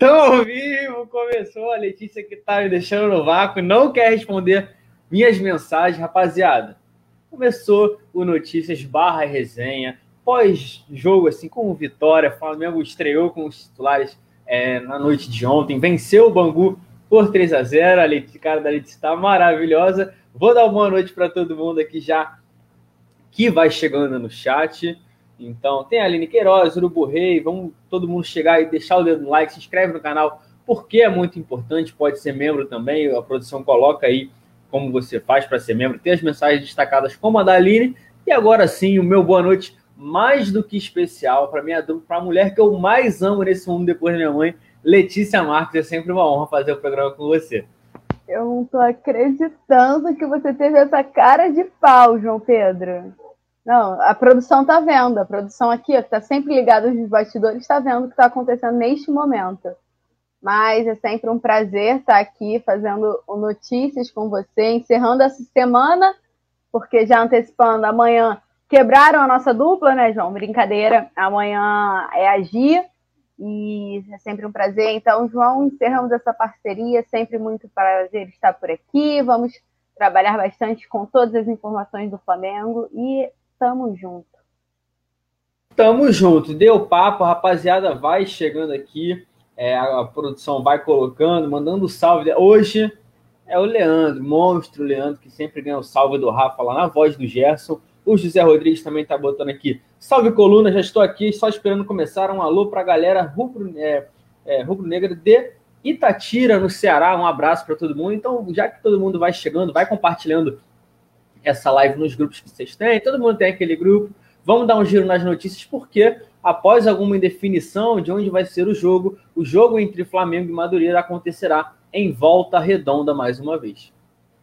Tão ao vivo, começou a Letícia que tá me deixando no vácuo, não quer responder minhas mensagens, rapaziada. Começou o Notícias barra resenha, pós-jogo assim com o Vitória, o Flamengo estreou com os titulares na noite de ontem, venceu o Bangu por 3-0, a cara da Letícia tá maravilhosa. Vou dar uma boa noite para todo mundo aqui já que vai chegando no chat. Então, tem a Aline Queiroz, Urubu Rei, vamos todo mundo chegar e deixar o dedo no like, se inscreve no canal, porque é muito importante, pode ser membro também, a produção coloca aí como você faz para ser membro, tem as mensagens destacadas como a da Aline, e agora sim, o meu boa noite mais do que especial para a mulher que eu mais amo nesse mundo depois da minha mãe, Letícia Marques, é sempre uma honra fazer o programa com você. Eu não tô acreditando que você teve essa cara de pau, João Pedro. Não, a produção tá vendo. A produção aqui, que tá sempre ligada nos bastidores, tá vendo o que tá acontecendo neste momento. Mas é sempre um prazer estar aqui fazendo notícias com você, encerrando essa semana, porque já antecipando, amanhã quebraram a nossa dupla, né, João? Brincadeira. Amanhã é a Gia. E é sempre um prazer. Então, João, encerramos essa parceria. Sempre muito prazer estar por aqui. Vamos trabalhar bastante com todas as informações do Flamengo e tamo junto. Tamo junto. Deu papo, a rapaziada vai chegando aqui. A produção vai colocando, mandando salve. Hoje é o Leandro, monstro Leandro, que sempre ganha o salve do Rafa lá na voz do Gerson. O José Rodrigues também tá botando aqui. Salve, coluna, já estou aqui, só esperando começar. Um alô pra galera rubro-negra de Itatira, no Ceará. Um abraço para todo mundo. Então, já que todo mundo vai chegando, vai compartilhando essa live nos grupos que vocês têm. Todo mundo tem aquele grupo. Vamos dar um giro nas notícias, porque após alguma indefinição de onde vai ser o jogo entre Flamengo e Madureira acontecerá em Volta Redonda mais uma vez.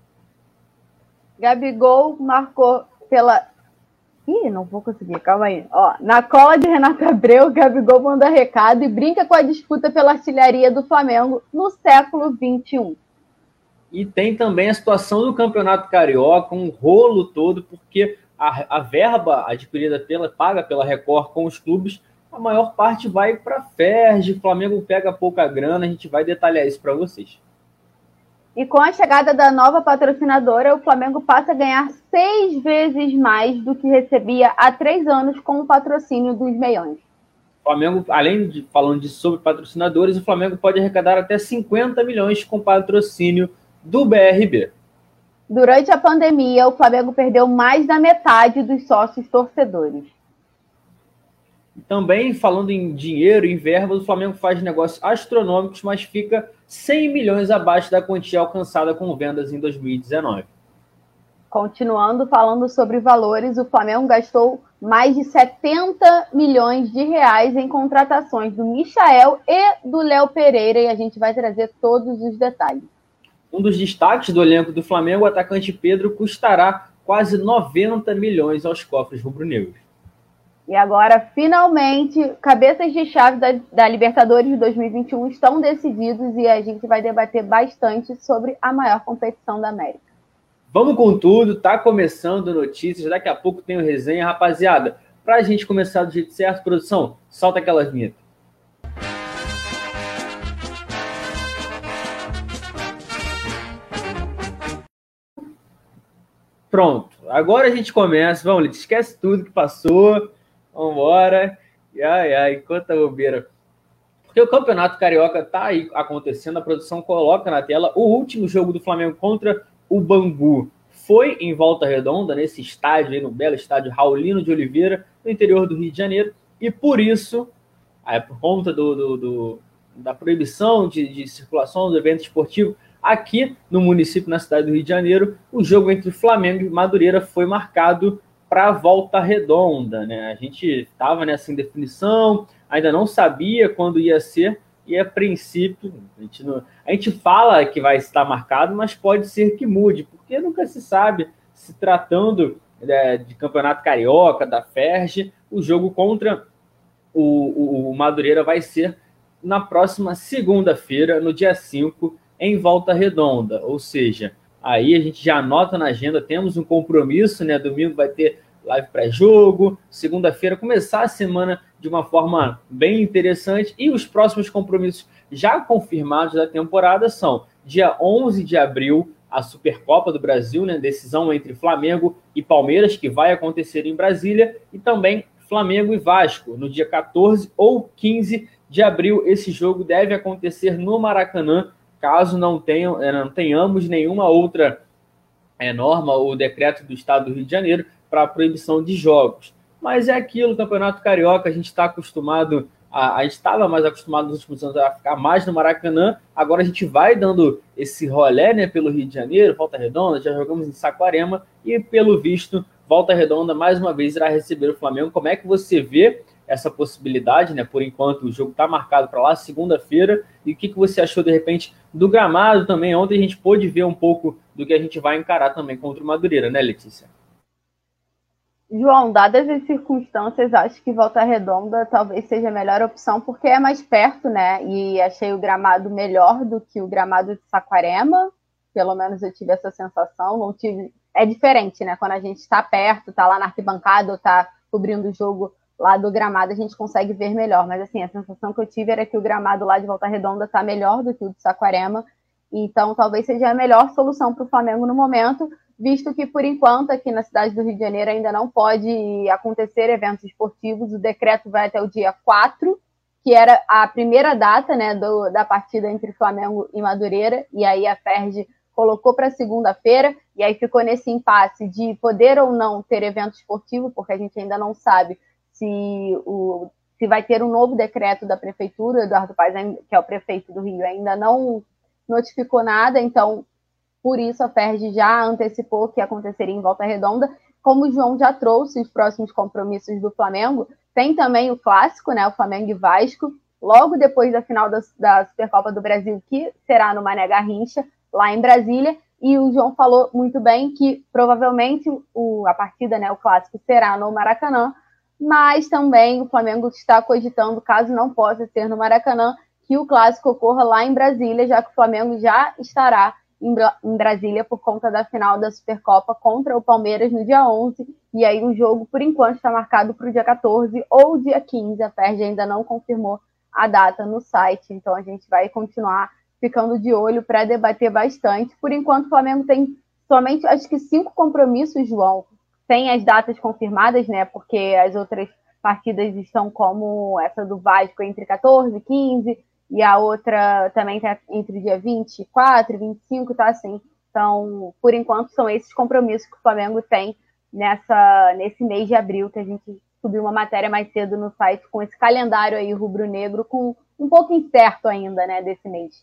Gabigol marcou pela... Ih, não vou conseguir, calma aí. Ó, na cola de Renato Abreu, Gabigol manda recado e brinca com a disputa pela artilharia do Flamengo no século XXI. E tem também a situação do Campeonato Carioca, um rolo todo, porque a verba adquirida paga pela Record com os clubes, a maior parte vai para a Ferj, o Flamengo pega pouca grana, a gente vai detalhar isso para vocês. E com a chegada da nova patrocinadora, o Flamengo passa a ganhar 6 vezes mais do que recebia há 3 anos com o patrocínio dos meiões. O Flamengo, além de falando sobre patrocinadores, o Flamengo pode arrecadar até 50 milhões com patrocínio do BRB. Durante a pandemia, o Flamengo perdeu mais da metade dos sócios torcedores. Também, falando em dinheiro, em verbas, o Flamengo faz negócios astronômicos, mas fica 100 milhões abaixo da quantia alcançada com vendas em 2019. Continuando falando sobre valores, o Flamengo gastou mais de 70 milhões de reais em contratações do Michael e do Léo Pereira, e a gente vai trazer todos os detalhes. Um dos destaques do elenco do Flamengo, o atacante Pedro, custará quase 90 milhões aos cofres rubro-negros. E agora, finalmente, cabeças de chave da Libertadores de 2021 estão decididos e a gente vai debater bastante sobre a maior competição da América. Vamos com tudo, tá começando notícias, daqui a pouco tem o resenha. Rapaziada, pra gente começar do jeito certo, produção, solta aquela vinheta. Pronto, agora a gente começa. Vamos, esquece tudo que passou. Vambora. Ai, quanta bobeira. Porque o Campeonato Carioca tá aí acontecendo, a produção coloca na tela o último jogo do Flamengo contra o Bangu. Foi em Volta Redonda, nesse estádio aí, no belo estádio Raulino de Oliveira, no interior do Rio de Janeiro, e por isso, por conta da proibição de circulação do evento esportivo, aqui no município, na cidade do Rio de Janeiro, o jogo entre Flamengo e Madureira foi marcado para Volta Redonda, né? A gente estava nessa indefinição, ainda não sabia quando ia ser, e a princípio, a gente fala que vai estar marcado, mas pode ser que mude, porque nunca se sabe, se tratando de Campeonato Carioca, da Ferj, o jogo contra o Madureira vai ser na próxima segunda-feira, no dia 5, em Volta Redonda, ou seja, aí a gente já anota na agenda, temos um compromisso, né? Domingo vai ter live pré-jogo, segunda-feira, começar a semana de uma forma bem interessante. E os próximos compromissos já confirmados da temporada são dia 11 de abril, a Supercopa do Brasil, né? Decisão entre Flamengo e Palmeiras, que vai acontecer em Brasília, e também Flamengo e Vasco, no dia 14 ou 15 de abril. Esse jogo deve acontecer no Maracanã, caso não tenhamos nenhuma outra norma ou decreto do Estado do Rio de Janeiro para a proibição de jogos. Mas é aquilo, Campeonato Carioca, a gente está acostumado, a gente estava mais acostumado nos últimos anos a ficar mais no Maracanã, agora a gente vai dando esse rolê, né, pelo Rio de Janeiro, Volta Redonda, já jogamos em Saquarema, e pelo visto, Volta Redonda mais uma vez irá receber o Flamengo. Como é que você vê essa possibilidade, né? Por enquanto o jogo está marcado para lá, segunda-feira, e o que você achou de repente do gramado também? Ontem a gente pôde ver um pouco do que a gente vai encarar também contra o Madureira, né, Letícia? João, dadas as circunstâncias, acho que Volta Redonda talvez seja a melhor opção, porque é mais perto, né? E achei o gramado melhor do que o gramado de Saquarema. Pelo menos eu tive essa sensação. Não tive... É diferente, né? Quando a gente está perto, está lá na arquibancada ou está cobrindo o jogo lá do gramado, a gente consegue ver melhor. Mas, assim, a sensação que eu tive era que o gramado lá de Volta Redonda está melhor do que o de Saquarema. Então, talvez seja a melhor solução para o Flamengo no momento, visto que, por enquanto, aqui na cidade do Rio de Janeiro ainda não pode acontecer eventos esportivos. O decreto vai até o dia 4, que era a primeira data, né, da partida entre Flamengo e Madureira, e aí a Ferdi colocou para segunda-feira, e aí ficou nesse impasse de poder ou não ter evento esportivo, porque a gente ainda não sabe se vai ter um novo decreto da prefeitura. O Eduardo Paes, que é o prefeito do Rio, ainda não notificou nada, então por isso a Ferdi já antecipou que aconteceria em Volta Redonda. Como o João já trouxe os próximos compromissos do Flamengo, tem também o clássico, né, o Flamengo e Vasco, logo depois da final da Supercopa do Brasil, que será no Mané Garrincha, lá em Brasília. E o João falou muito bem que provavelmente a partida, né, o clássico, será no Maracanã, mas também o Flamengo está cogitando, caso não possa ser no Maracanã, que o clássico ocorra lá em Brasília, já que o Flamengo já estará em Brasília por conta da final da Supercopa contra o Palmeiras no dia 11, e aí o jogo, por enquanto, está marcado para o dia 14 ou dia 15, a Ferdi ainda não confirmou a data no site, então a gente vai continuar ficando de olho para debater bastante. Por enquanto, o Flamengo tem somente, acho que 5 compromissos, João, sem as datas confirmadas, né, porque as outras partidas estão como essa do Vasco entre 14 e 15, e a outra também está entre o dia 24 e 25, tá assim. Então, por enquanto, são esses compromissos que o Flamengo tem nesse mês de abril, que a gente subiu uma matéria mais cedo no site com esse calendário aí rubro-negro, com um pouco incerto ainda, né, desse mês.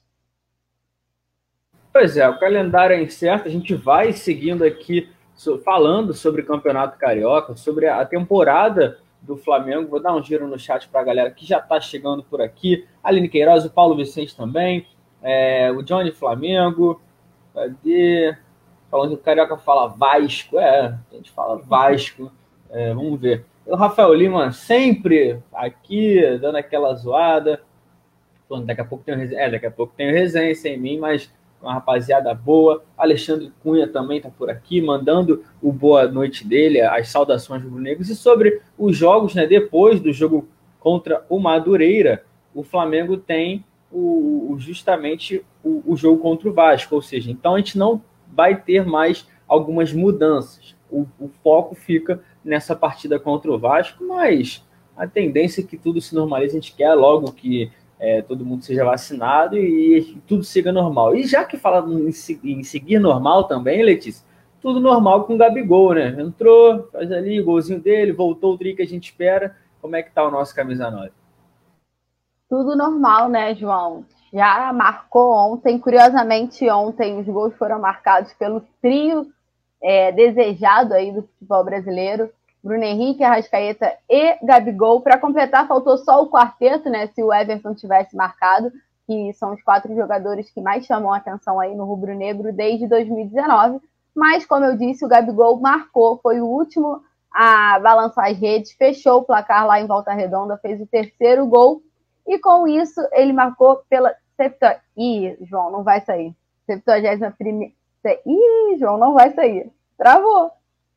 Pois é, o calendário é incerto, a gente vai seguindo aqui, falando sobre o Campeonato Carioca, sobre a temporada do Flamengo. Vou dar um giro no chat para a galera que já está chegando por aqui. Aline Queiroz, o Paulo Vicente também, o Johnny Flamengo, cadê? Falando que o Carioca fala Vasco, a gente fala Vasco, vamos ver. O Rafael Lima sempre aqui, dando aquela zoada, falando, daqui a pouco tem o resenha sem mim, mas uma rapaziada boa. Alexandre Cunha também está por aqui, mandando o boa noite dele, as saudações rubro-negros. E sobre os jogos, né, depois do jogo contra o Madureira, o Flamengo tem justamente o jogo contra o Vasco, ou seja, então a gente não vai ter mais algumas mudanças. O foco fica nessa partida contra o Vasco, mas a tendência é que tudo se normalize. A gente quer logo que todo mundo seja vacinado e tudo siga normal. E já que fala em seguir normal também, Letícia, tudo normal com o Gabigol, né? Entrou, faz ali o golzinho dele, voltou o tri que a gente espera. Como é que tá o nosso camisa 9? Tudo normal, né, João? Já marcou ontem, curiosamente ontem os gols foram marcados pelo trio desejado aí do futebol brasileiro, Bruno Henrique, Arrascaeta e Gabigol. Para completar, faltou só o quarteto, né? Se o Everton tivesse marcado, que são os 4 jogadores que mais chamam a atenção aí no rubro-negro desde 2019. Mas, como eu disse, o Gabigol marcou, foi o último a balançar as redes, fechou o placar lá em Volta Redonda, fez o 3º gol, e com isso ele marcou pela... Ih, João, não vai sair. 71ª... Ih, João, não vai sair. Travou.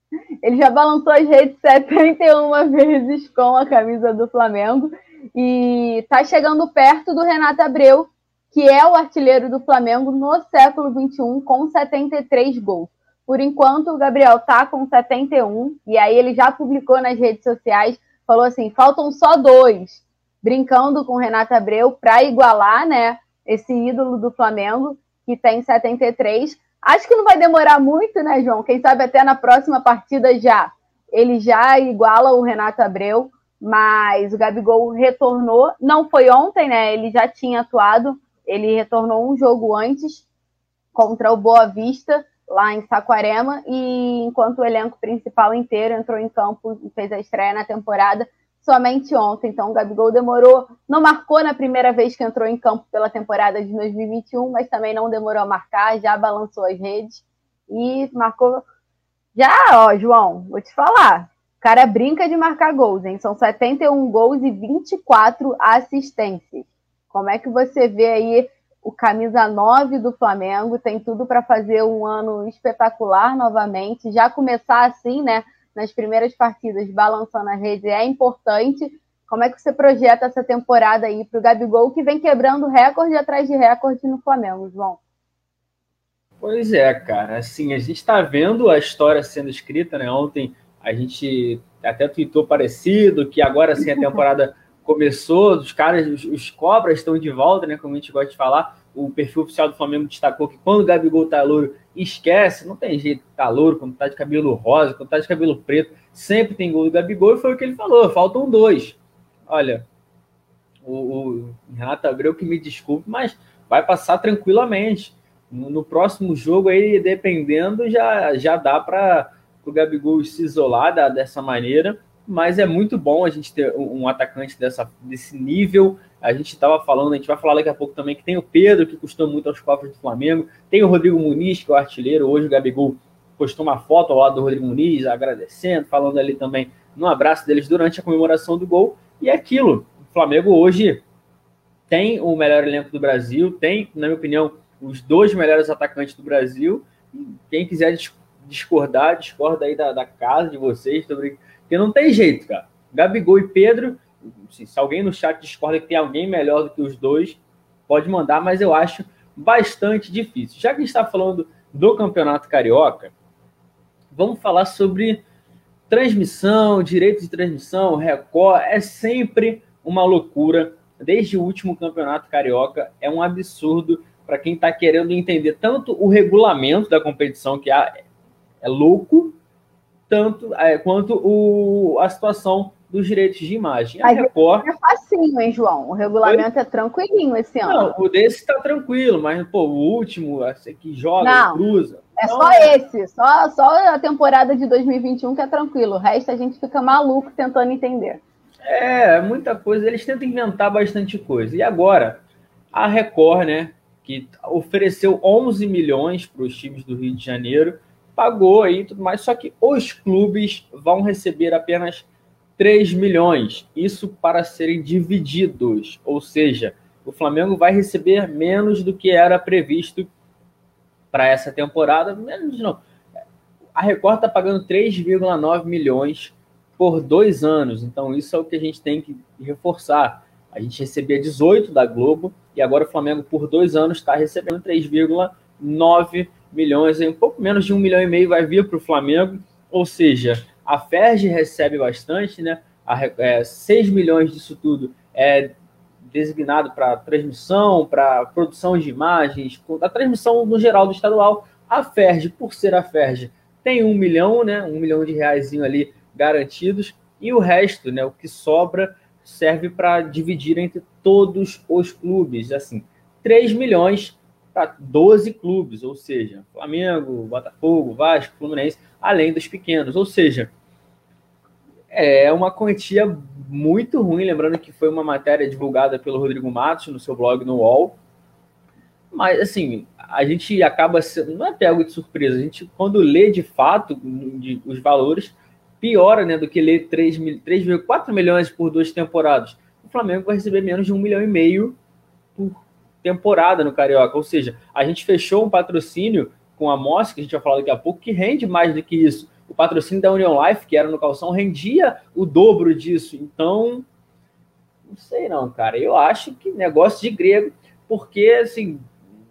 Ele já balançou as redes 71 vezes com a camisa do Flamengo e tá chegando perto do Renato Abreu, que é o artilheiro do Flamengo no século XXI, com 73 gols. Por enquanto, o Gabriel tá com 71, e aí ele já publicou nas redes sociais, falou assim, faltam só 2, brincando com o Renato Abreu para igualar, né, esse ídolo do Flamengo, que tem 73. Acho que não vai demorar muito, né, João? Quem sabe até na próxima partida ele já iguala o Renato Abreu, mas o Gabigol retornou, não foi ontem, né, ele já tinha atuado, ele retornou um jogo antes contra o Boa Vista, lá em Saquarema, e enquanto o elenco principal inteiro entrou em campo e fez a estreia na temporada somente ontem. Então o Gabigol demorou, não marcou na primeira vez que entrou em campo pela temporada de 2021, mas também não demorou a marcar, já balançou as redes e marcou. Já, ó, João, vou te falar, o cara brinca de marcar gols, hein? São 71 gols e 24 assistências. Como é que você vê aí o camisa 9 do Flamengo? Tem tudo para fazer um ano espetacular novamente. Já começar assim, né? Nas primeiras partidas, balançando a rede, é importante. Como é que você projeta essa temporada aí para o Gabigol, que vem quebrando recorde atrás de recorde no Flamengo, João? Pois é, cara. Assim, a gente está vendo a história sendo escrita, né? Ontem a gente até tweetou parecido, que agora sim a temporada começou, os caras, os cobras estão de volta, né? Como a gente gosta de falar. O perfil oficial do Flamengo destacou que quando o Gabigol tá louro, esquece, não tem jeito, tá louro, quando tá de cabelo rosa, quando tá de cabelo preto, sempre tem gol do Gabigol, e foi o que ele falou, faltam 2. Olha, o Renato Abreu, que me desculpe, mas vai passar tranquilamente. No próximo jogo aí, dependendo, já dá para o Gabigol se isolar dessa maneira, mas é muito bom a gente ter um atacante desse nível. A gente estava falando, a gente vai falar daqui a pouco também que tem o Pedro, que custou muito aos cofres do Flamengo, tem o Rodrigo Muniz, que é o artilheiro. Hoje o Gabigol postou uma foto ao lado do Rodrigo Muniz, agradecendo, falando ali também no abraço deles durante a comemoração do gol. E é aquilo, o Flamengo hoje tem o melhor elenco do Brasil, tem, na minha opinião, os 2 melhores atacantes do Brasil. Quem quiser discorda aí da casa de vocês, porque não tem jeito, cara. Gabigol e Pedro, se alguém no chat discorda que tem alguém melhor do que os 2, pode mandar, mas eu acho bastante difícil. Já que a gente está falando do Campeonato Carioca, vamos falar sobre transmissão, direitos de transmissão, Record. É sempre uma loucura. Desde o último Campeonato Carioca, é um absurdo para quem está querendo entender tanto o regulamento da competição, que é louco, quanto a situação dos direitos de imagem. A Record é facinho, hein, João? O regulamento é tranquilinho esse ano. Não, o desse está tranquilo, mas o último, esse que joga, cruza. É só esse, só a temporada de 2021 que é tranquilo. O resto a gente fica maluco tentando entender. Muita coisa. Eles tentam inventar bastante coisa. E agora, a Record, né, que ofereceu 11 milhões para os times do Rio de Janeiro, pagou aí tudo mais, só que os clubes vão receber apenas 3 milhões. Isso para serem divididos. Ou seja, o Flamengo vai receber menos do que era previsto para essa temporada. Menos não. A Record está pagando 3,9 milhões por 2 anos. Então, isso é o que a gente tem que reforçar. A gente recebia 18 da Globo e agora o Flamengo, por 2 anos, está recebendo 3,9 milhões. Um pouco menos de 1,5 milhão vai vir para o Flamengo. Ou seja, a Ferg recebe bastante, né? 6 milhões disso tudo é designado para transmissão, para produção de imagens, a transmissão no geral do estadual. A Ferg, por ser a Ferg, tem 1 milhão, né? 1 milhão de reais ali garantidos, e o resto, né, o que sobra, serve para dividir entre todos os clubes. Assim, 3 milhões para 12 clubes, ou seja, Flamengo, Botafogo, Vasco, Fluminense, além dos pequenos. Ou seja, é uma quantia muito ruim, lembrando que foi uma matéria divulgada pelo Rodrigo Matos no seu blog no UOL. Mas, assim, a gente acaba sendo, não é pego de surpresa, a gente, quando lê de fato os valores, piora, né, do que ler 3,4 milhões por 2 temporadas. O Flamengo vai receber menos de 1,5 milhão por temporada no Carioca. Ou seja, a gente fechou um patrocínio com a Moss, que a gente vai falar daqui a pouco, que rende mais do que isso. o patrocínio da Union Life, que era no calção, rendia o dobro disso. Então, não sei não, cara. Eu acho que negócio de grego, porque, assim,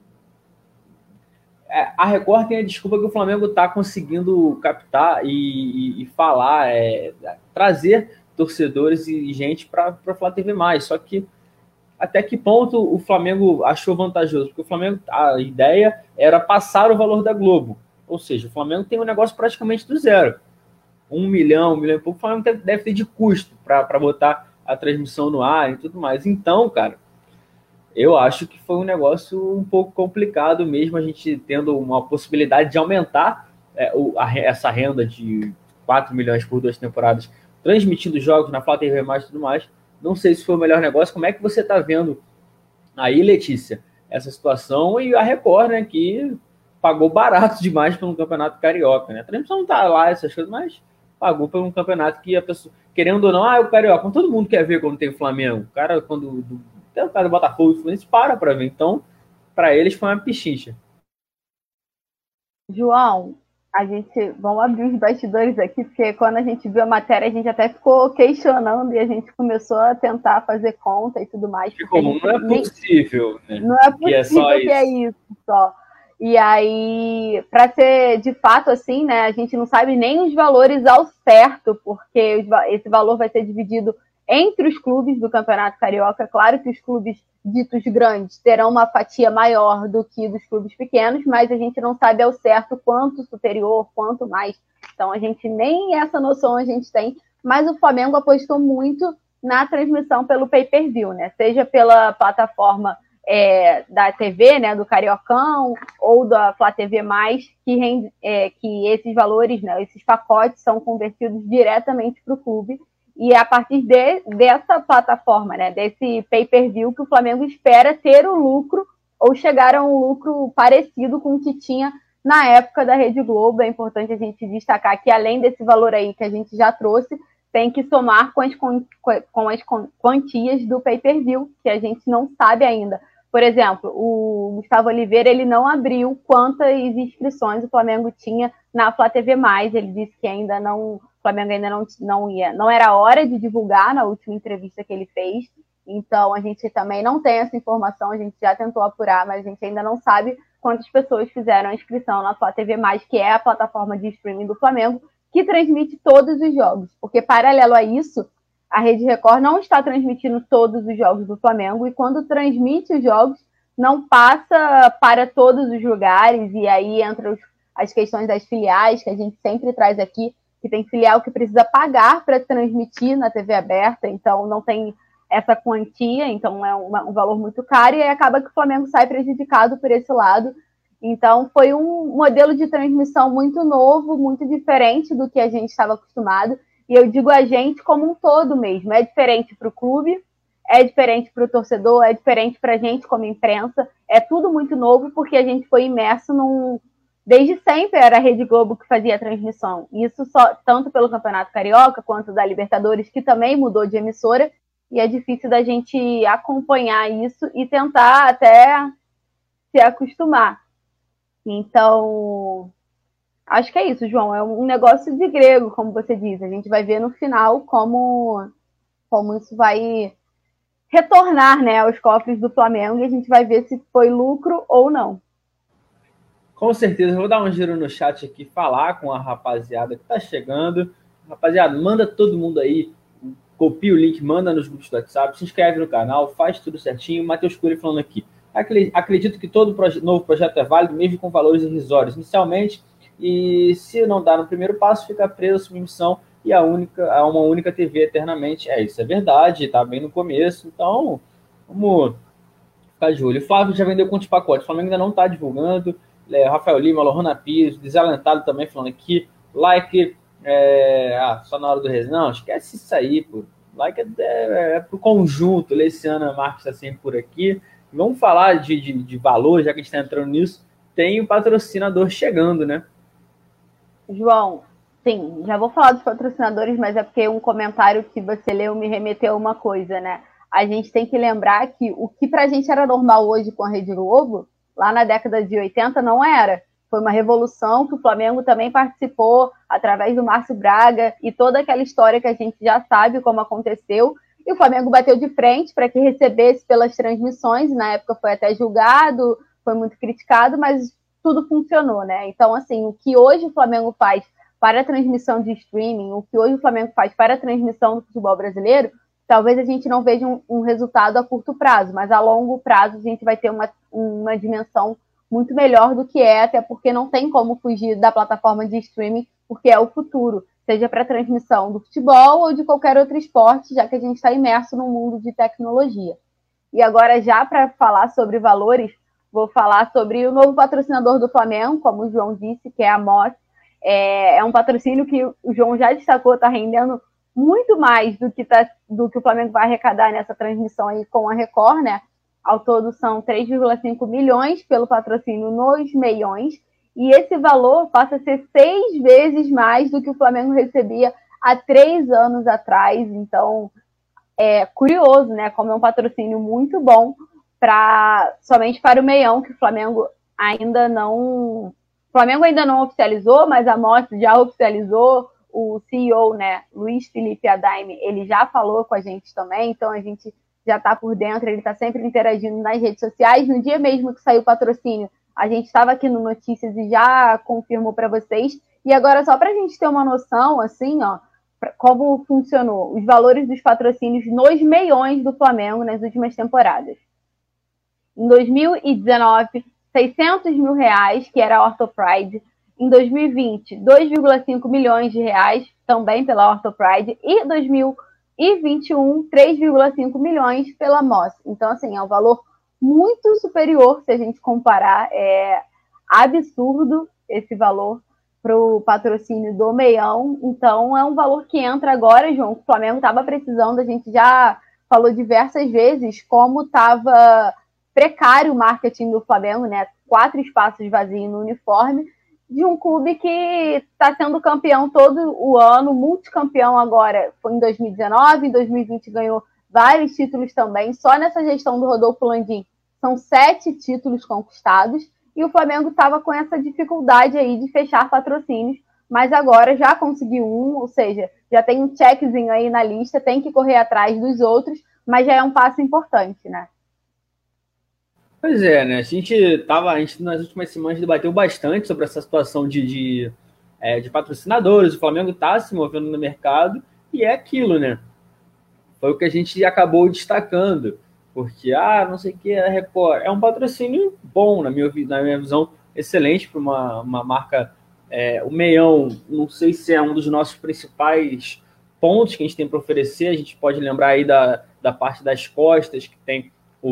a Record tem a desculpa que o Flamengo está conseguindo captar e falar, trazer torcedores e gente para a Flá TV+. Só que até que ponto o Flamengo achou vantajoso? Porque o Flamengo, a ideia era passar o valor da Globo. Ou seja, o Flamengo tem um negócio praticamente do zero. 1 milhão e pouco, o Flamengo deve ter de custo para botar a transmissão no ar e tudo mais. Então, cara, eu acho que foi um negócio um pouco complicado mesmo, a gente tendo uma possibilidade de aumentar essa renda de 4 milhões por 2 temporadas, transmitindo jogos na Flá TV+, e tudo mais. Não sei se foi o melhor negócio. Como é que você está vendo aí, Letícia, essa situação? E a Record, né, que pagou barato demais pelo Campeonato Carioca, né? A transmissão não está lá, essas coisas, mas pagou por um campeonato que a pessoa, querendo ou não, o Carioca, todo mundo quer ver quando tem o Flamengo. O cara, quando até o cara do Botafogo, o Fluminense para ver. Então, para eles foi uma pichincha. João, vamos abrir os bastidores aqui, porque quando a gente viu a matéria, a gente até ficou questionando e a gente começou a tentar fazer conta e tudo mais. Não é possível, né? Não é possível que é isso só. E aí, para ser de fato assim, né, a gente não sabe nem os valores ao certo, porque esse valor vai ser dividido entre os clubes do Campeonato Carioca. Claro que os clubes ditos grandes terão uma fatia maior do que dos clubes pequenos, mas a gente não sabe ao certo quanto superior, quanto mais. Então, a gente nem essa noção a gente tem, mas o Flamengo apostou muito na transmissão pelo pay-per-view, né? Seja pela plataforma da TV, né, do Cariocão, ou da Flá TV+, que esses valores, né, esses pacotes são convertidos diretamente para o clube. E é a partir dessa plataforma, né, desse pay-per-view, que o Flamengo espera ter o lucro ou chegar a um lucro parecido com o que tinha na época da Rede Globo. É importante a gente destacar que, além desse valor aí que a gente já trouxe, tem que somar com as quantias do pay-per-view, que a gente não sabe ainda. Por exemplo, o Gustavo Oliveira, ele não abriu quantas inscrições o Flamengo tinha na Flá TV+. Ele disse que ainda não, o Flamengo ainda não era hora de divulgar na última entrevista que ele fez. Então, a gente também não tem essa informação, a gente já tentou apurar, mas a gente ainda não sabe quantas pessoas fizeram a inscrição na Flá TV+, que é a plataforma de streaming do Flamengo, que transmite todos os jogos. Porque, paralelo a isso, a Rede Record não está transmitindo todos os jogos do Flamengo, e quando transmite os jogos, não passa para todos os lugares, e aí entram as questões das filiais, que a gente sempre traz aqui, que tem filial que precisa pagar para transmitir na TV aberta, então não tem essa quantia, então é um valor muito caro, e aí acaba que o Flamengo sai prejudicado por esse lado. Então foi um modelo de transmissão muito novo, muito diferente do que a gente estava acostumado. E eu digo a gente como um todo mesmo. É diferente para o clube, é diferente para o torcedor, é diferente para a gente como imprensa. É tudo muito novo porque a gente foi imerso Desde sempre era a Rede Globo que fazia a transmissão. Isso tanto pelo Campeonato Carioca quanto da Libertadores, que também mudou de emissora. E é difícil da gente acompanhar isso e tentar até se acostumar. Então, acho que é isso, João. É um negócio de grego, como você diz. A gente vai ver no final como isso vai retornar, né, aos cofres do Flamengo, e a gente vai ver se foi lucro ou não. Com certeza. Eu vou dar um giro no chat aqui, falar com a rapaziada que está chegando. Rapaziada, manda todo mundo aí, copia o link, manda nos grupos do WhatsApp, se inscreve no canal, faz tudo certinho. Matheus Cury falando aqui. Acredito que todo novo projeto é válido, mesmo com valores irrisórios inicialmente, e se não dá no primeiro passo, fica preso à submissão e a uma única TV eternamente. Isso é verdade, está bem no começo, então vamos ficar de olho. O Flávio já vendeu quantos pacotes? O Flamengo ainda não está divulgando. Rafael Lima, Lohana Pires, desalentado também falando aqui, like, só na hora do resenha. Não, esquece isso aí, pô. Like é pro conjunto. Leiciana Marques está sempre por aqui. Vamos falar de valor, já que a gente está entrando nisso. Tem o patrocinador chegando, né? João, sim, já vou falar dos patrocinadores, mas é porque um comentário que você leu me remeteu a uma coisa, né? A gente tem que lembrar que o que pra gente era normal hoje com a Rede Globo, lá na década de 80 não era. foi uma revolução que o Flamengo também participou através do Márcio Braga e toda aquela história que a gente já sabe como aconteceu. E o Flamengo bateu de frente para que recebesse pelas transmissões, na época foi até julgado, foi muito criticado, mas tudo funcionou, né? Então, assim, o que hoje o Flamengo faz para a transmissão de streaming, o que hoje o Flamengo faz para a transmissão do futebol brasileiro, talvez a gente não veja um resultado a curto prazo, mas a longo prazo a gente vai ter uma dimensão muito melhor do que é, até porque não tem como fugir da plataforma de streaming, porque é o futuro, seja para transmissão do futebol ou de qualquer outro esporte, já que a gente está imerso num mundo de tecnologia. E agora, já para falar sobre valores, vou falar sobre o novo patrocinador do Flamengo, como o João disse, que é a Moss. É um patrocínio que o João já destacou, está rendendo muito mais do que o Flamengo vai arrecadar nessa transmissão aí com a Record, né? Ao todo são 3,5 milhões pelo patrocínio nos meiões, e esse valor passa a ser 6 vezes mais do que o Flamengo recebia há 3 anos atrás. Então, é curioso, né? Como é um patrocínio muito bom somente para o meião, que o Flamengo ainda não oficializou, mas a Mostra já oficializou. O CEO, né, Luiz Felipe Adaime, ele já falou com a gente também, então a gente já está por dentro, ele está sempre interagindo nas redes sociais. No dia mesmo que saiu o patrocínio, a gente estava aqui no Notícias e já confirmou para vocês. E agora, só para a gente ter uma noção, assim, ó, como funcionou os valores dos patrocínios nos meiões do Flamengo nas últimas temporadas. Em 2019, R$600 mil, que era a Orthopride. Em 2020, 2,5 milhões de reais, também pela Orthopride. E 2021, 3,5 milhões pela Moss. Então, assim, é um valor muito superior se a gente comparar. É absurdo esse valor para o patrocínio do meião. Então, é um valor que entra agora, João. O Flamengo estava precisando, a gente já falou diversas vezes como estava precário o marketing do Flamengo, né? 4 espaços vazios no uniforme, de um clube que está sendo campeão todo o ano, multicampeão agora, foi em 2019, em 2020 ganhou vários títulos também, só nessa gestão do Rodolfo Landim são 7 títulos conquistados, e o Flamengo estava com essa dificuldade aí de fechar patrocínios, mas agora já conseguiu ou seja, já tem um checkzinho aí na lista, tem que correr atrás dos outros, mas já é um passo importante, né? Pois é, né? A gente nas últimas semanas debateu bastante sobre essa situação de patrocinadores. O Flamengo está se movendo no mercado e é aquilo, né? Foi o que a gente acabou destacando, porque, não sei o que, a Record é um patrocínio bom, na minha visão, excelente para uma marca. O meião, não sei se é um dos nossos principais pontos que a gente tem para oferecer. A gente pode lembrar aí da parte das costas, que tem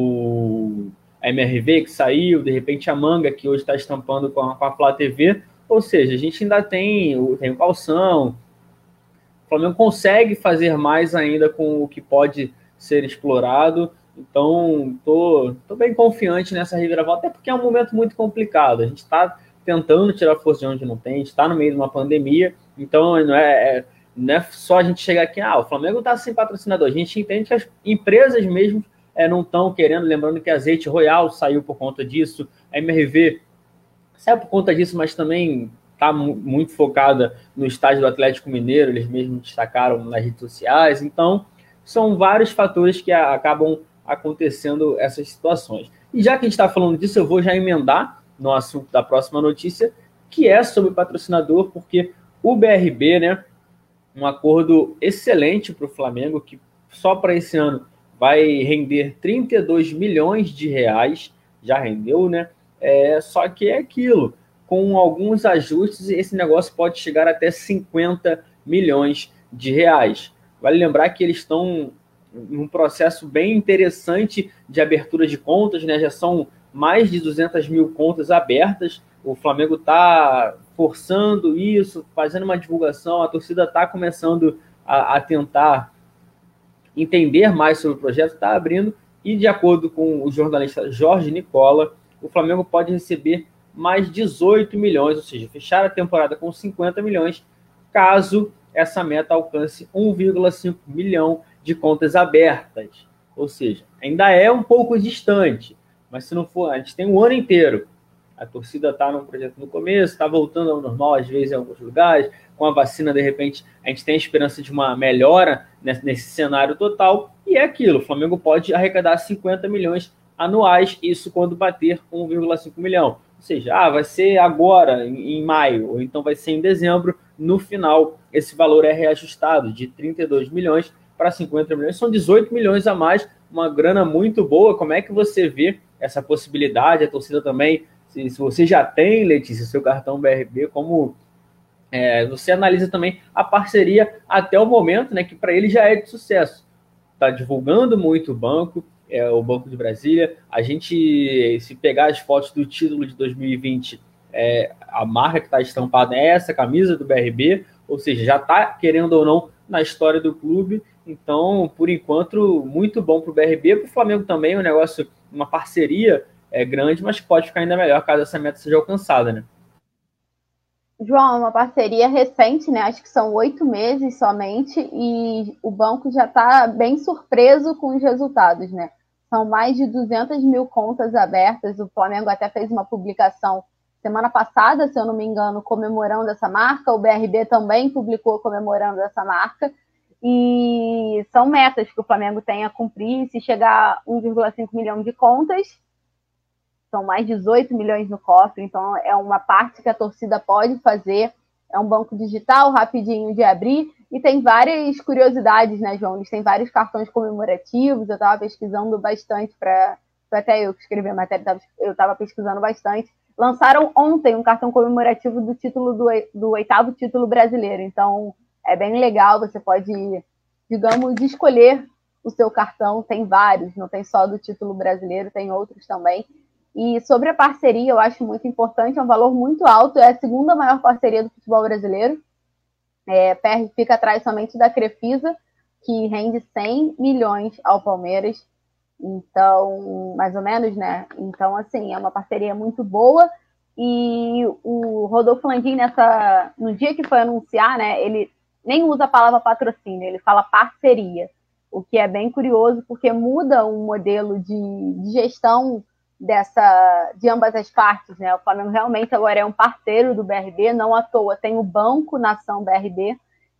a MRV que saiu, de repente a Manga, que hoje está estampando com a Flá TV, ou seja, a gente ainda tem o calção. O Flamengo consegue fazer mais ainda com o que pode ser explorado, então tô bem confiante nessa reviravolta, até porque é um momento muito complicado, a gente está tentando tirar força de onde não tem, a gente está no meio de uma pandemia, então não é só a gente chegar aqui, o Flamengo está sem patrocinador, a gente entende que as empresas mesmo não estão querendo, lembrando que a Azeite Royal saiu por conta disso, a MRV saiu por conta disso, mas também está muito focada no estádio do Atlético Mineiro, eles mesmos destacaram nas redes sociais, então são vários fatores que acabam acontecendo essas situações. E já que a gente está falando disso, eu vou já emendar no assunto da próxima notícia, que é sobre o patrocinador, porque o BRB, né, um acordo excelente para o Flamengo, que só para esse ano vai render 32 milhões de reais, já rendeu, né? Só que é aquilo, com alguns ajustes, esse negócio pode chegar até 50 milhões de reais. Vale lembrar que eles estão num processo bem interessante de abertura de contas, né? Já são mais de 200 mil contas abertas, o Flamengo está forçando isso, fazendo uma divulgação, a torcida está começando a tentar entender mais sobre o projeto, está abrindo, e de acordo com o jornalista Jorge Nicola, o Flamengo pode receber mais 18 milhões, ou seja, fechar a temporada com 50 milhões, caso essa meta alcance 1,5 milhão de contas abertas. Ou seja, ainda é um pouco distante, mas se não for, a gente tem um ano inteiro. A torcida está num projeto no começo, está voltando ao normal, às vezes, em alguns lugares. Com a vacina, de repente, a gente tem a esperança de uma melhora nesse cenário total. E é aquilo, o Flamengo pode arrecadar 50 milhões anuais, isso quando bater 1,5 milhão. Ou seja, vai ser agora, em maio, ou então vai ser em dezembro. No final, esse valor é reajustado de 32 milhões para 50 milhões. São 18 milhões a mais, uma grana muito boa. Como é que você vê essa possibilidade? A torcida também, se você já tem, Letícia, seu cartão BRB, como você analisa também a parceria até o momento, né, que para ele já é de sucesso. Está divulgando muito o Banco de Brasília. A gente, se pegar as fotos do título de 2020, a marca que está estampada é essa, camisa do BRB, ou seja, já está, querendo ou não, na história do clube. Então, por enquanto, muito bom para o BRB, para o Flamengo também, um negócio, uma parceria grande, mas pode ficar ainda melhor caso essa meta seja alcançada, né? João, uma parceria recente, né? Acho que são 8 meses somente, e o banco já está bem surpreso com os resultados, né? São mais de 200 mil contas abertas. O Flamengo até fez uma publicação semana passada, se eu não me engano, comemorando essa marca. O BRB também publicou comemorando essa marca. E são metas que o Flamengo tem a cumprir. Se chegar a 1,5 milhão de contas, são mais 18 milhões no cofre, então é uma parte que a torcida pode fazer. É um banco digital, rapidinho de abrir, e tem várias curiosidades, né, João? Eles têm vários cartões comemorativos. Eu estava pesquisando bastante até eu que escrevi a matéria, eu estava pesquisando bastante. Lançaram ontem um cartão comemorativo do título do 8º título brasileiro, então é bem legal. Você pode, digamos, escolher o seu cartão. Tem vários, não tem só do título brasileiro, tem outros também. E sobre a parceria, eu acho muito importante, é um valor muito alto, é a segunda maior parceria do futebol brasileiro. Fica atrás somente da Crefisa, que rende 100 milhões ao Palmeiras. Então, mais ou menos, né? Então, assim, é uma parceria muito boa. E o Rodolfo Landim, no dia que foi anunciar, né, ele nem usa a palavra patrocínio, ele fala parceria, o que é bem curioso, porque muda o modelo de gestão de ambas as partes, né? O Flamengo realmente agora é um parceiro do BRB, não à toa tem o Banco Nação BRB,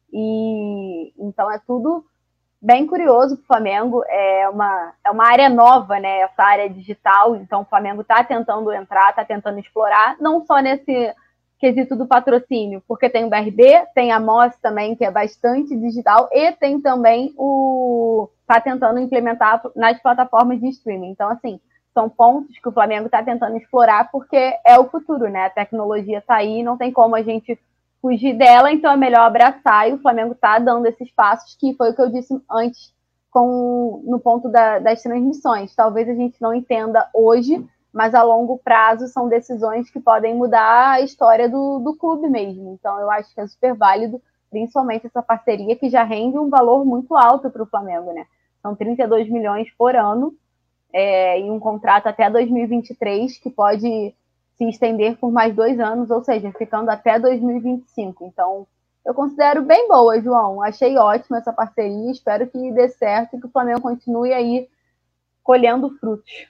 e então é tudo bem curioso para o Flamengo. É uma área nova, né? Essa área digital, então o Flamengo está tentando entrar, está tentando explorar, não só nesse quesito do patrocínio, porque tem o BRB, tem a MOS também, que é bastante digital, e tem também está tentando implementar nas plataformas de streaming. Então, assim, são pontos que o Flamengo está tentando explorar, porque é o futuro, né? A tecnologia está aí, não tem como a gente fugir dela, então é melhor abraçar, e o Flamengo está dando esses passos, que foi o que eu disse antes no ponto das transmissões. Talvez a gente não entenda hoje, mas a longo prazo são decisões que podem mudar a história do clube mesmo. Então eu acho que é super válido, principalmente essa parceria, que já rende um valor muito alto para o Flamengo, né? São 32 milhões por ano, em um contrato até 2023, que pode se estender por mais 2 anos, ou seja, ficando até 2025. Então, eu considero bem boa, João. Achei ótima essa parceria, espero que dê certo e que o Flamengo continue aí colhendo frutos.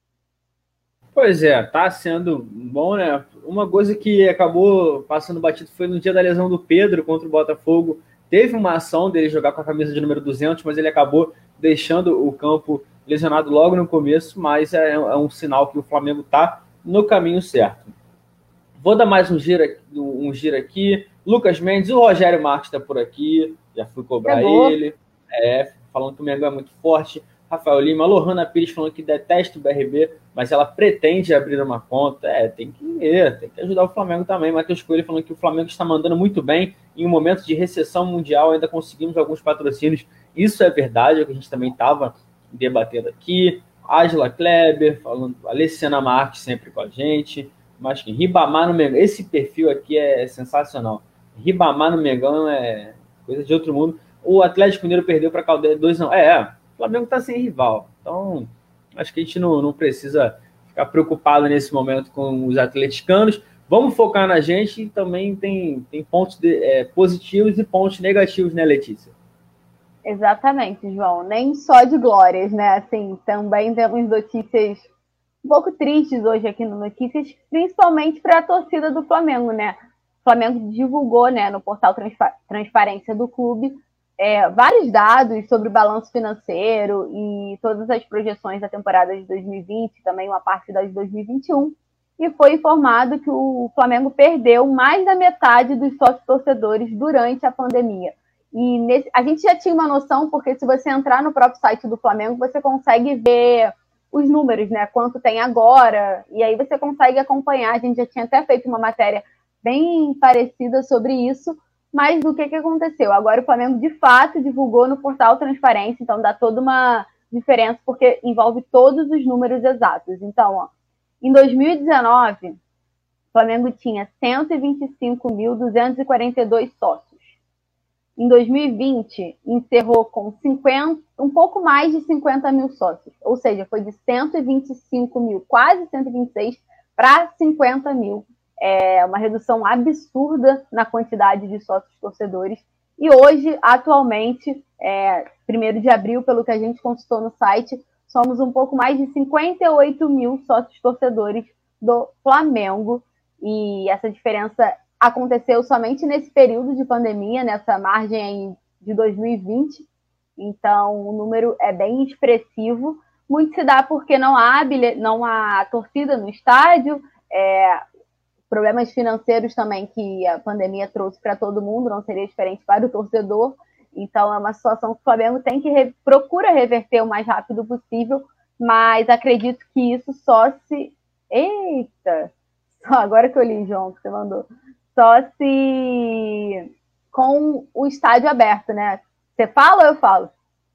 Pois é, tá sendo bom, né? Uma coisa que acabou passando batido foi no dia da lesão do Pedro contra o Botafogo. Teve uma ação dele jogar com a camisa de número 200, mas ele acabou deixando o campo lesionado logo no começo, mas é um sinal que o Flamengo tá no caminho certo. Vou dar mais um giro aqui. Lucas Mendes, o Rogério Marques está por aqui, já fui cobrar ele. Falando que o Mengão é muito forte. Rafael Lima, Lohana Pires falando que detesta o BRB, mas ela pretende abrir uma conta. Tem que ajudar o Flamengo também. Matheus Coelho falando que o Flamengo está mandando muito bem. Em um momento de recessão mundial, ainda conseguimos alguns patrocínios. Isso é verdade, é o que a gente também estava debatendo aqui. Ágila Kleber falando, Alessiana Marques sempre com a gente. Mas que Ribamar no Mengão, esse perfil aqui é sensacional. Ribamar no Mengão é coisa de outro mundo. O Atlético Mineiro perdeu para Caldeira 2-1. O Flamengo está sem rival. Então, acho que a gente não precisa ficar preocupado nesse momento com os atleticanos. Vamos focar na gente, e também tem pontos positivos e pontos negativos, né, Letícia? Exatamente, João. Nem só de glórias, né? Assim, também temos notícias um pouco tristes hoje aqui no Notícias, principalmente para a torcida do Flamengo, né? O Flamengo divulgou, né, no portal Transparência do clube, vários dados sobre o balanço financeiro e todas as projeções da temporada de 2020, também uma parte da de 2021, e foi informado que o Flamengo perdeu mais da metade dos sócios torcedores durante a pandemia. E a gente já tinha uma noção, porque se você entrar no próprio site do Flamengo, você consegue ver os números, né? Quanto tem agora, e aí você consegue acompanhar. A gente já tinha até feito uma matéria bem parecida sobre isso, mas o que aconteceu? Agora o Flamengo, de fato, divulgou no portal Transparência, então dá toda uma diferença, porque envolve todos os números exatos. Então, ó, em 2019, o Flamengo tinha 125.242 sócios. Em 2020, encerrou com um pouco mais de 50 mil sócios. Ou seja, foi de 125 mil, quase 126, para 50 mil. É uma redução absurda na quantidade de sócios torcedores. E hoje, atualmente, 1º de abril, pelo que a gente consultou no site, somos um pouco mais de 58 mil sócios torcedores do Flamengo. E essa diferença aconteceu somente nesse período de pandemia, nessa margem aí de 2020. Então, o número é bem expressivo. Muito se dá porque não há torcida no estádio, problemas financeiros também que a pandemia trouxe para todo mundo, não seria diferente para o torcedor. Então, é uma situação que o Flamengo procura reverter o mais rápido possível, mas acredito que isso só se... Eita! Agora que eu li, João, que você mandou. Só se com o estádio aberto, né? Você fala ou eu falo?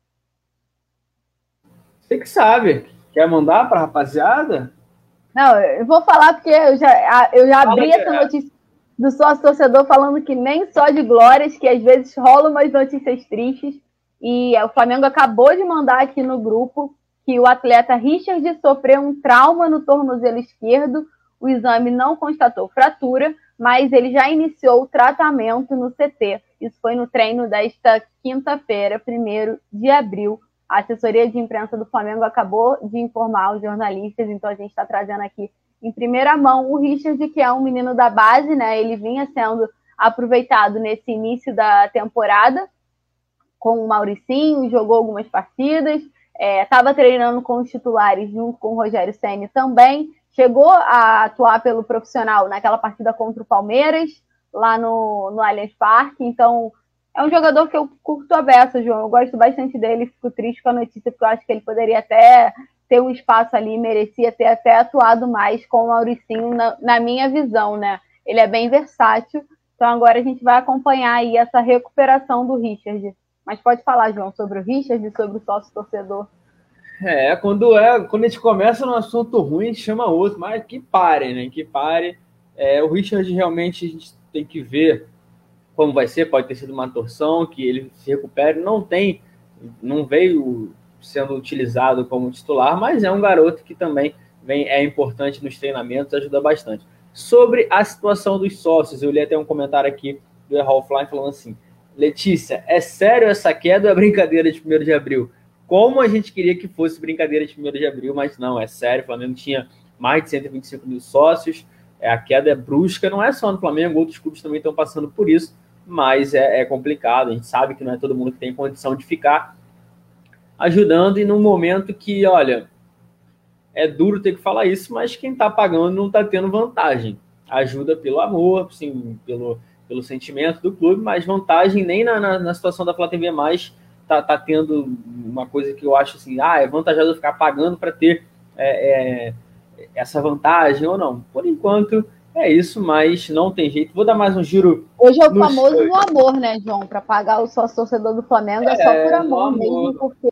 Você que sabe. Quer mandar para a rapaziada? Não, eu vou falar porque eu já abri essa notícia do sócio torcedor falando que nem só de glórias, que às vezes rolam umas notícias tristes. E o Flamengo acabou de mandar aqui no grupo que o atleta Richard sofreu um trauma no tornozelo esquerdo. O exame não constatou fratura, mas ele já iniciou o tratamento no CT. Isso foi no treino desta quinta-feira, 1º de abril. A assessoria de imprensa do Flamengo acabou de informar os jornalistas, então a gente está trazendo aqui em primeira mão o Richard, que é um menino da base, né? Ele vinha sendo aproveitado nesse início da temporada com o Mauricinho, jogou algumas partidas, estava treinando com os titulares junto com o Rogério Ceni também. Chegou a atuar pelo profissional naquela partida contra o Palmeiras, lá no Allianz Parque. Então, é um jogador que eu curto a beça, João. Eu gosto bastante dele, fico triste com a notícia, porque eu acho que ele poderia até ter um espaço ali, merecia ter até atuado mais com o Mauricinho, na minha visão, né? Ele é bem versátil. Então, agora a gente vai acompanhar aí essa recuperação do Richard. Mas pode falar, João, sobre o Richard e sobre o sócio-torcedor. Quando a gente começa num assunto ruim, a gente chama outro, mas que pare, né? Que pare. O Richard realmente a gente tem que ver como vai ser, pode ter sido uma torção, que ele se recupere, não veio sendo utilizado como titular, mas é um garoto que também é importante nos treinamentos, ajuda bastante. Sobre a situação dos sócios, eu li até um comentário aqui do Errol Offline falando assim: Letícia, é sério essa queda ou é brincadeira de 1º de abril? Como a gente queria que fosse brincadeira de 1º de abril, mas não, é sério. O Flamengo tinha mais de 125 mil sócios, a queda é brusca, não é só no Flamengo, outros clubes também estão passando por isso, mas é complicado, a gente sabe que não é todo mundo que tem condição de ficar ajudando, e num momento que, olha, é duro ter que falar isso, mas quem está pagando não está tendo vantagem. Ajuda pelo amor, sim, pelo sentimento do clube, mas vantagem nem na situação da Flá TV+, tá tendo uma coisa que eu acho assim, é vantajoso ficar pagando para ter essa vantagem ou não. Por enquanto, é isso, mas não tem jeito. Vou dar mais um giro. Hoje é o famoso no amor, né, João? Para pagar o sócio-torcedor do Flamengo é só por amor mesmo, porque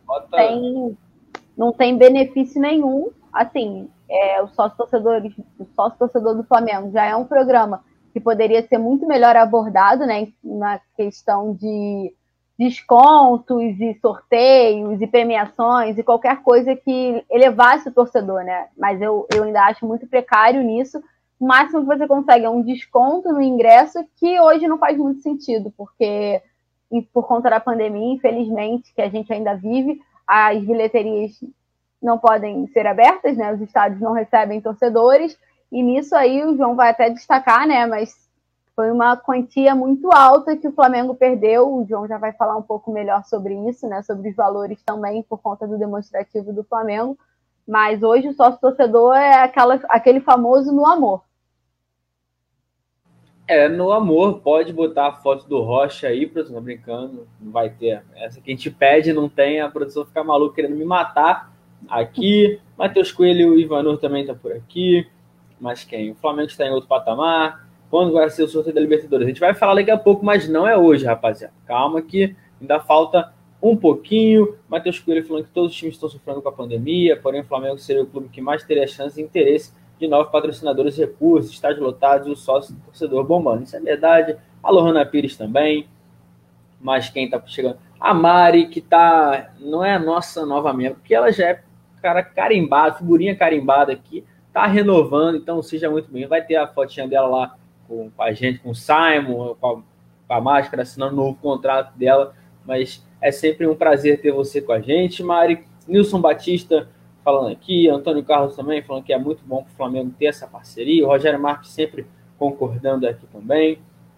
não tem benefício nenhum. Assim, o sócio-torcedor do Flamengo já é um programa que poderia ser muito melhor abordado, né, na questão de descontos e sorteios e premiações e qualquer coisa que elevasse o torcedor, né? Mas eu ainda acho muito precário nisso. O máximo que você consegue é um desconto no ingresso, que hoje não faz muito sentido, porque por conta da pandemia, infelizmente, que a gente ainda vive, as bilheterias não podem ser abertas, né? Os estádios não recebem torcedores, e nisso aí o João vai até destacar, né? Mas foi uma quantia muito alta que o Flamengo perdeu. O João já vai falar um pouco melhor sobre isso, né? Sobre os valores também, por conta do demonstrativo do Flamengo. Mas hoje o sócio-torcedor é aquele famoso no amor. No amor, pode botar a foto do Rocha aí, produção, tô brincando, não vai ter. Essa que a gente pede, não tem, a produção fica maluca querendo me matar aqui. Matheus Coelho e o Ivanor também tá por aqui. Mas quem? O Flamengo está em outro patamar. Quando vai ser o sorteio da Libertadores? A gente vai falar daqui a pouco, mas não é hoje, rapaziada. Calma que ainda falta um pouquinho. Matheus Coelho falando que todos os times estão sofrendo com a pandemia, porém o Flamengo seria o clube que mais teria chance e interesse de novos patrocinadores, recursos, estádios lotados e o sócio torcedor bombando. Isso é verdade. A Lohana Pires também. Mas quem tá chegando? A Mari, que tá... não é a nossa nova membro, porque ela já é cara carimbada, figurinha carimbada aqui, tá renovando, então seja muito bem. Vai ter a fotinha dela lá com a gente, com o Simon, com a máscara, assinando um novo contrato dela. Mas é sempre um prazer ter você com a gente, Mari. Nilson Batista falando aqui, Antônio Carlos também falando que é muito bom para o Flamengo ter essa parceria, o Rogério Marques sempre concordando aqui também,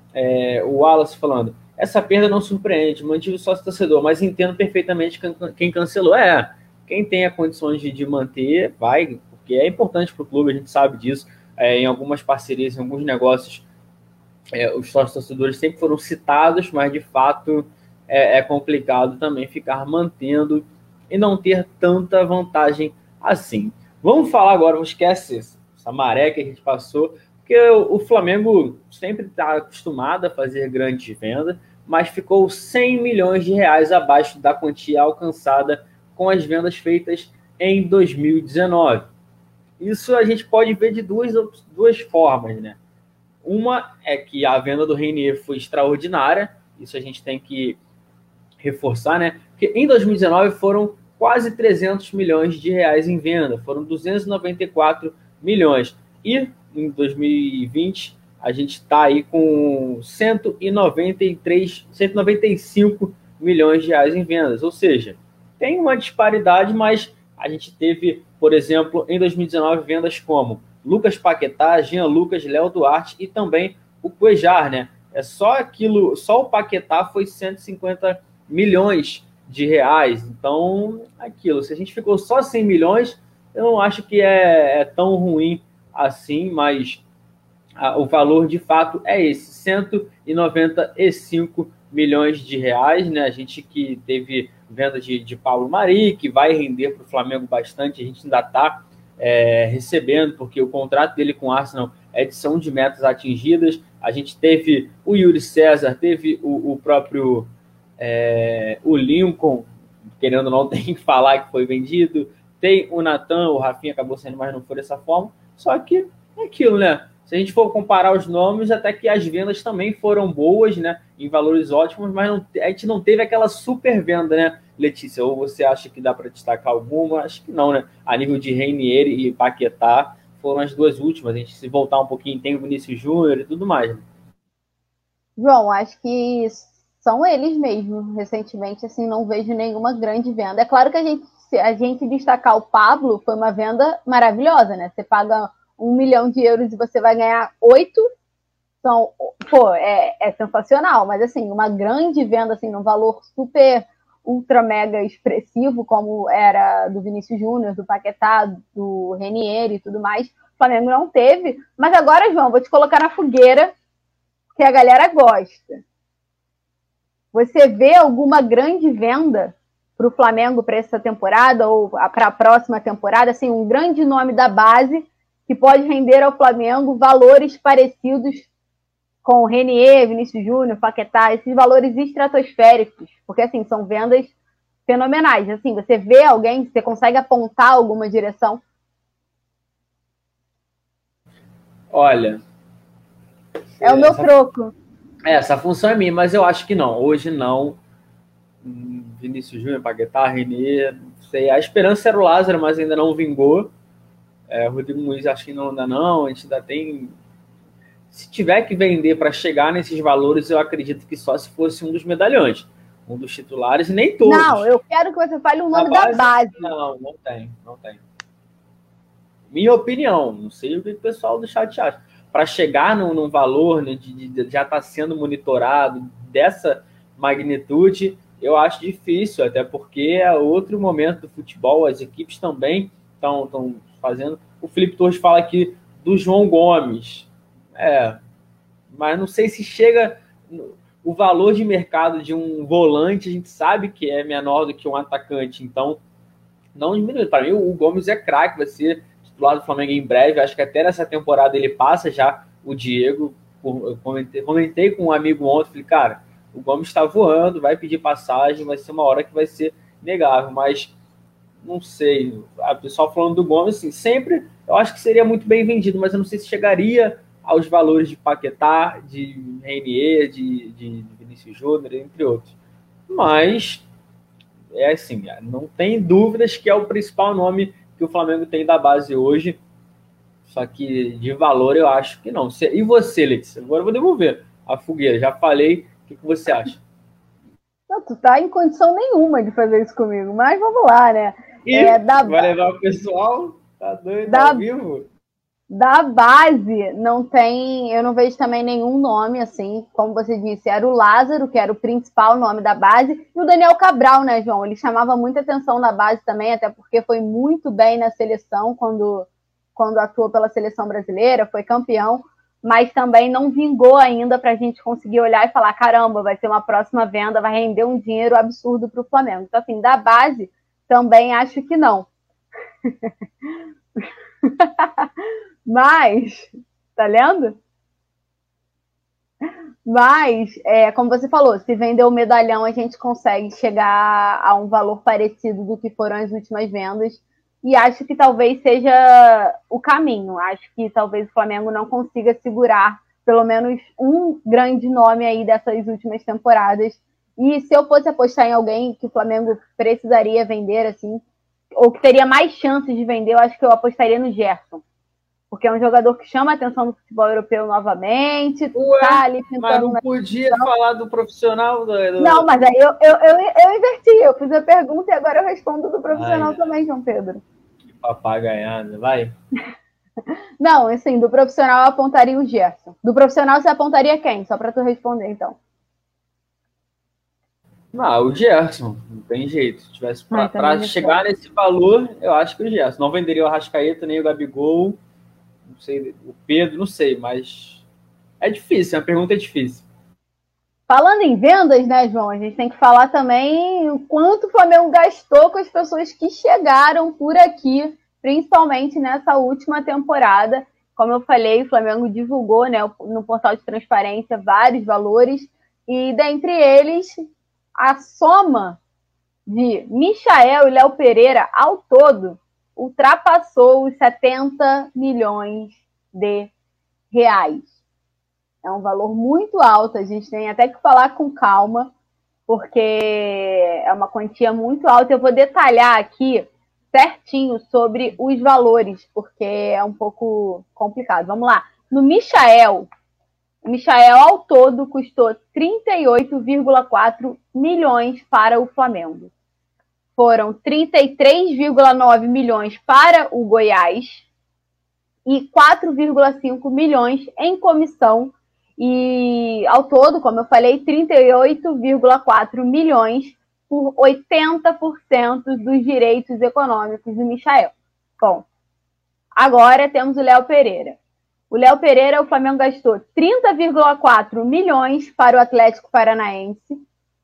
o Wallace falando, essa perda não surpreende, mantive o sócio torcedor, mas entendo perfeitamente quem cancelou. Quem tem a condições de manter, vai, porque é importante para o clube, a gente sabe disso, em algumas parcerias, em alguns negócios, os sócios torcedores sempre foram citados, mas de fato é complicado também ficar mantendo e não ter tanta vantagem assim. Vamos falar agora, não esquece essa maré que a gente passou, porque o Flamengo sempre está acostumado a fazer grandes vendas, mas ficou 100 milhões de reais abaixo da quantia alcançada com as vendas feitas em 2019. Isso a gente pode ver de duas formas, né? Uma é que a venda do Reinier foi extraordinária, isso a gente tem que reforçar, né? Porque em 2019 foram quase 300 milhões de reais em venda, foram 294 milhões. E em 2020 a gente está aí com 195 milhões de reais em vendas, ou seja, tem uma disparidade, mas a gente teve, por exemplo, em 2019 vendas como Lucas Paquetá, Jean Lucas, Léo Duarte e também o Cuejar, né? Só o Paquetá foi 150 milhões de reais. Então, se a gente ficou só 100 milhões, eu não acho que é tão ruim assim, mas o valor de fato é esse, 195 milhões de reais, né? A gente que teve venda de Pablo Mari, que vai render para o Flamengo bastante, a gente ainda está recebendo, porque o contrato dele com o Arsenal é edição de metas atingidas. A gente teve o Yuri César, teve o próprio o Lincoln, querendo ou não, tem que falar que foi vendido. Tem o Natan, o Rafinha acabou sendo, mas não foi dessa forma. Só que é aquilo, né? Se a gente for comparar os nomes, até que as vendas também foram boas, né? Em valores ótimos, mas a gente não teve aquela super venda, né, Letícia? Ou você acha que dá para destacar alguma? Acho que não, né? A nível de Reinier e Paquetá foram as duas últimas. A gente, se voltar um pouquinho, tem o Vinícius Júnior e tudo mais, né? João, acho que são eles mesmo. Recentemente, assim, não vejo nenhuma grande venda. É claro que a gente destacar o Pablo foi uma venda maravilhosa, né? Você paga 1 milhão de euros e você vai ganhar 8. É sensacional, mas assim, uma grande venda, assim, num valor super, ultra, mega expressivo, como era do Vinícius Júnior, do Paquetá, do Reinier e tudo mais, o Flamengo não teve. Mas agora, João, vou te colocar na fogueira, que a galera gosta. Você vê alguma grande venda para o Flamengo para essa temporada ou para a próxima temporada, assim, um grande nome da base que pode render ao Flamengo valores parecidos com Reinier, Vinícius Júnior, Paquetá, esses valores estratosféricos, porque assim, são vendas fenomenais. Assim, você vê alguém, você consegue apontar alguma direção? Olha, é o meu troco. Essa função é minha, mas eu acho que não. Hoje não. Vinícius Júnior, Paquetá, Reinier, não sei. A esperança era o Lázaro, mas ainda não vingou. Rodrigo Muniz, acho que ainda não. A gente ainda tem... Se tiver que vender para chegar nesses valores, eu acredito que só se fosse um dos medalhões. um dos titulares, e nem todos. Não, eu quero que você fale o nome da base. Não tem. Minha opinião, não sei o que o pessoal do chat acha. Para chegar num valor, né, de já estar sendo monitorado dessa magnitude, eu acho difícil, até porque é outro momento do futebol, as equipes também estão fazendo. O Felipe Torres fala aqui do João Gomes. Mas não sei se chega. O valor de mercado de um volante, a gente sabe que é menor do que um atacante, então não diminui. Para mim, o Gomes é craque, vai ser titular do Flamengo em breve. Acho que até nessa temporada ele passa já o Diego. Eu comentei com um amigo ontem, falei, cara, o Gomes está voando, vai pedir passagem, vai ser uma hora que vai ser negável, mas não sei. O pessoal falando do Gomes, assim, sempre eu acho que seria muito bem vendido, mas eu não sei se chegaria aos valores de Paquetá, de Reinier, de Vinícius Júnior, entre outros. Mas, assim, não tem dúvidas que é o principal nome que o Flamengo tem da base hoje, só que de valor eu acho que não. E você, Letícia? Agora eu vou devolver a fogueira, já falei, o que você acha? Não, tu tá em condição nenhuma de fazer isso comigo, mas vamos lá, né? Vai levar o pessoal? Tá doido, ao vivo? Da base, não tem, eu não vejo também nenhum nome, assim, como você disse, era o Lázaro, que era o principal nome da base, e o Daniel Cabral, né, João? Ele chamava muita atenção na base também, até porque foi muito bem na seleção quando atuou pela seleção brasileira, foi campeão, mas também não vingou ainda para a gente conseguir olhar e falar, caramba, vai ter uma próxima venda, vai render um dinheiro absurdo para o Flamengo. Então, assim, da base, também acho que não. Mas, tá lendo? Mas, como você falou, se vender o medalhão, a gente consegue chegar a um valor parecido do que foram as últimas vendas. E acho que talvez seja o caminho. Acho que talvez o Flamengo não consiga segurar pelo menos um grande nome aí dessas últimas temporadas. E se eu fosse apostar em alguém que o Flamengo precisaria vender, assim, ou que teria mais chances de vender, eu acho que eu apostaria no Gerson. Porque é um jogador que chama a atenção do futebol europeu novamente. Tá ali mas não podia falar do profissional? Não, mas aí eu inverti. Eu fiz a pergunta e agora eu respondo do profissional também, João Pedro. Que papagaiada, vai. Não, assim, do profissional eu apontaria o Gerson. Do profissional você apontaria quem? Só para tu responder, então. O Gerson, não tem jeito. Se tivesse para chegar nesse valor, eu acho que o Gerson. Não venderia o Arrascaeta nem o Gabigol. Não sei, o Pedro, não sei, mas é difícil, a pergunta é difícil. Falando em vendas, né, João, a gente tem que falar também o quanto o Flamengo gastou com as pessoas que chegaram por aqui, principalmente nessa última temporada. Como eu falei, o Flamengo divulgou, né, no portal de transparência vários valores, e dentre eles, a soma de Michael e Léo Pereira ao todo ultrapassou os 70 milhões de reais. É um valor muito alto, a gente tem até que falar com calma, porque é uma quantia muito alta. Eu vou detalhar aqui certinho sobre os valores, porque é um pouco complicado. Vamos lá. No Michael, o Michael ao todo custou 38,4 milhões para o Flamengo. Foram 33,9 milhões para o Goiás e 4,5 milhões em comissão. E, ao todo, como eu falei, 38,4 milhões por 80% dos direitos econômicos do Michael. Bom, agora temos o Léo Pereira. O Léo Pereira, o Flamengo gastou 30,4 milhões para o Atlético Paranaense,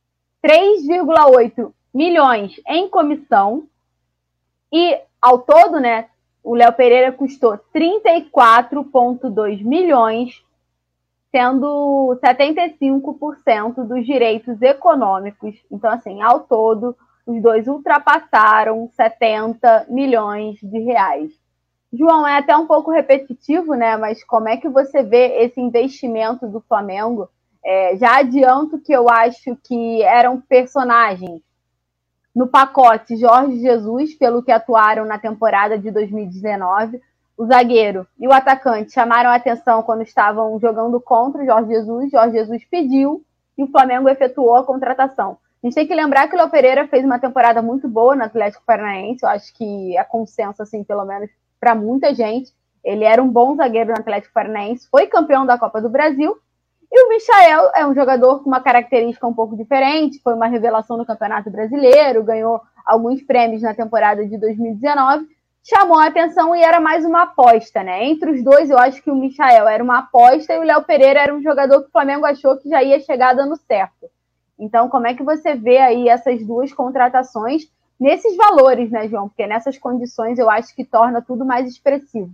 3,8 milhões em comissão e, ao todo, né, o Léo Pereira custou 34,2 milhões, sendo 75% dos direitos econômicos. Então, assim, ao todo, os dois ultrapassaram 70 milhões de reais. João, é até um pouco repetitivo, né? Mas como é que você vê esse investimento do Flamengo? Já adianto que eu acho que eram personagens no pacote Jorge Jesus, pelo que atuaram na temporada de 2019. O zagueiro e o atacante chamaram a atenção quando estavam jogando contra o Jorge Jesus. Jorge Jesus pediu e o Flamengo efetuou a contratação. A gente tem que lembrar que o Léo Pereira fez uma temporada muito boa no Atlético Paranaense, eu acho que é consenso, assim, pelo menos para muita gente. Ele era um bom zagueiro no Atlético Paranaense, foi campeão da Copa do Brasil, e o Michael é um jogador com uma característica um pouco diferente, foi uma revelação no Campeonato Brasileiro, ganhou alguns prêmios na temporada de 2019, chamou a atenção e era mais uma aposta, né? Entre os dois, eu acho que o Michael era uma aposta e o Léo Pereira era um jogador que o Flamengo achou que já ia chegar dando certo. Então, como é que você vê aí essas duas contratações nesses valores, né, João? Porque nessas condições eu acho que torna tudo mais expressivo.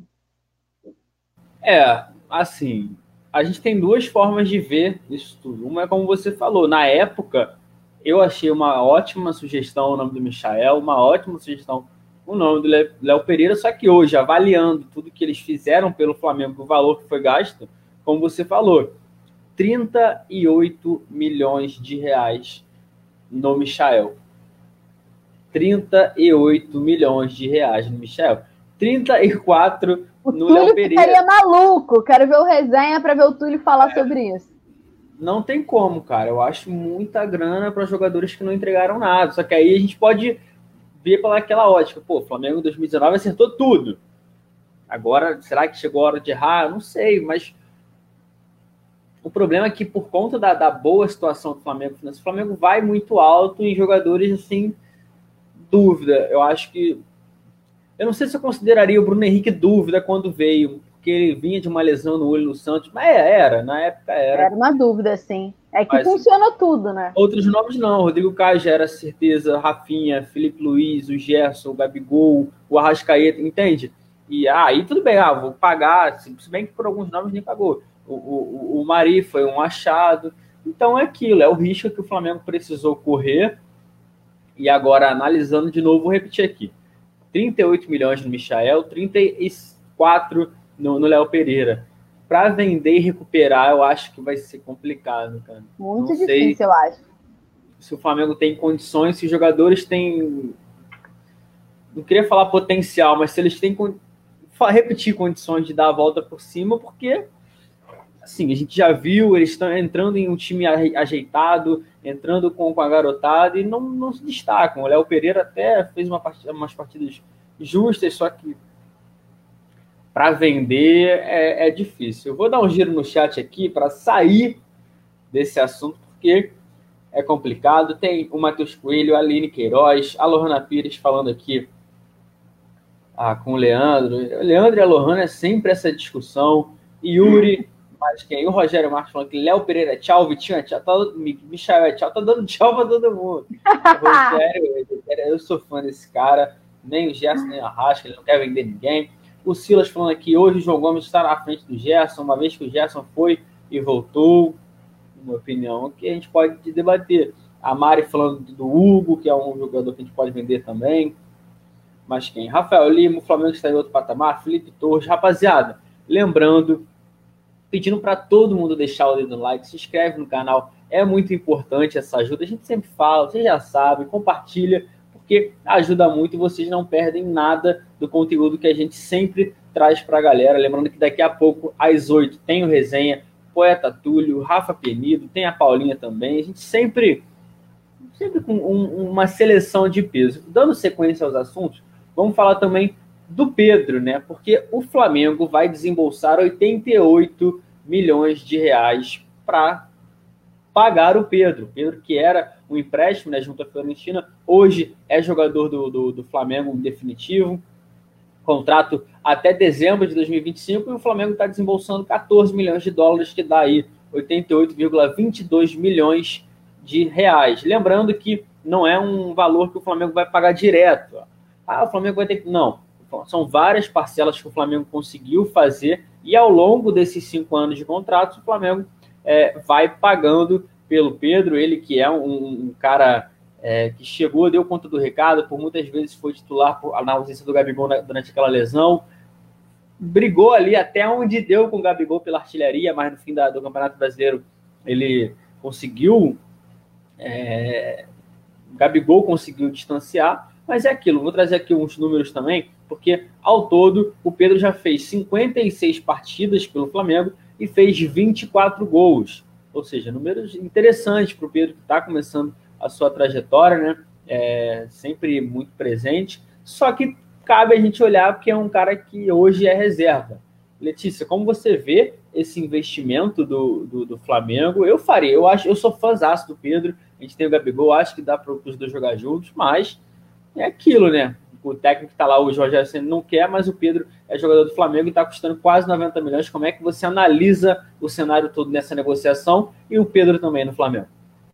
Assim, a gente tem duas formas de ver isso tudo. Uma é como você falou, na época eu achei uma ótima sugestão o nome do Michael, uma ótima sugestão o nome do Léo Pereira, só que hoje, avaliando tudo que eles fizeram pelo Flamengo, o valor que foi gasto, como você falou, 38 milhões de reais no Michael. 38 milhões de reais no Michael. 34 no Léo Pereira. Ficaria maluco. Quero ver o resenha para ver o Túlio falar sobre isso. Não tem como, cara. Eu acho muita grana para jogadores que não entregaram nada. Só que aí a gente pode ver pela aquela ótica. Pô, o Flamengo em 2019 acertou tudo. Agora, será que chegou a hora de errar? Eu não sei, mas o problema é que por conta da boa situação do Flamengo, o Flamengo vai muito alto em jogadores, assim, dúvida. Eu acho que... Eu não sei se eu consideraria o Bruno Henrique dúvida quando veio, porque ele vinha de uma lesão no olho no Santos, mas na época era. Era uma dúvida, sim. É que mas funciona tudo, né? Outros nomes não. Rodrigo Caio já era certeza, Rafinha, Felipe Luiz, o Gerson, o Gabigol, o Arrascaeta, entende? E aí tudo bem, vou pagar, se bem que por alguns nomes nem pagou. O Mari foi um achado. Então é aquilo, é o risco que o Flamengo precisou correr. E agora, analisando de novo, vou repetir aqui. 38 milhões no Michael, 34 no Léo Pereira. Para vender e recuperar, eu acho que vai ser complicado, cara. Muito não difícil, sei eu acho. Se o Flamengo tem condições, se os jogadores têm... Não queria falar potencial, mas se eles têm repetir condições de dar a volta por cima, porque assim, a gente já viu, eles estão entrando em um time ajeitado, entrando com a garotada e não se destacam. O Léo Pereira até fez umas partidas justas, só que para vender é difícil. Eu vou dar um giro no chat aqui para sair desse assunto, porque é complicado. Tem o Matheus Coelho, a Aline Queiroz, a Lohana Pires falando aqui com o Leandro. O Leandro e a Lohana é sempre essa discussão. Yuri, mas quem? O Rogério Marques falando que Léo Pereira é tchau, Vitinho é tchau, Michael é tchau, tá dando tchau para todo mundo. Rogério, eu sou fã desse cara, nem o Gerson, nem o Arrasca, ele não quer vender ninguém. O Silas falando aqui, hoje o João Gomes está na frente do Gerson, uma vez que o Gerson foi e voltou, uma opinião que a gente pode debater. A Mari falando do Hugo, que é um jogador que a gente pode vender também. Mas quem? Rafael Lima, o Flamengo está em outro patamar, Felipe Torres, rapaziada, lembrando, pedindo para todo mundo deixar o dedo no like, se inscreve no canal, é muito importante essa ajuda, a gente sempre fala, vocês já sabem, compartilha, porque ajuda muito e vocês não perdem nada do conteúdo que a gente sempre traz para a galera. Lembrando que daqui a pouco, às 8, tem o resenha, Poeta Túlio, Rafa Penido, tem a Paulinha também, a gente sempre com uma seleção de peso. Dando sequência aos assuntos, vamos falar também do Pedro, né? Porque o Flamengo vai desembolsar 88 milhões de reais para pagar o Pedro. Pedro, que era um empréstimo, né, junto à Fiorentina, hoje é jogador do Flamengo definitivo, contrato até dezembro de 2025, e o Flamengo está desembolsando 14 milhões de dólares, que dá aí 88,22 milhões de reais. Lembrando que não é um valor que o Flamengo vai pagar direto. O Flamengo vai ter que... Não. São várias parcelas que o Flamengo conseguiu fazer e ao longo desses 5 anos de contrato, o Flamengo vai pagando pelo Pedro, ele que é um cara que chegou, deu conta do recado, por muitas vezes foi titular na ausência do Gabigol durante aquela lesão, brigou ali até onde deu com o Gabigol pela artilharia, mas no fim do Campeonato Brasileiro ele conseguiu, o Gabigol conseguiu distanciar, mas é aquilo, vou trazer aqui uns números também, porque ao todo o Pedro já fez 56 partidas pelo Flamengo e fez 24 gols, ou seja, números interessantes para o Pedro, que está começando a sua trajetória, né? Sempre muito presente. Só que cabe a gente olhar porque é um cara que hoje é reserva. Letícia, como você vê esse investimento do Flamengo? Eu faria, eu sou fãzaço do Pedro, a gente tem o Gabigol, acho que dá para os dois jogar juntos, mas é aquilo, né? O técnico que está lá, o Rogério Ceni, não quer, mas o Pedro é jogador do Flamengo e está custando quase 90 milhões. Como é que você analisa o cenário todo nessa negociação e o Pedro também no Flamengo?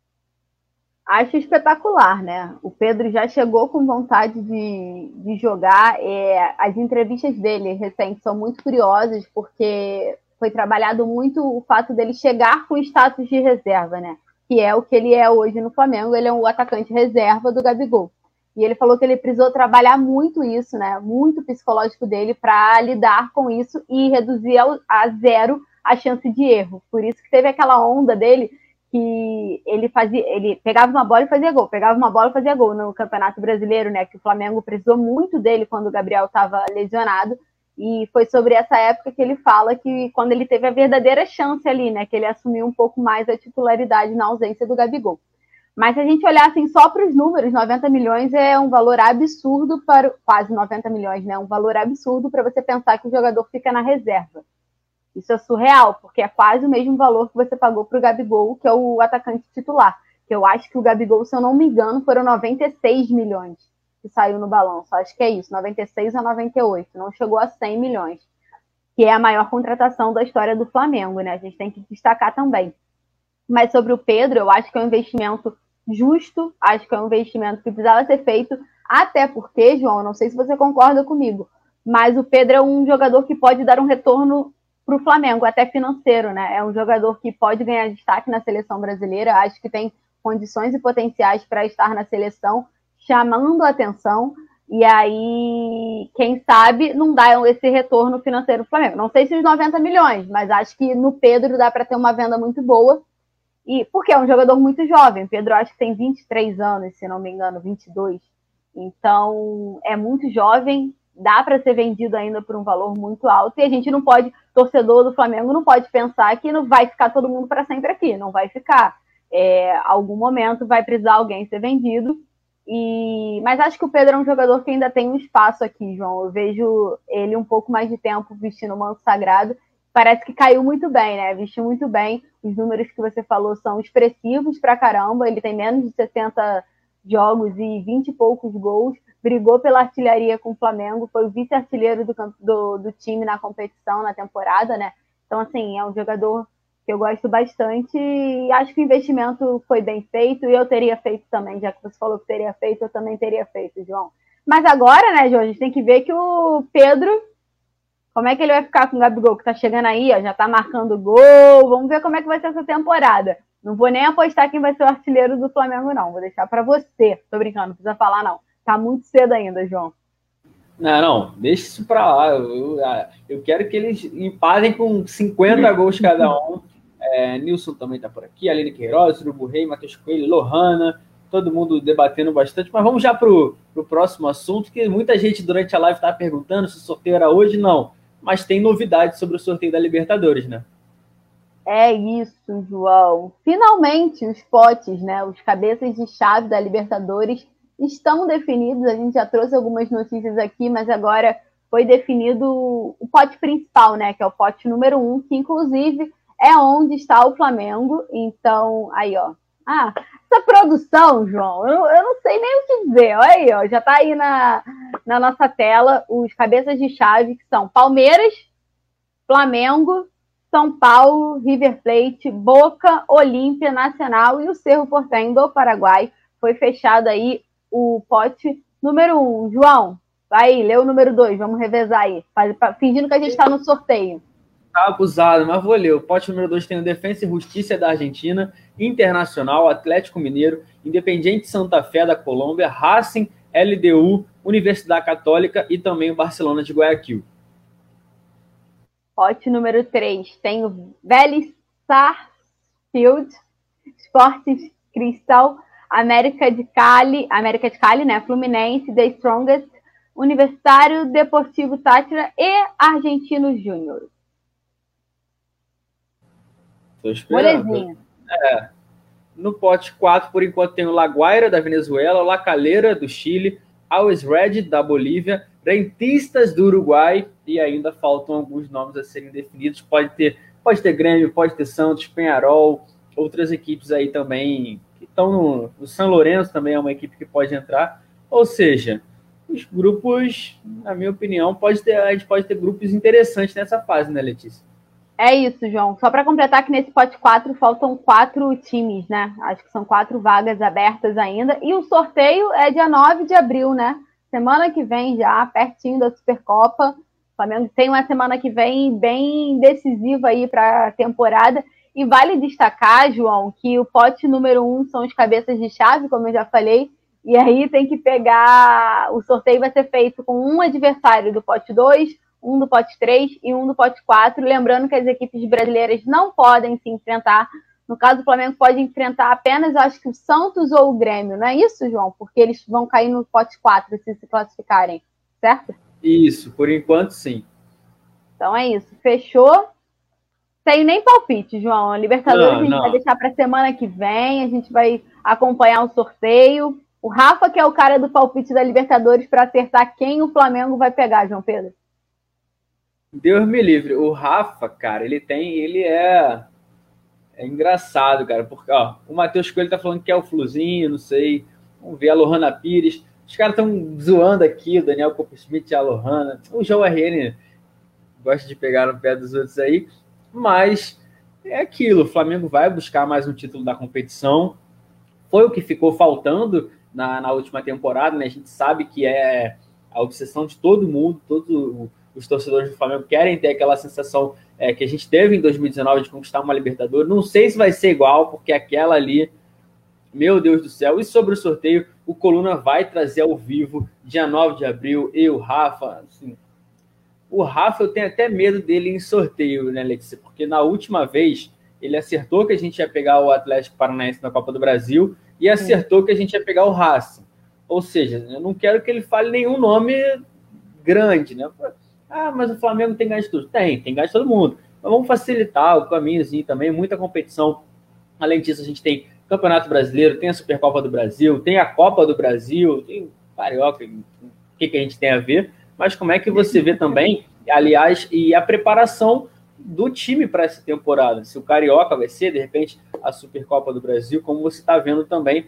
Acho espetacular, né? O Pedro já chegou com vontade de jogar. As entrevistas dele recentes são muito curiosas, porque foi trabalhado muito o fato dele chegar com status de reserva, né? Que é o que ele é hoje no Flamengo. Ele é um atacante reserva do Gabigol. E ele falou que ele precisou trabalhar muito isso, né? Muito psicológico dele para lidar com isso e reduzir a zero a chance de erro. Por isso que teve aquela onda dele que ele pegava uma bola e fazia gol, pegava uma bola e fazia gol no Campeonato Brasileiro, né? Que o Flamengo precisou muito dele quando o Gabriel estava lesionado. E foi sobre essa época que ele fala que quando ele teve a verdadeira chance ali, né? Que ele assumiu um pouco mais a titularidade na ausência do Gabigol. Mas se a gente olhar assim só para os números, 90 milhões é um valor absurdo para quase 90 milhões, né? Um valor absurdo para você pensar que o jogador fica na reserva. Isso é surreal, porque é quase o mesmo valor que você pagou para o Gabigol, que é o atacante titular. Que eu acho que o Gabigol, se eu não me engano, foram 96 milhões que saiu no balanço. Acho que é isso, 96 a 98. Não chegou a 100 milhões, que é a maior contratação da história do Flamengo, né? A gente tem que destacar também. Mas sobre o Pedro, eu acho que é um investimento justo, acho que é um investimento que precisava ser feito, até porque, João, eu não sei se você concorda comigo, mas o Pedro é um jogador que pode dar um retorno para o Flamengo, até financeiro, né? É um jogador que pode ganhar destaque na seleção brasileira, acho que tem condições e potenciais para estar na seleção, chamando a atenção, e aí, quem sabe, não dá esse retorno financeiro para o Flamengo. Não sei se os 90 milhões, mas acho que no Pedro dá para ter uma venda muito boa, e porque é um jogador muito jovem. Pedro acho que tem 23 anos, se não me engano, 22. Então, é muito jovem, dá para ser vendido ainda por um valor muito alto, e a gente não pode, torcedor do Flamengo, não pode pensar que não vai ficar todo mundo para sempre aqui, não vai ficar. Algum momento vai precisar alguém ser vendido, mas acho que o Pedro é um jogador que ainda tem um espaço aqui, João. Eu vejo ele um pouco mais de tempo vestindo o manto sagrado, parece que caiu muito bem, né? Vestiu muito bem, os números que você falou são expressivos pra caramba, ele tem menos de 60 jogos e 20 e poucos gols, brigou pela artilharia com o Flamengo, foi o vice-artilheiro do time na competição, na temporada, né? Então, assim, é um jogador que eu gosto bastante e acho que o investimento foi bem feito e eu teria feito também, já que você falou que teria feito, eu também teria feito, João. Mas agora, né, João, a gente tem que ver que o Pedro, como é que ele vai ficar com o Gabigol, que tá chegando aí, ó, já tá marcando gol, vamos ver como é que vai ser essa temporada. Não vou nem apostar quem vai ser o artilheiro do Flamengo, não. Vou deixar para você. Tô brincando, não precisa falar, não. Tá muito cedo ainda, João. Não, deixa isso para lá. Eu quero que eles empatem com 50 gols cada um. Nilson também tá por aqui, Aline Queiroz, Urubu Rei, Matheus Coelho, Lohana, todo mundo debatendo bastante. Mas vamos já pro próximo assunto, que muita gente durante a live tá perguntando se o sorteio era hoje. Não, mas tem novidades sobre o sorteio da Libertadores, né? É isso, João. Finalmente, os potes, né, os cabeças de chave da Libertadores estão definidos. A gente já trouxe algumas notícias aqui, mas agora foi definido o pote principal, né, que é o pote número 1, que inclusive é onde está o Flamengo. Então, aí, ó. Essa produção, João, eu não sei nem o que dizer. Olha aí, ó, já tá aí na nossa tela os cabeças de chave, que são Palmeiras, Flamengo, São Paulo, River Plate, Boca, Olímpia, Nacional e o Cerro Porteño do Paraguai. Foi fechado aí o pote número 1. João, vai, lê o número 2, vamos revezar aí, fingindo que a gente está no sorteio. Tá abusado, mas vou ler. O pote número 2 tem o Defensa e Justiça da Argentina, Internacional, Atlético Mineiro, Independiente Santa Fé da Colômbia, Racing, LDU, Universidade Católica e também o Barcelona de Guayaquil. Pote número 3 tem o Vélez Sarsfield, Sporting Cristal, América de Cali, né, Fluminense, The Strongest, Universitário Deportivo Táchira e Argentinos Júnior. Tô esperando. Molezinha. No pote 4, por enquanto, tem o La Guaira, da Venezuela, o La Calera, do Chile, Always Red, da Bolívia, Rentistas, do Uruguai, e ainda faltam alguns nomes a serem definidos. Pode ter Grêmio, pode ter Santos, Peñarol, outras equipes aí também, que estão no São Lourenço também é uma equipe que pode entrar. Ou seja, os grupos, na minha opinião, a gente pode ter grupos interessantes nessa fase, né, Letícia? É isso, João. Só para completar que nesse pote 4 faltam 4 times, né? Acho que são 4 vagas abertas ainda. E o sorteio é dia 9 de abril, né? Semana que vem já, pertinho da Supercopa. O Flamengo tem uma semana que vem bem decisiva aí para a temporada. E vale destacar, João, que o pote número 1 são os cabeças de chave, como eu já falei. E aí tem que pegar... O sorteio vai ser feito com um adversário do pote 2, um do pote 3 e um do pote 4. Lembrando que as equipes brasileiras não podem se enfrentar. No caso, o Flamengo pode enfrentar apenas, acho que o Santos ou o Grêmio, não é isso, João? Porque eles vão cair no pote 4 se classificarem, certo? Isso, por enquanto, sim. Então é isso, fechou. Tenho nem palpite, João. A Libertadores a gente vai deixar para semana que vem, a gente vai acompanhar o sorteio. O Rafa, que é o cara do palpite da Libertadores, para acertar quem o Flamengo vai pegar, João Pedro. Deus me livre. O Rafa, cara, ele é engraçado, cara, porque ó, o Matheus Coelho tá falando que é o Fluzinho, não sei. Vamos ver a Lohana Pires. Os caras estão zoando aqui, o Daniel Coppersmith e a Lohana. O João RN gosta de pegar no pé dos outros aí, mas é aquilo, o Flamengo vai buscar mais um título da competição. Foi o que ficou faltando na última temporada, né? A gente sabe que é a obsessão de todo mundo, todos os torcedores do Flamengo querem ter aquela sensação que a gente teve em 2019 de conquistar uma Libertadores. Não sei se vai ser igual, porque aquela ali, meu Deus do céu. E sobre o sorteio, o Coluna vai trazer ao vivo, dia 9 de abril, eu, Rafa, assim, o Rafa, eu tenho até medo dele em sorteio, né, Letícia? Porque na última vez, ele acertou que a gente ia pegar o Atlético Paranaense na Copa do Brasil e acertou que a gente ia pegar o Racing. Ou seja, eu não quero que ele fale nenhum nome grande, né? Ah, mas o Flamengo tem ganho de tudo. Tem ganho de todo mundo. Mas vamos facilitar o caminhozinho também, muita competição. Além disso, a gente tem Campeonato Brasileiro, tem a Supercopa do Brasil, tem a Copa do Brasil, tem Carioca, o que a gente tem a ver? Mas como é que você vê também, aliás, e a preparação do time para essa temporada? Se o Carioca vai ser, de repente, a Supercopa do Brasil, como você está vendo também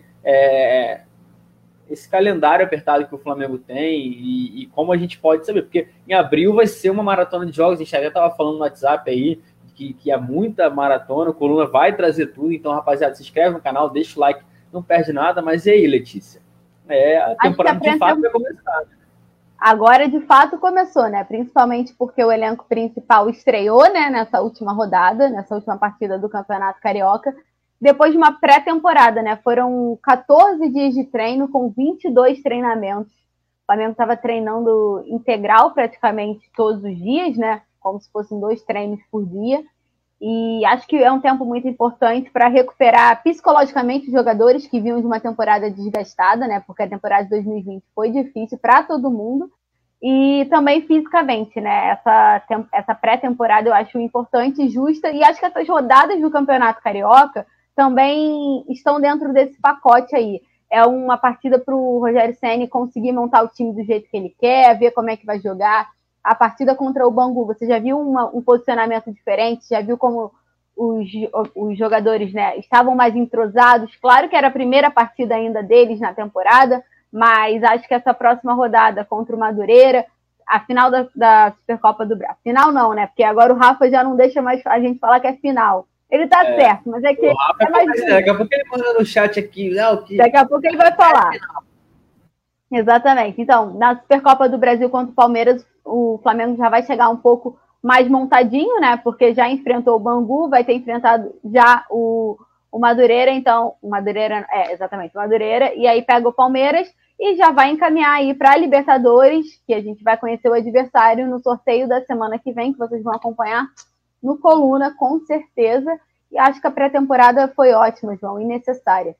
esse calendário apertado que o Flamengo tem e como a gente pode saber, porque em abril vai ser uma maratona de jogos, a gente já estava falando no WhatsApp aí, que é muita maratona, o Coluna vai trazer tudo, então, rapaziada, se inscreve no canal, deixa o like, não perde nada, mas e aí, Letícia? A temporada de fato vai começar. Agora, de fato, começou, né? Principalmente porque o elenco principal estreou, né, nessa última rodada, nessa última partida do Campeonato Carioca, depois de uma pré-temporada, né? Foram 14 dias de treino com 22 treinamentos. O Flamengo estava treinando integral praticamente todos os dias, né? Como se fossem 2 treinos por dia. E acho que é um tempo muito importante para recuperar psicologicamente os jogadores que vinham de uma temporada desgastada, né? Porque a temporada de 2020 foi difícil para todo mundo. E também fisicamente, né? Essa pré-temporada eu acho importante e justa. E acho que essas rodadas do Campeonato Carioca também estão dentro desse pacote aí. É uma partida para o Rogério Ceni conseguir montar o time do jeito que ele quer, ver como é que vai jogar. A partida contra o Bangu, você já viu um posicionamento diferente? Já viu como os jogadores, né, estavam mais entrosados? Claro que era a primeira partida ainda deles na temporada, mas acho que essa próxima rodada contra o Madureira, a final da Supercopa do Brasil. Final não, né? Porque agora o Rafa já não deixa mais a gente falar que é final. Ele tá certo, mas é que... O Rafa daqui a pouco ele manda no chat aqui. Daqui a pouco ele vai falar. Exatamente. Então, na Supercopa do Brasil contra o Palmeiras, o Flamengo já vai chegar um pouco mais montadinho, né? Porque já enfrentou o Bangu, vai ter enfrentado já o Madureira, então... O Madureira, exatamente, o Madureira. E aí pega o Palmeiras e já vai encaminhar aí para a Libertadores, que a gente vai conhecer o adversário no sorteio da semana que vem, que vocês vão acompanhar no Coluna, com certeza. E acho que a pré-temporada foi ótima, João, e necessária.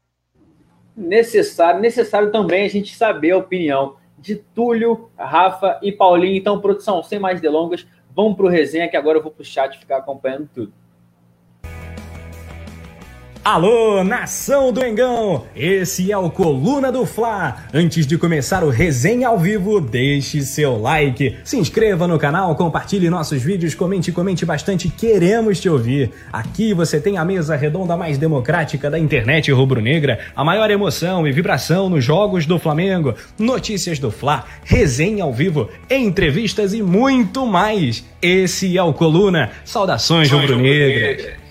Necessário também a gente saber a opinião de Túlio, Rafa e Paulinho. Então, produção, sem mais delongas, vamos para o resenha, que agora eu vou para o chat ficar acompanhando tudo. Alô, nação do Mengão! Esse é o Coluna do Fla. Antes de começar o resenha ao vivo, deixe seu like, se inscreva no canal, compartilhe nossos vídeos, comente bastante, queremos te ouvir. Aqui você tem a mesa redonda mais democrática da internet rubro-negra, a maior emoção e vibração nos jogos do Flamengo, notícias do Fla, resenha ao vivo, entrevistas e muito mais. Esse é o Coluna. Saudações rubro-negras.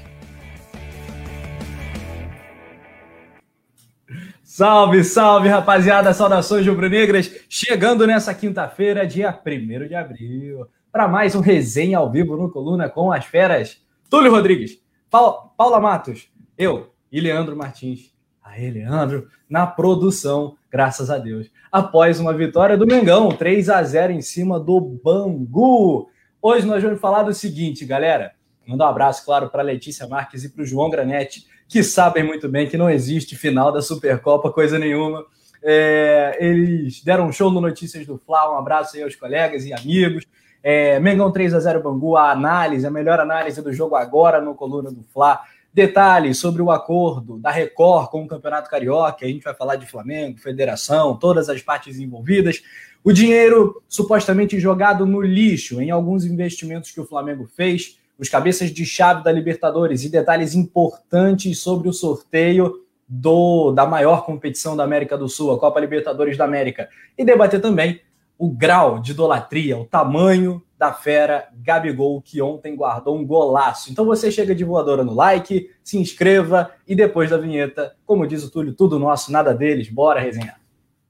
Salve, salve, rapaziada, saudações rubro-negras, chegando nessa quinta-feira, dia 1º de abril, para mais um resenha ao vivo no Coluna com as feras Túlio Rodrigues, Paula Matos, eu e Leandro Martins. Aê, Leandro, na produção, graças a Deus, após uma vitória do Mengão, 3-0 em cima do Bangu. Hoje nós vamos falar do seguinte, galera, mandar um abraço, claro, para Letícia Marques e para o João Granete, que sabem muito bem que não existe final da Supercopa, coisa nenhuma. Eles deram um show no Notícias do Fla, um abraço aí aos colegas e amigos. Mengão 3-0 Bangu, a melhor análise do jogo agora no Coluna do Fla. Detalhes sobre o acordo da Record com o Campeonato Carioca, a gente vai falar de Flamengo, Federação, todas as partes envolvidas. O dinheiro supostamente jogado no lixo em alguns investimentos que o Flamengo fez, os cabeças de chave da Libertadores e detalhes importantes sobre o sorteio da maior competição da América do Sul, a Copa Libertadores da América. E debater também o grau de idolatria, o tamanho da fera Gabigol, que ontem guardou um golaço. Então você chega de voadora no like, se inscreva e depois da vinheta, como diz o Túlio, tudo nosso, nada deles, bora resenhar.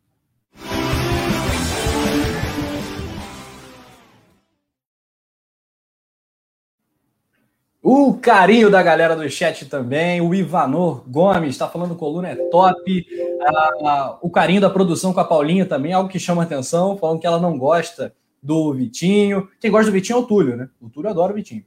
O carinho da galera do chat também, o Ivanor Gomes está falando Coluna é top, o carinho da produção com a Paulinha também, algo que chama atenção, falando que ela não gosta do Vitinho. Quem gosta do Vitinho é o Túlio, né? O Túlio adora o Vitinho.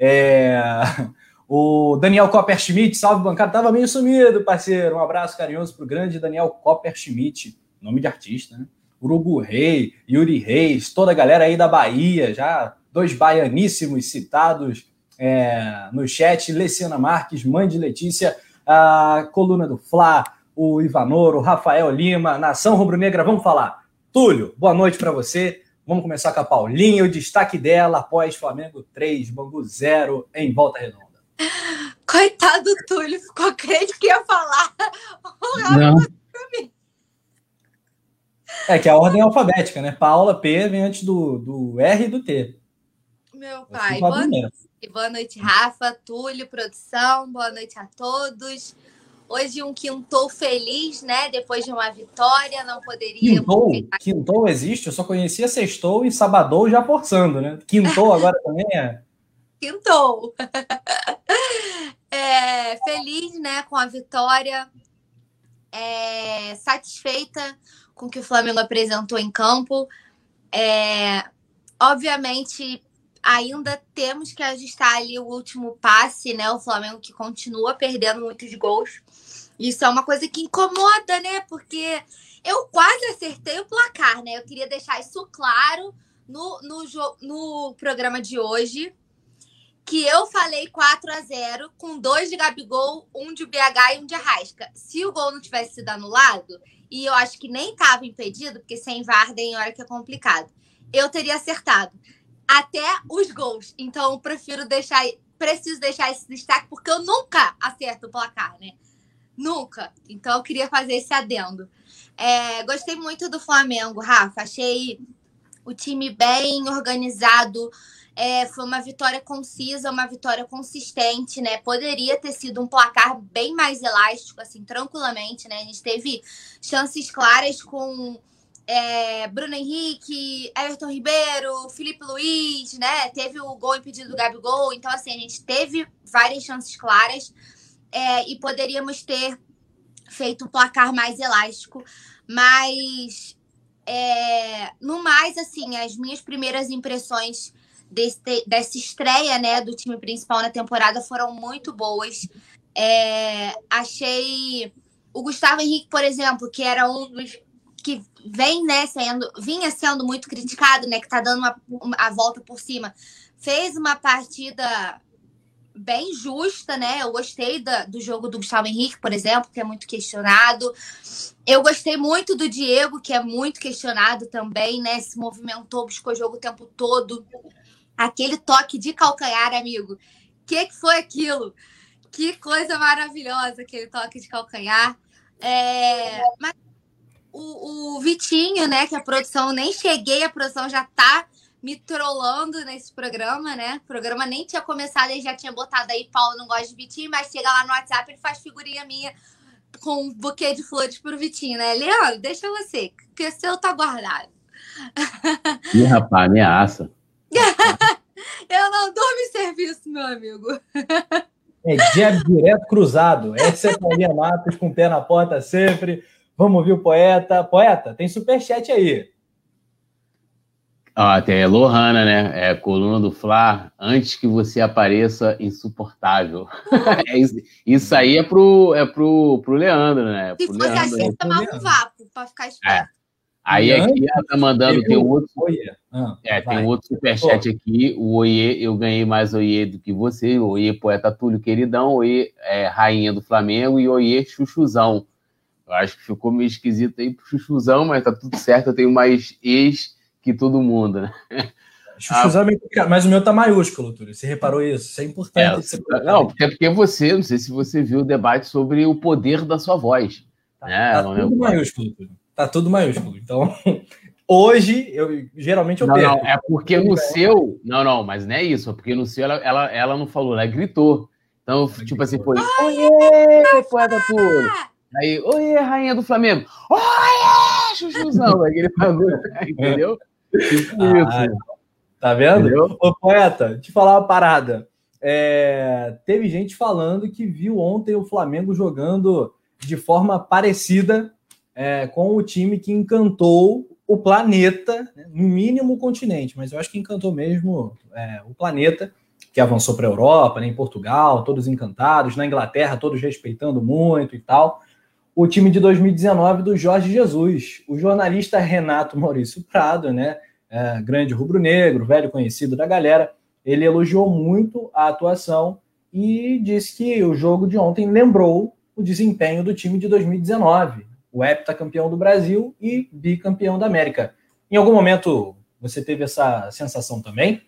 O Daniel Copperschmidt, salve bancada, tava meio sumido, parceiro. Um abraço carinhoso pro grande Daniel Copperschmidt, nome de artista, né? Urubu Rei, Yuri Reis, toda a galera aí da Bahia, já 2 baianíssimos citados no chat, Leciana Marques, mãe de Letícia, a Coluna do Fla, o Ivanor, o Rafael Lima, Nação Rubro-Negra, vamos falar. Túlio, boa noite para você. Vamos começar com a Paulinha, o destaque dela após Flamengo 3, Bangu 0 em Volta Redonda. Coitado do Túlio, ficou crente que ia falar. Não. Que a ordem é alfabética, né? Paula, P vem antes do R e do T. Meu pai, boa noite, Rafa, Túlio, produção, boa noite a todos. Hoje um quintou feliz, né? Depois de uma vitória, não poderia... Quintou existe? Eu só conhecia sextou e sabadou já forçando, né? Quintou agora também é... Quintou. Feliz, né, com a vitória. Satisfeita com o que o Flamengo apresentou em campo. Obviamente... ainda temos que ajustar ali o último passe, né? O Flamengo que continua perdendo muitos gols. Isso é uma coisa que incomoda, né? Porque eu quase acertei o placar, né? Eu queria deixar isso claro no programa de hoje, que eu falei 4-0 com 2 de Gabigol, 1 de BH e 1 de Arrasca. Se o gol não tivesse sido anulado, e eu acho que nem estava impedido, porque sem VAR tem hora que é complicado, eu teria acertado até os gols. Então, eu preciso deixar esse destaque, porque eu nunca acerto o placar, né? Nunca. Então, eu queria fazer esse adendo. Gostei muito do Flamengo, Rafa. Achei o time bem organizado. Foi uma vitória concisa, uma vitória consistente, né? Poderia ter sido um placar bem mais elástico, assim, tranquilamente, né? A gente teve chances claras com... Bruno Henrique, Everton Ribeiro, Felipe Luiz, né? Teve o gol impedido do Gabigol. Então, assim, a gente teve várias chances claras e poderíamos ter feito um placar mais elástico. Mas, no mais, assim, as minhas primeiras impressões dessa estreia, né, do time principal na temporada foram muito boas. Achei o Gustavo Henrique, por exemplo, que era um dos que vinha sendo muito criticado, né? Que tá dando a volta por cima. Fez uma partida bem justa, né? Eu gostei do jogo do Gustavo Henrique, por exemplo, que é muito questionado. Eu gostei muito do Diego, que é muito questionado também, né? Se movimentou, buscou jogo o tempo todo. Aquele toque de calcanhar, amigo. O que foi aquilo? Que coisa maravilhosa, aquele toque de calcanhar. Mas o Vitinho, né? Que a produção, nem cheguei, a produção já tá me trollando nesse programa, né? O programa nem tinha começado, ele já tinha botado aí, Paulo não gosta de Vitinho, mas chega lá no WhatsApp, ele faz figurinha minha com um buquê de flores pro Vitinho, né? Leandro, deixa você, que o seu tá guardado. Ih, rapaz, ameaça. Eu não durmo em serviço, meu amigo. Jab direto cruzado. Essa é a Paulinha Matos com o pé na porta sempre. Vamos ouvir o Poeta. Poeta, tem superchat aí. Tem a Lohana, né? Coluna do Fla. Antes que você apareça, insuportável. Isso aí é pro Leandro, né? Se fosse assim, eu tomava um vácuo pra ficar esperto. Aí aqui ela tá mandando, tem outro. Tem outro superchat aqui. O Oiê, eu ganhei mais Oiê do que você. Oiê, Poeta Túlio, queridão. Oiê, Rainha do Flamengo. E Oiê, Chuchuzão. Eu acho que ficou meio esquisito aí pro Chuchuzão, mas tá tudo certo. Eu tenho mais ex que todo mundo, né? Chuchuzão, mas o meu tá maiúsculo, Túlio. Você reparou isso? Isso é importante. Não, porque você, não sei se você viu o debate sobre o poder da sua voz. Tá tudo maiúsculo, Túlio. Tá tudo maiúsculo. Então, hoje, geralmente eu perco. Não, é porque no seu... Não, mas não é isso. É porque no seu ela não falou, ela gritou. Então, tipo assim, foi... Oiê, Poeta Túlio! Aí, oiê, Rainha do Flamengo! Oiê, Chuchuzão! Aí ele pagou, entendeu? Tipo isso. Tá vendo? Entendeu? Ô, Poeta, te falar uma parada. Teve gente falando que viu ontem o Flamengo jogando de forma parecida com o time que encantou o planeta, né? No mínimo o continente, mas eu acho que encantou mesmo o planeta, que avançou para a Europa, né, em Portugal, todos encantados, na Inglaterra, todos respeitando muito e tal. O time de 2019 do Jorge Jesus. O jornalista Renato Maurício Prado, né, grande rubro-negro, velho conhecido da galera, ele elogiou muito a atuação e disse que o jogo de ontem lembrou o desempenho do time de 2019, o heptacampeão do Brasil e bicampeão da América. Em algum momento você teve essa sensação também?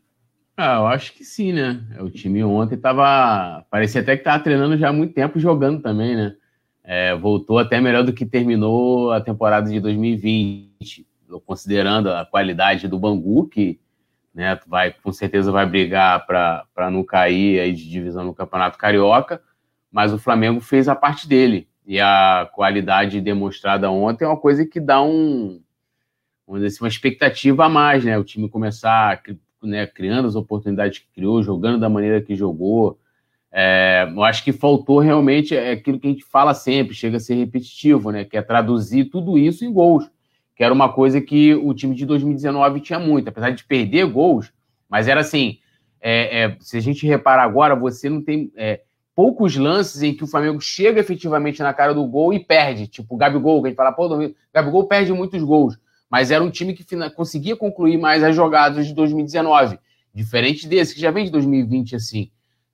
Eu acho que sim, né? O time ontem parecia até que estava treinando já há muito tempo, jogando também, né? Voltou até melhor do que terminou a temporada de 2020, considerando a qualidade do Bangu, que, né, com certeza vai brigar para não cair aí de divisão no Campeonato Carioca, mas o Flamengo fez a parte dele. E a qualidade demonstrada ontem é uma coisa que dá vamos dizer assim, uma expectativa a mais, né? O time começar, né, criando as oportunidades que criou, jogando da maneira que jogou. Eu acho que faltou realmente aquilo que a gente fala sempre, chega a ser repetitivo, né? Que é traduzir tudo isso em gols, que era uma coisa que o time de 2019 tinha muito, apesar de perder gols, mas era assim, se a gente reparar agora, você não tem poucos lances em que o Flamengo chega efetivamente na cara do gol e perde, tipo o Gabigol, que a gente fala, pô, o Gabigol perde muitos gols, mas era um time que conseguia concluir mais as jogadas de 2019, diferente desse, que já vem de 2020 assim,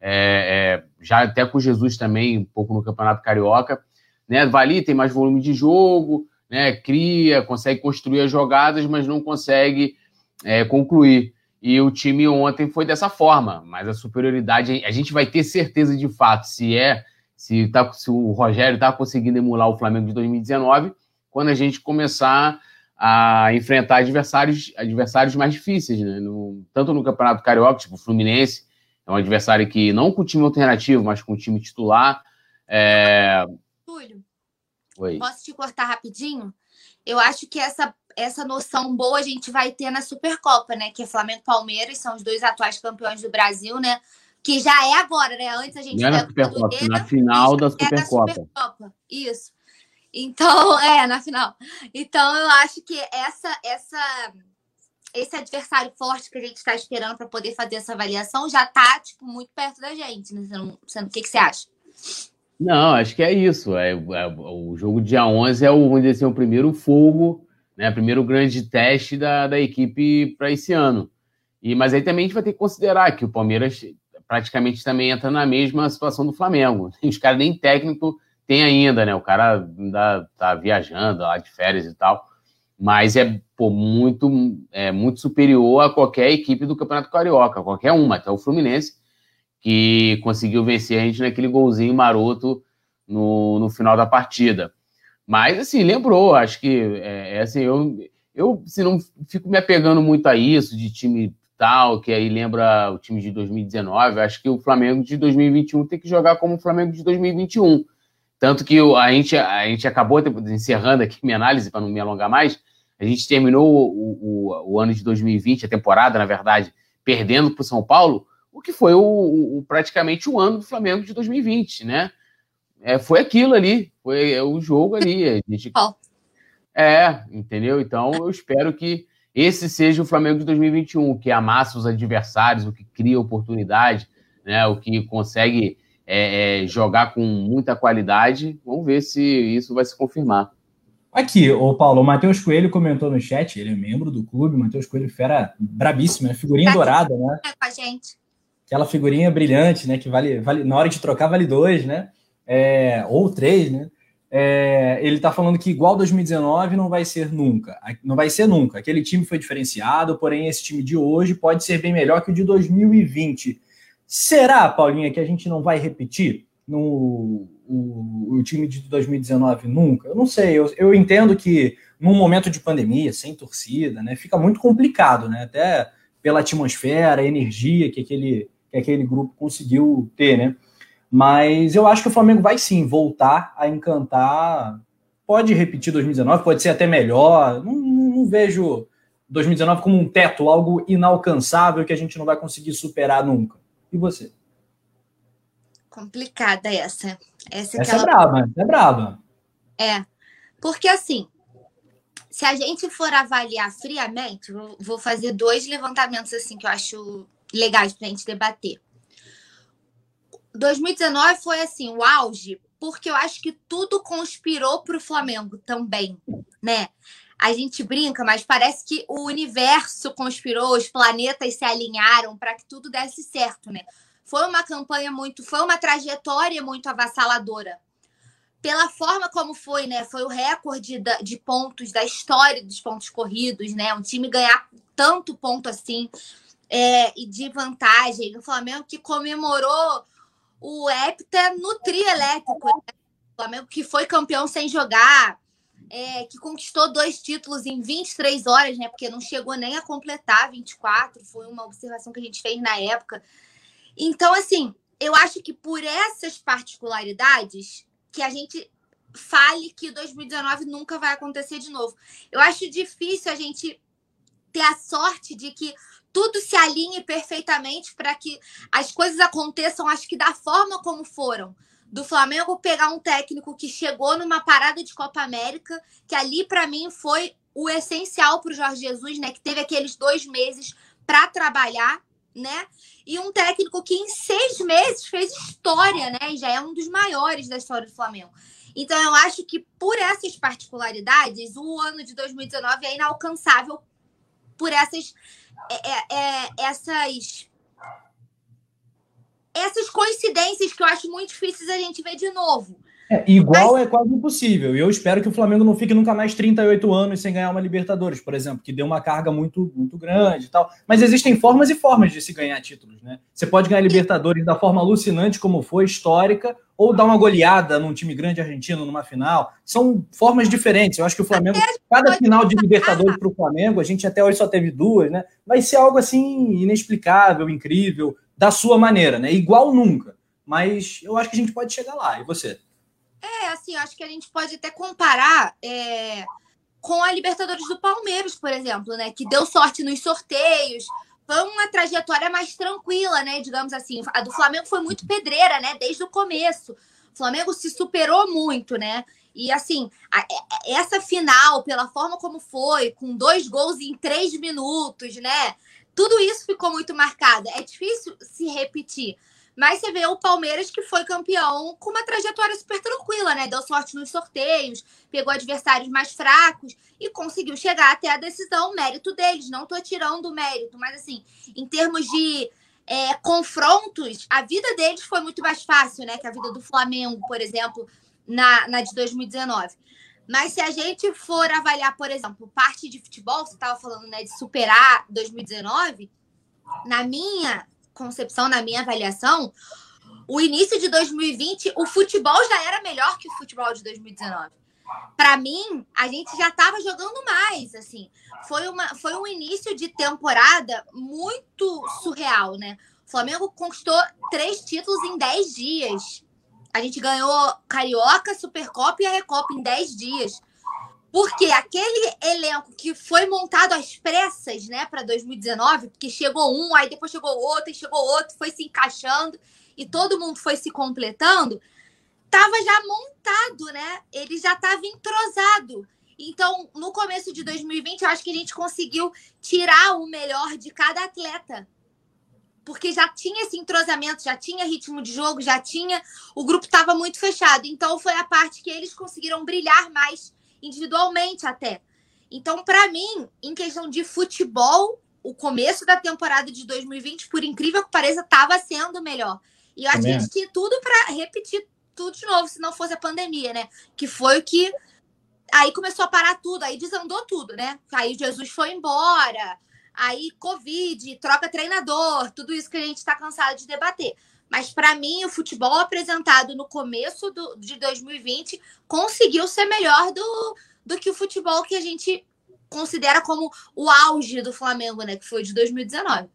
já até com Jesus também, um pouco no Campeonato Carioca, né? Vali tem mais volume de jogo, né? Cria, consegue construir as jogadas, mas não consegue concluir. E o time ontem foi dessa forma, mas a superioridade, a gente vai ter certeza de fato se o Rogério está conseguindo emular o Flamengo de 2019, quando a gente começar a enfrentar adversários mais difíceis, né? Tanto no Campeonato Carioca, tipo o Fluminense, é um adversário que não com time alternativo, mas com time titular. Túlio, Oi. Posso te cortar rapidinho? Eu acho que essa noção boa a gente vai ter na Supercopa, né? Que é Flamengo e Palmeiras, são os dois atuais campeões do Brasil, né? Que já é agora, né? Antes a gente não é na Supercopa, na final da Supercopa. Isso. Então, na final. Então, eu acho que esse adversário forte que a gente está esperando para poder fazer essa avaliação já está muito perto da gente, né? O que você acha? Não, acho que é isso. O jogo dia 11 vamos dizer assim, o primeiro fogo, né? O primeiro grande teste da equipe para esse ano. Mas aí também a gente vai ter que considerar que o Palmeiras praticamente também entra na mesma situação do Flamengo. Os caras nem técnico tem ainda, né? O cara ainda tá viajando lá de férias e tal, mas muito superior a qualquer equipe do Campeonato Carioca, qualquer uma, até o Fluminense, que conseguiu vencer a gente naquele golzinho maroto no final da partida. Mas, assim, lembrou, acho que, assim, eu assim, não fico me apegando muito a isso, de time tal, que aí lembra o time de 2019, acho que o Flamengo de 2021 tem que jogar como o Flamengo de 2021. Tanto que a gente acabou encerrando aqui minha análise, para não me alongar mais, a gente terminou o ano de 2020, a temporada, na verdade, perdendo para o São Paulo, o que foi praticamente o ano do Flamengo de 2020, né? Foi aquilo ali, foi o jogo ali. A gente... entendeu? Então, eu espero que esse seja o Flamengo de 2021, que amassa os adversários, o que cria oportunidade, né? O que consegue jogar com muita qualidade. Vamos ver se isso vai se confirmar. Aqui, o Paulo, o Matheus Coelho comentou no chat, ele é membro do clube, o Matheus Coelho, fera brabíssimo, né? Figurinha dourada, né? Com a gente. Aquela figurinha brilhante, né? Que vale, na hora de trocar, vale 2, né? Ou 3, né? Ele tá falando que igual 2019 não vai ser nunca. Não vai ser nunca. Aquele time foi diferenciado, porém esse time de hoje pode ser bem melhor que o de 2020. Será, Paulinha, que a gente não vai repetir o time de 2019 nunca? Eu não sei. Eu entendo que num momento de pandemia, sem torcida, né, fica muito complicado, né? Até pela atmosfera, a energia que aquele grupo conseguiu ter, né? Mas eu acho que o Flamengo vai sim voltar a encantar. Pode repetir 2019, pode ser até melhor. Não vejo 2019 como um teto, algo inalcançável que a gente não vai conseguir superar nunca. E você? Complicada essa. Essa é braba, é braba. Porque assim, se a gente for avaliar friamente, vou fazer 2 levantamentos assim que eu acho legais pra gente debater. 2019 foi assim, o auge, porque eu acho que tudo conspirou para o Flamengo também, né? A gente brinca, mas parece que o universo conspirou, os planetas se alinharam para que tudo desse certo, né? Foi uma trajetória muito avassaladora. Pela forma como foi, né? Foi o recorde de pontos da história dos pontos corridos, né? Um time ganhar tanto ponto assim e de vantagem. O Flamengo que comemorou o hepta no trio elétrico, né? O Flamengo que foi campeão sem jogar, que conquistou 2 títulos em 23 horas, né? Porque não chegou nem a completar 24, foi uma observação que a gente fez na época. Então, assim, eu acho que por essas particularidades que a gente fale que 2019 nunca vai acontecer de novo. Eu acho difícil a gente ter a sorte de que tudo se alinhe perfeitamente para que as coisas aconteçam, acho que da forma como foram. Do Flamengo pegar um técnico que chegou numa parada de Copa América, que ali, para mim, foi o essencial para o Jorge Jesus, né? Que teve aqueles 2 meses para trabalhar, né? E um técnico que em 6 meses fez história, né? E já é um dos maiores da história do Flamengo. Então, eu acho que por essas particularidades, o ano de 2019 é inalcançável por essas coincidências que eu acho muito difíceis a gente ver de novo. Igual é quase impossível. E eu espero que o Flamengo não fique nunca mais 38 anos sem ganhar uma Libertadores, por exemplo, que deu uma carga muito, muito grande e tal. Mas existem formas e formas de se ganhar títulos, né? Você pode ganhar Libertadores da forma alucinante, como foi, histórica, ou dar uma goleada num time grande argentino numa final. São formas diferentes. Eu acho que o Flamengo, cada final de Libertadores para o Flamengo, a gente até hoje só teve 2, né? Vai ser algo assim inexplicável, incrível, da sua maneira, né? Igual nunca. Mas eu acho que a gente pode chegar lá. E você? Assim, eu acho que a gente pode até comparar com a Libertadores do Palmeiras, por exemplo, né? Que deu sorte nos sorteios. Foi uma trajetória mais tranquila, né? Digamos assim. A do Flamengo foi muito pedreira, né? Desde o começo. O Flamengo se superou muito, né? E, assim, essa final, pela forma como foi, com 2 gols em 3 minutos, né? Tudo isso ficou muito marcado. É difícil se repetir. Mas você vê o Palmeiras, que foi campeão com uma trajetória super tranquila, né? Deu sorte nos sorteios, pegou adversários mais fracos e conseguiu chegar até a decisão, mérito deles. Não tô tirando o mérito, mas assim, em termos de confrontos, a vida deles foi muito mais fácil, né? Que a vida do Flamengo, por exemplo, na de 2019. Mas se a gente for avaliar, por exemplo, parte de futebol, você estava falando, né, de superar 2019, na minha concepção, na minha avaliação, o início de 2020, o futebol já era melhor que o futebol de 2019. Para mim, a gente já estava jogando mais, assim. Foi um início de temporada muito surreal, né? O Flamengo conquistou 3 títulos em 10 dias. A gente ganhou Carioca, Supercopa e a Recopa em 10 dias. Porque aquele elenco que foi montado às pressas, né, para 2019, porque chegou um, aí depois chegou outro, e chegou outro, foi se encaixando e todo mundo foi se completando, estava já montado, né? Ele já estava entrosado. Então, no começo de 2020, eu acho que a gente conseguiu tirar o melhor de cada atleta. Porque já tinha esse entrosamento, já tinha ritmo de jogo, já tinha... O grupo estava muito fechado. Então, foi a parte que eles conseguiram brilhar mais individualmente até. Então, para mim, em questão de futebol, o começo da temporada de 2020, por incrível que pareça, estava sendo melhor. E eu acho que a gente tinha tudo para repetir tudo de novo, se não fosse a pandemia, né? Que foi o que... Aí começou a parar tudo, aí desandou tudo, né? Aí Jesus foi embora... Aí, Covid, troca treinador, tudo isso que a gente está cansado de debater. Mas, para mim, o futebol apresentado no começo de 2020 conseguiu ser melhor do que o futebol que a gente considera como o auge do Flamengo, né? Que foi de 2019.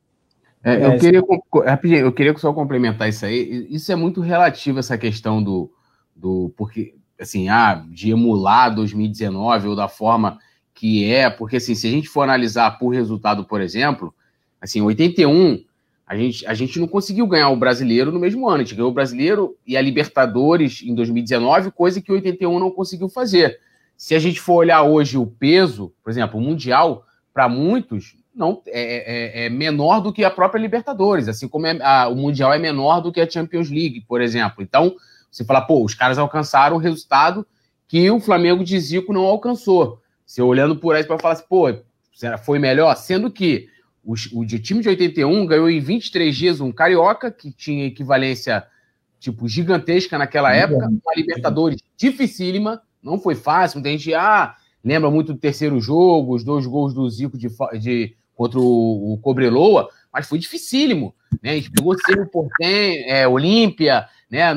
Eu queria só complementar isso aí. Isso é muito relativo, essa questão porque, assim, de emular 2019 ou da forma... porque assim, se a gente for analisar por resultado, por exemplo, assim, 81, a gente não conseguiu ganhar o Brasileiro no mesmo ano, a gente ganhou o Brasileiro e a Libertadores em 2019, coisa que 81 não conseguiu fazer. Se a gente for olhar hoje o peso, por exemplo, o Mundial, para muitos, não é menor do que a própria Libertadores, assim como o Mundial é menor do que a Champions League, por exemplo. Então, você fala, os caras alcançaram o resultado que o Flamengo de Zico não alcançou. Você olhando por aí para falar assim, foi melhor? Sendo que o time de 81 ganhou em 23 dias um Carioca, que tinha equivalência, gigantesca naquela época, uma Libertadores dificílima, não foi fácil, muita gente lembra muito do terceiro jogo, os 2 gols do Zico contra o Cobreloa, mas foi dificílimo, né? A gente pegou Cerro Porteño, Olímpia, né?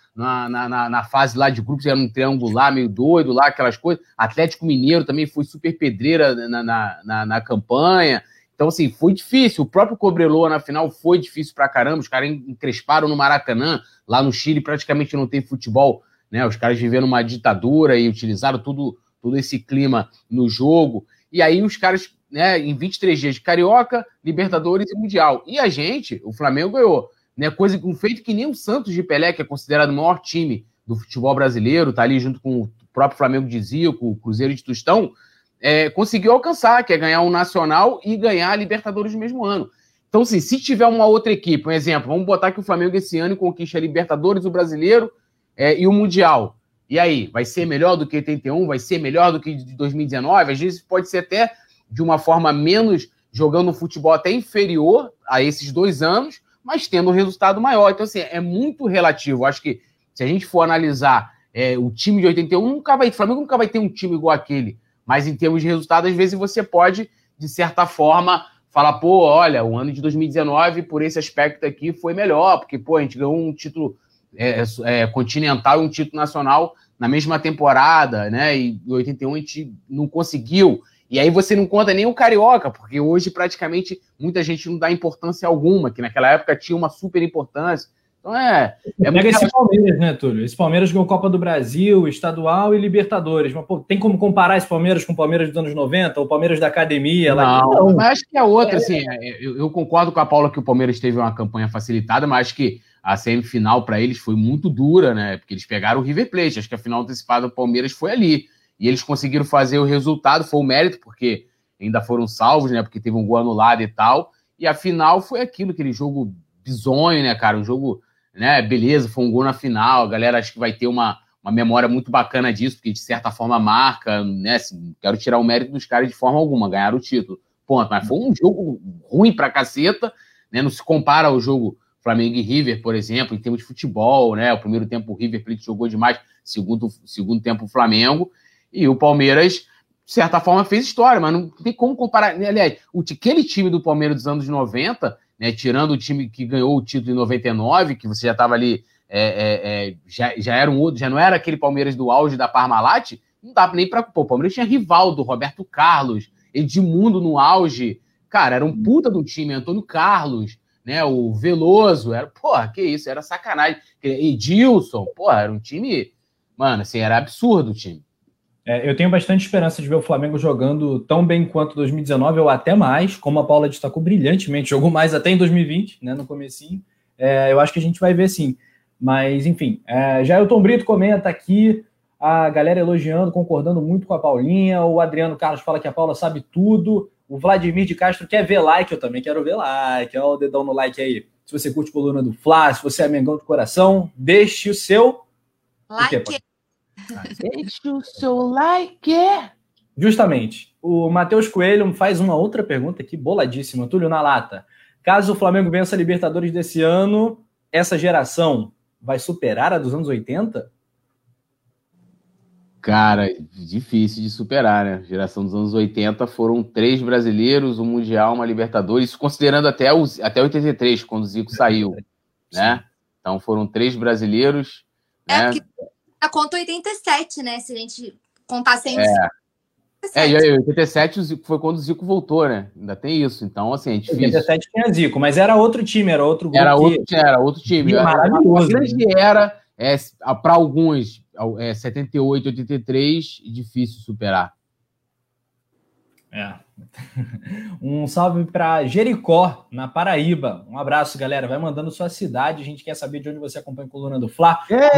Na fase lá de grupos, era um triangular meio doido lá, aquelas coisas. Atlético Mineiro também foi super pedreira na campanha. Então, assim, foi difícil. O próprio Cobreloa na final foi difícil pra caramba. Os caras encresparam no Maracanã. Lá no Chile praticamente não tem futebol, né? Os caras viveram uma ditadura e utilizaram todo esse clima no jogo. E aí os caras, né, em 23 dias de Carioca, Libertadores e Mundial. E a gente, o Flamengo ganhou. Né, um feito que nem o Santos de Pelé, que é considerado o maior time do futebol brasileiro, tá ali junto com o próprio Flamengo de Zico, o Cruzeiro de Tostão, conseguiu alcançar, que é ganhar um Nacional e ganhar a Libertadores no mesmo ano. Então, assim, se tiver uma outra equipe, um exemplo, vamos botar que o Flamengo esse ano conquista a Libertadores, o Brasileiro e o Mundial. E aí, vai ser melhor do que 81? Vai ser melhor do que de 2019? Às vezes pode ser até de uma forma menos, jogando um futebol até inferior a esses 2 anos, mas tendo um resultado maior. Então, assim, é muito relativo. Acho que se a gente for analisar o time de 81, o Flamengo nunca vai ter um time igual aquele. Mas em termos de resultado, às vezes você pode, de certa forma, falar, olha, o ano de 2019, por esse aspecto aqui, foi melhor, porque, a gente ganhou um título continental e um título nacional na mesma temporada, né? E em 81 a gente não conseguiu. E aí você não conta nem o Carioca, porque hoje praticamente muita gente não dá importância alguma, que naquela época tinha uma super importância. Então pega esse Palmeiras, né, Túlio? Esse Palmeiras ganhou Copa do Brasil, Estadual e Libertadores. Mas, tem como comparar esse Palmeiras com o Palmeiras dos anos 90, ou o Palmeiras da academia? Não, mas acho que é outra, assim. Eu concordo com a Paula que o Palmeiras teve uma campanha facilitada, mas acho que a semifinal para eles foi muito dura, né? Porque eles pegaram o River Plate. Acho que a final antecipada do Palmeiras foi ali. E eles conseguiram fazer o resultado, foi o mérito, porque ainda foram salvos, né? Porque teve um gol anulado e tal. E a final foi aquele jogo bizonho, né, cara? Um jogo, né? Beleza, foi um gol na final. A galera acho que vai ter uma memória muito bacana disso, porque de certa forma marca, né? Assim, quero tirar o mérito dos caras de forma alguma, ganharam o título. Ponto. Mas foi um jogo ruim pra caceta, né? Não se compara ao jogo Flamengo e River, por exemplo, em termos de futebol, né? O primeiro tempo o River Plate jogou demais, segundo tempo o Flamengo, e o Palmeiras, de certa forma, fez história, mas não tem como comparar. Aliás, aquele time do Palmeiras dos anos 90, né? Tirando o time que ganhou o título em 99, que você já estava ali, já era um outro, já não era aquele Palmeiras do auge da Parmalat, não dá nem para. O Palmeiras tinha Rivaldo, Roberto Carlos, Edmundo no auge, cara, era um puta do time, Antônio Carlos, né, o Veloso, era, porra, que isso, era sacanagem. Edilson, porra, era um time, mano, assim, era absurdo o time. Eu tenho bastante esperança de ver o Flamengo jogando tão bem quanto 2019, ou até mais, como a Paula destacou brilhantemente, jogou mais até em 2020, né, no comecinho. Eu acho que a gente vai ver sim. Mas, enfim, Jailton Brito comenta aqui, a galera elogiando, concordando muito com a Paulinha, o Adriano Carlos fala que a Paula sabe tudo, o Vladimir de Castro quer ver like, eu também quero ver like, olha o dedão no like aí. Se você curte Coluna do Fla, se você é Mengão de coração, deixe o seu... Like. Deixe o seu like. Justamente. O Matheus Coelho faz uma outra pergunta aqui, boladíssima. Túlio, na lata. Caso o Flamengo vença a Libertadores desse ano, essa geração vai superar a dos anos 80? Cara, difícil de superar, né? Geração dos anos 80 foram 3 brasileiros, um Mundial, uma Libertadores, isso considerando até 83, quando o Zico saiu, né? Então foram 3 brasileiros. Né? Porque a conta 87, né? Se a gente contar sem e 87 o Zico foi quando o Zico voltou, né? Ainda tem isso. Então, assim, é difícil. 87 tinha Zico, mas era outro time, era outro grupo. Era outro time. Maravilhoso. A grande era, para alguns, 78, 83, difícil superar. Um salve para Jericó, na Paraíba. Um abraço, galera. Vai mandando sua cidade. A gente quer saber de onde você acompanha a Coluna do Fla.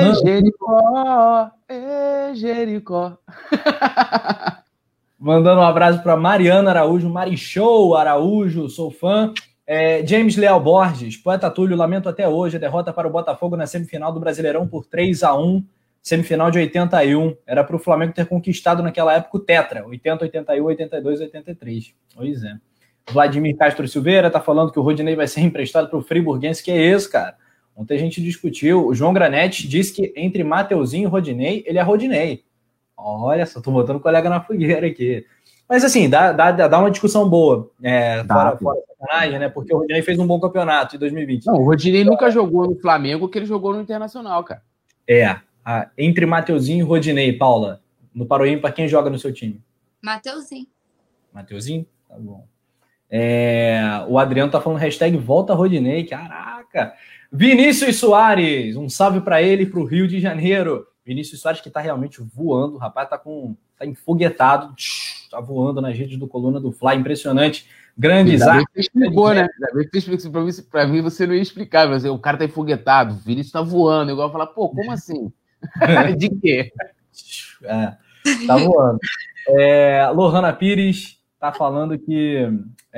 Jericó. Mandando um abraço para Mariana Araújo, Marichou Araújo, sou fã. James Leal Borges, poeta Túlio, lamento até hoje a derrota para o Botafogo na semifinal do Brasileirão por 3-1, semifinal de 81. Era para o Flamengo ter conquistado naquela época o Tetra, 80, 81, 82, 83. Pois é. Vladimir Castro Silveira tá falando que o Rodinei vai ser emprestado para o Friburguense, que é esse, cara. Ontem a gente discutiu, o João Granete disse que entre Mateuzinho e Rodinei, ele é Rodinei. Olha só, tô botando o colega na fogueira aqui. Mas assim, dá uma discussão boa, fora sacanagem, né? Porque o Rodinei fez um bom campeonato em 2020. Não, o Rodinei nunca jogou no Flamengo, que ele jogou no Internacional, cara. Entre Mateuzinho e Rodinei, Paula, no Paroímpa, quem joga no seu time? Mateuzinho. Mateuzinho? Tá bom. O Adriano tá falando hashtag volta Rodinei, caraca. Vinícius Soares, um salve para ele e pro Rio de Janeiro. Vinícius Soares que tá realmente voando, o rapaz tá enfoguetado, tá voando nas redes do Coluna do Fla, impressionante. Grande Isaac. Você explicou, né? Pra mim você não ia explicar, mas o cara tá enfoguetado, o Vinícius tá voando, igual falar, pô, como assim? De quê? Tá voando. Lohana Pires tá falando que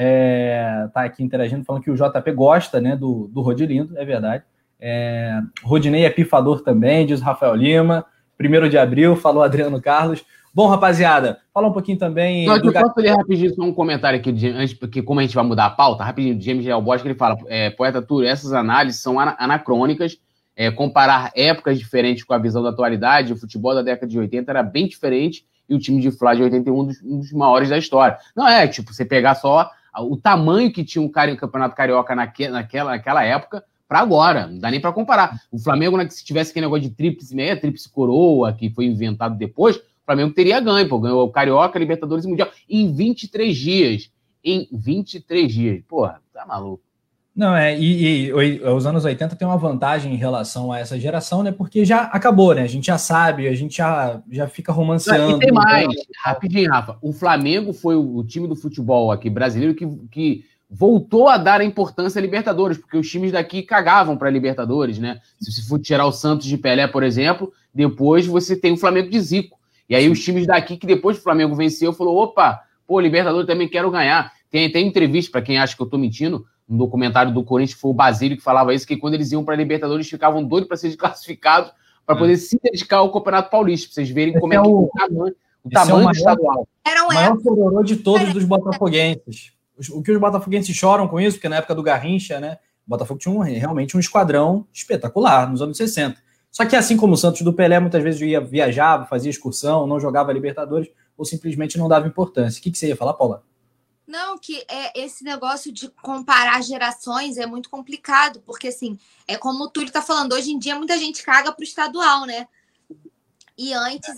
tá aqui interagindo, falando que o JP gosta, né, do Rodilindo, é verdade. Rodinei é pifador também, diz o Rafael Lima. 1º de abril, falou Adriano Carlos. Bom, rapaziada, fala um pouquinho também... Eu posso ler rapidinho só um comentário aqui, porque como a gente vai mudar a pauta, rapidinho, de James Leal Borges, que ele fala, poeta Túlio, essas análises são anacrônicas, comparar épocas diferentes com a visão da atualidade, o futebol da década de 80 era bem diferente, e o time de Fla de 81 um dos maiores da história. Não você pegar só o tamanho que tinha o Campeonato Carioca naquela época, para agora, não dá nem para comparar. O Flamengo, se tivesse aquele negócio de tríplice coroa, que foi inventado depois, o Flamengo teria ganho, ganhou o Carioca, Libertadores e Mundial em 23 dias. Em 23 dias. Porra, tá maluco. Não, e os anos 80 tem uma vantagem em relação a essa geração, né? Porque já acabou, né? A gente já sabe, a gente já fica romanceando. E tem mais, rapidinho, Rafa. O Flamengo foi o time do futebol aqui brasileiro que voltou a dar a importância à Libertadores, porque os times daqui cagavam para a Libertadores, né? Se você for tirar o Santos de Pelé, por exemplo, depois você tem o Flamengo de Zico. E aí os times daqui que depois que o Flamengo venceu, falou, opa, Libertadores também quero ganhar. Tem entrevista, para quem acha que eu tô mentindo, um documentário do Corinthians, foi o Basílio que falava isso, que quando eles iam para a Libertadores ficavam doidos para ser desclassificados, para poder se dedicar ao Campeonato Paulista, para vocês verem o tamanho do estadual. O maior chororô de todos dos botafoguenses. O que os botafoguenses choram com isso, porque na época do Garrincha, né, o Botafogo tinha realmente um esquadrão espetacular nos anos 60. Só que assim como o Santos do Pelé, muitas vezes viajava, fazia excursão, não jogava Libertadores, ou simplesmente não dava importância. O que você ia falar, Paula? Não, que esse negócio de comparar gerações é muito complicado, porque assim, é como o Túlio tá falando, hoje em dia muita gente caga pro estadual, né? E antes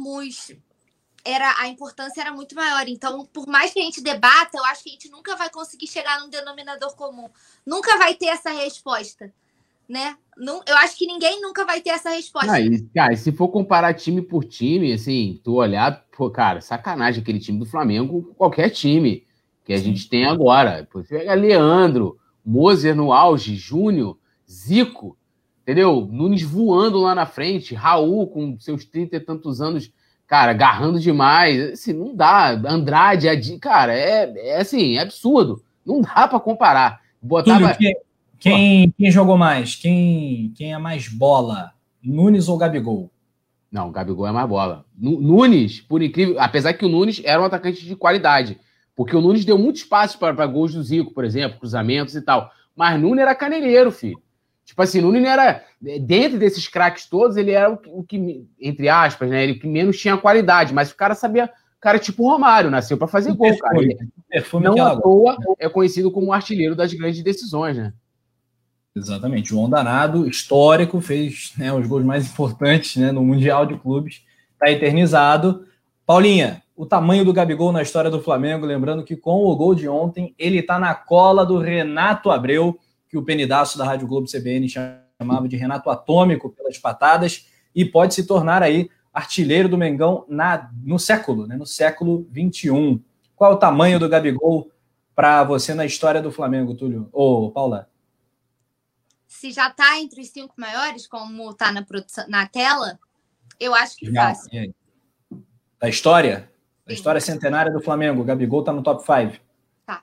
a importância era muito maior. Então, por mais que a gente debata, eu acho que a gente nunca vai conseguir chegar num denominador comum. Nunca vai ter essa resposta, né? Eu acho que ninguém nunca vai ter essa resposta. Cara, se for comparar time por time, assim, tu olhar, pô, cara, sacanagem aquele time do Flamengo com qualquer time que a gente tem agora. Pô, pega Leandro, Moser no auge, Júnior, Zico, entendeu? Nunes voando lá na frente, Raul com seus 30 e tantos anos, cara, agarrando demais. Assim, não dá. Andrade, cara, assim, é absurdo. Não dá pra comparar. Botava... Túlio, quem jogou mais? Quem é mais bola? Nunes ou Gabigol? Não, o Gabigol é mais bola. Nunes, por incrível... Apesar que o Nunes era um atacante de qualidade. Porque o Nunes deu muito espaço para gols do Zico, por exemplo, cruzamentos e tal. Mas Nunes era caneleiro, filho. Tipo assim, Nunes era... Dentro desses craques todos, ele era o que, entre aspas, né? Ele que menos tinha qualidade. Mas o cara sabia... O cara tipo Romário, nasceu para fazer gol, cara. Não à toa é conhecido como o artilheiro das grandes decisões, né? Exatamente. João Danado, histórico, fez, né, os gols mais importantes, né, no Mundial de Clubes. Está eternizado. Paulinha, o tamanho do Gabigol na história do Flamengo, lembrando que com o gol de ontem, ele está na cola do Renato Abreu, que o penidaço da Rádio Globo CBN chamava de Renato Atômico pelas patadas, e pode se tornar aí artilheiro do Mengão no século, né, no século XXI. Qual é o tamanho do Gabigol para você na história do Flamengo, Túlio? Ô, Paula? Se já está entre os 5 maiores, como está na tela, eu acho que fácil. Da história? Da história centenária do Flamengo, o Gabigol está no top 5? Tá.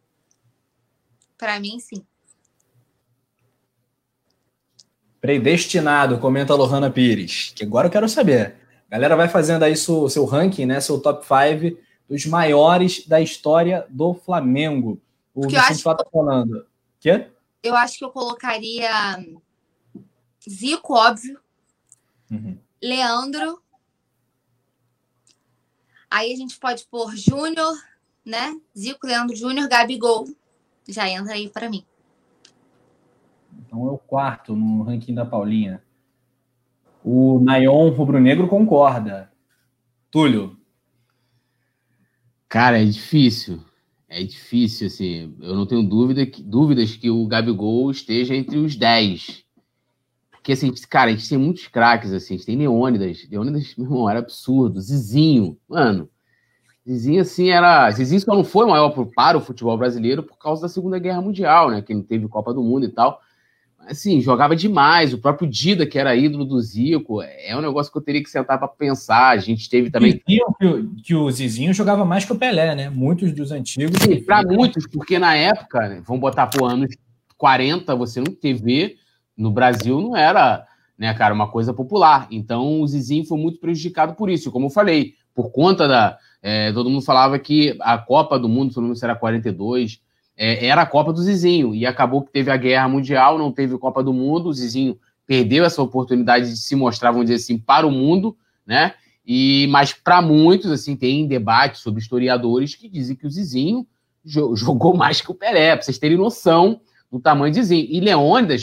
Para mim, sim. Predestinado, comenta a Lohana Pires. Que agora eu quero saber. A galera vai fazendo aí seu ranking, né? Seu top 5 dos maiores da história do Flamengo. O Vicente está falando. Quê? Eu acho que eu colocaria Zico, óbvio. Leandro. Aí a gente pode pôr Júnior, né? Zico, Leandro, Júnior, Gabigol. Já entra aí para mim. Então é o quarto no ranking da Paulinha. O Nayon Rubro-Negro concorda. Túlio. Cara, é difícil. É difícil, assim. Eu não tenho dúvidas que o Gabigol esteja entre os 10. Porque, assim, cara, a gente tem muitos craques, assim. A gente tem Leônidas. Leônidas, meu irmão, era absurdo. Zizinho. Mano, Zizinho, assim, era... Zizinho só não foi maior para o futebol brasileiro por causa da Segunda Guerra Mundial, né? Que não teve Copa do Mundo e tal. Assim, jogava demais. O próprio Dida, que era ídolo do Zico, é um negócio que eu teria que sentar para pensar. A gente teve também... Que o Zizinho jogava mais que o Pelé, né? Muitos dos antigos... Sim, para muitos, porque na época, né, vamos botar por anos 40, você não TV no Brasil não era, né, cara, uma coisa popular. Então o Zizinho foi muito prejudicado por isso. Como eu falei, por conta da... todo mundo falava que a Copa do Mundo, se não me engano, era 42... era a Copa do Zizinho, e acabou que teve a Guerra Mundial, não teve Copa do Mundo, o Zizinho perdeu essa oportunidade de se mostrar, vamos dizer assim, para o mundo, né? Mas para muitos, assim, tem debate sobre historiadores que dizem que o Zizinho jogou mais que o Pelé, para vocês terem noção do tamanho do Zizinho. E Leônidas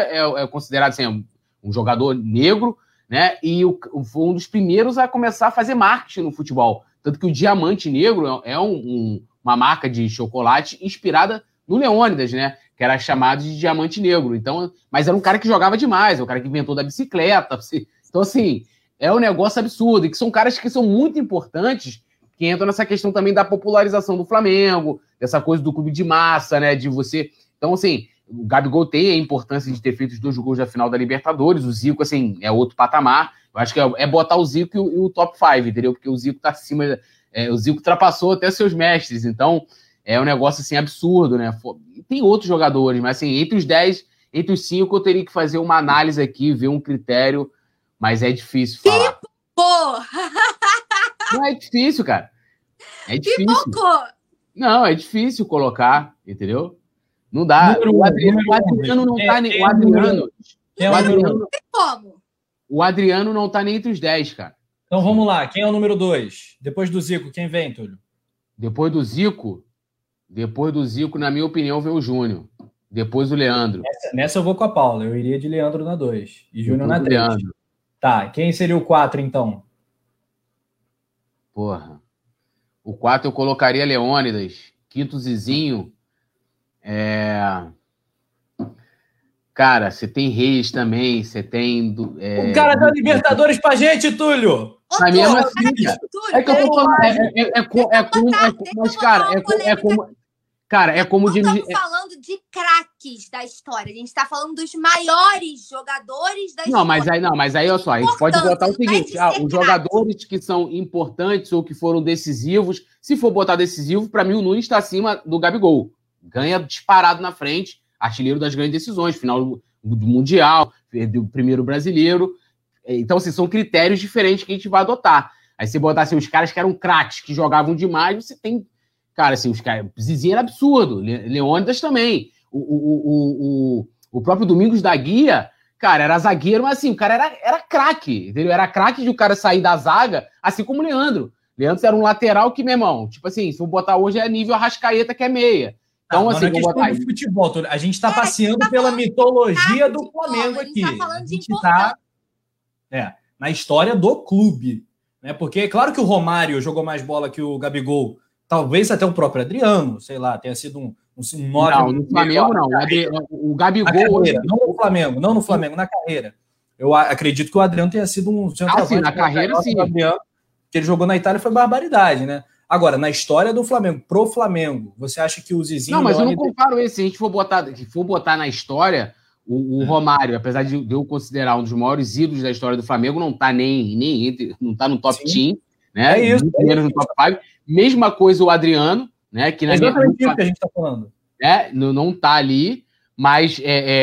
é considerado assim, um jogador negro, né? E foi um dos primeiros a começar a fazer marketing no futebol. Tanto que o Diamante Negro é uma marca de chocolate inspirada no Leônidas, né? Que era chamado de Diamante Negro. Então, mas era um cara que jogava demais, é o cara que inventou da bicicleta. Então, assim, é um negócio absurdo. E que são caras que são muito importantes, que entram nessa questão também da popularização do Flamengo, dessa coisa do clube de massa, né? De você... Então, assim, o Gabigol tem a importância de ter feito os 2 gols da final da Libertadores. O Zico, assim, é outro patamar. Eu acho que é botar o Zico e o top 5, entendeu? Porque o Zico tá acima... o Zico ultrapassou até seus mestres, então é um negócio assim absurdo, né? Tem outros jogadores, mas assim, entre os 10, entre os 5, eu teria que fazer uma análise aqui, ver um critério, mas é difícil falar. Porra! Não é difícil, cara. É difícil. Não, é difícil colocar, entendeu? Não dá. O Adriano não tá nem. O Adriano não tá nem entre os 10, cara. Então vamos lá. Quem é o número 2? Depois do Zico, quem vem, Túlio? Depois do Zico, na minha opinião, vem o Júnior. Depois o Leandro. Nessa eu vou com a Paula. Eu iria de Leandro na 2 e Júnior na 3. Leandro. Tá, quem seria o 4, então? Porra. O 4 eu colocaria Leônidas. Quinto Zizinho. Cara, você tem Reis também, você tem... O cara da Libertadores pra gente, Túlio! Pra mim é uma filha. É que eu tô falando... Mas, cara, é como... Cara, é como... Não estamos falando de craques da história. A gente tá falando dos maiores jogadores da história. Mas aí, olha só, a gente pode botar o seguinte, os jogadores que são importantes ou que foram decisivos, se for botar decisivo, pra mim o Nunes está acima do Gabigol. Ganha disparado na frente, artilheiro das grandes decisões, final do Mundial, do primeiro brasileiro. Então, assim, são critérios diferentes que a gente vai adotar. Aí você botar assim, os caras que eram craques, que jogavam demais, você tem... Cara, assim, os caras... Zizinho era absurdo, Leônidas também. O próprio Domingos da Guia, cara, era zagueiro, mas assim, o cara era craque, entendeu? Era craque de o cara sair da zaga, assim como o Leandro. Leandro era um lateral que, meu irmão, tipo assim, se eu botar hoje é nível Arrascaeta, que é meia. Então, assim, vou botar aí. Futebol, a gente está passeando pela mitologia do Flamengo aqui. A gente está na história do clube, né? Porque é claro que o Romário jogou mais bola que o Gabigol, talvez até o próprio Adriano, sei lá, tenha sido um 9. Não, no Flamengo não. O Gabigol carreira, não no Flamengo, na carreira. Eu acredito que o Adriano tenha sido um centroavante. Sim, na carreira, sim. Adriano, que ele jogou na Itália foi barbaridade, né? Agora, na história do Flamengo, pro Flamengo, você acha que o Zizinho... Não, mas eu não comparo esse. Se a gente for botar na história, o Romário, apesar de eu considerar um dos maiores ídolos da história do Flamengo, não tá nem entre, não tá no top team, né? É isso. Menos no top 5. Mesma coisa o Adriano, né? Que na exatamente isso que a gente tá falando. Não tá ali, mas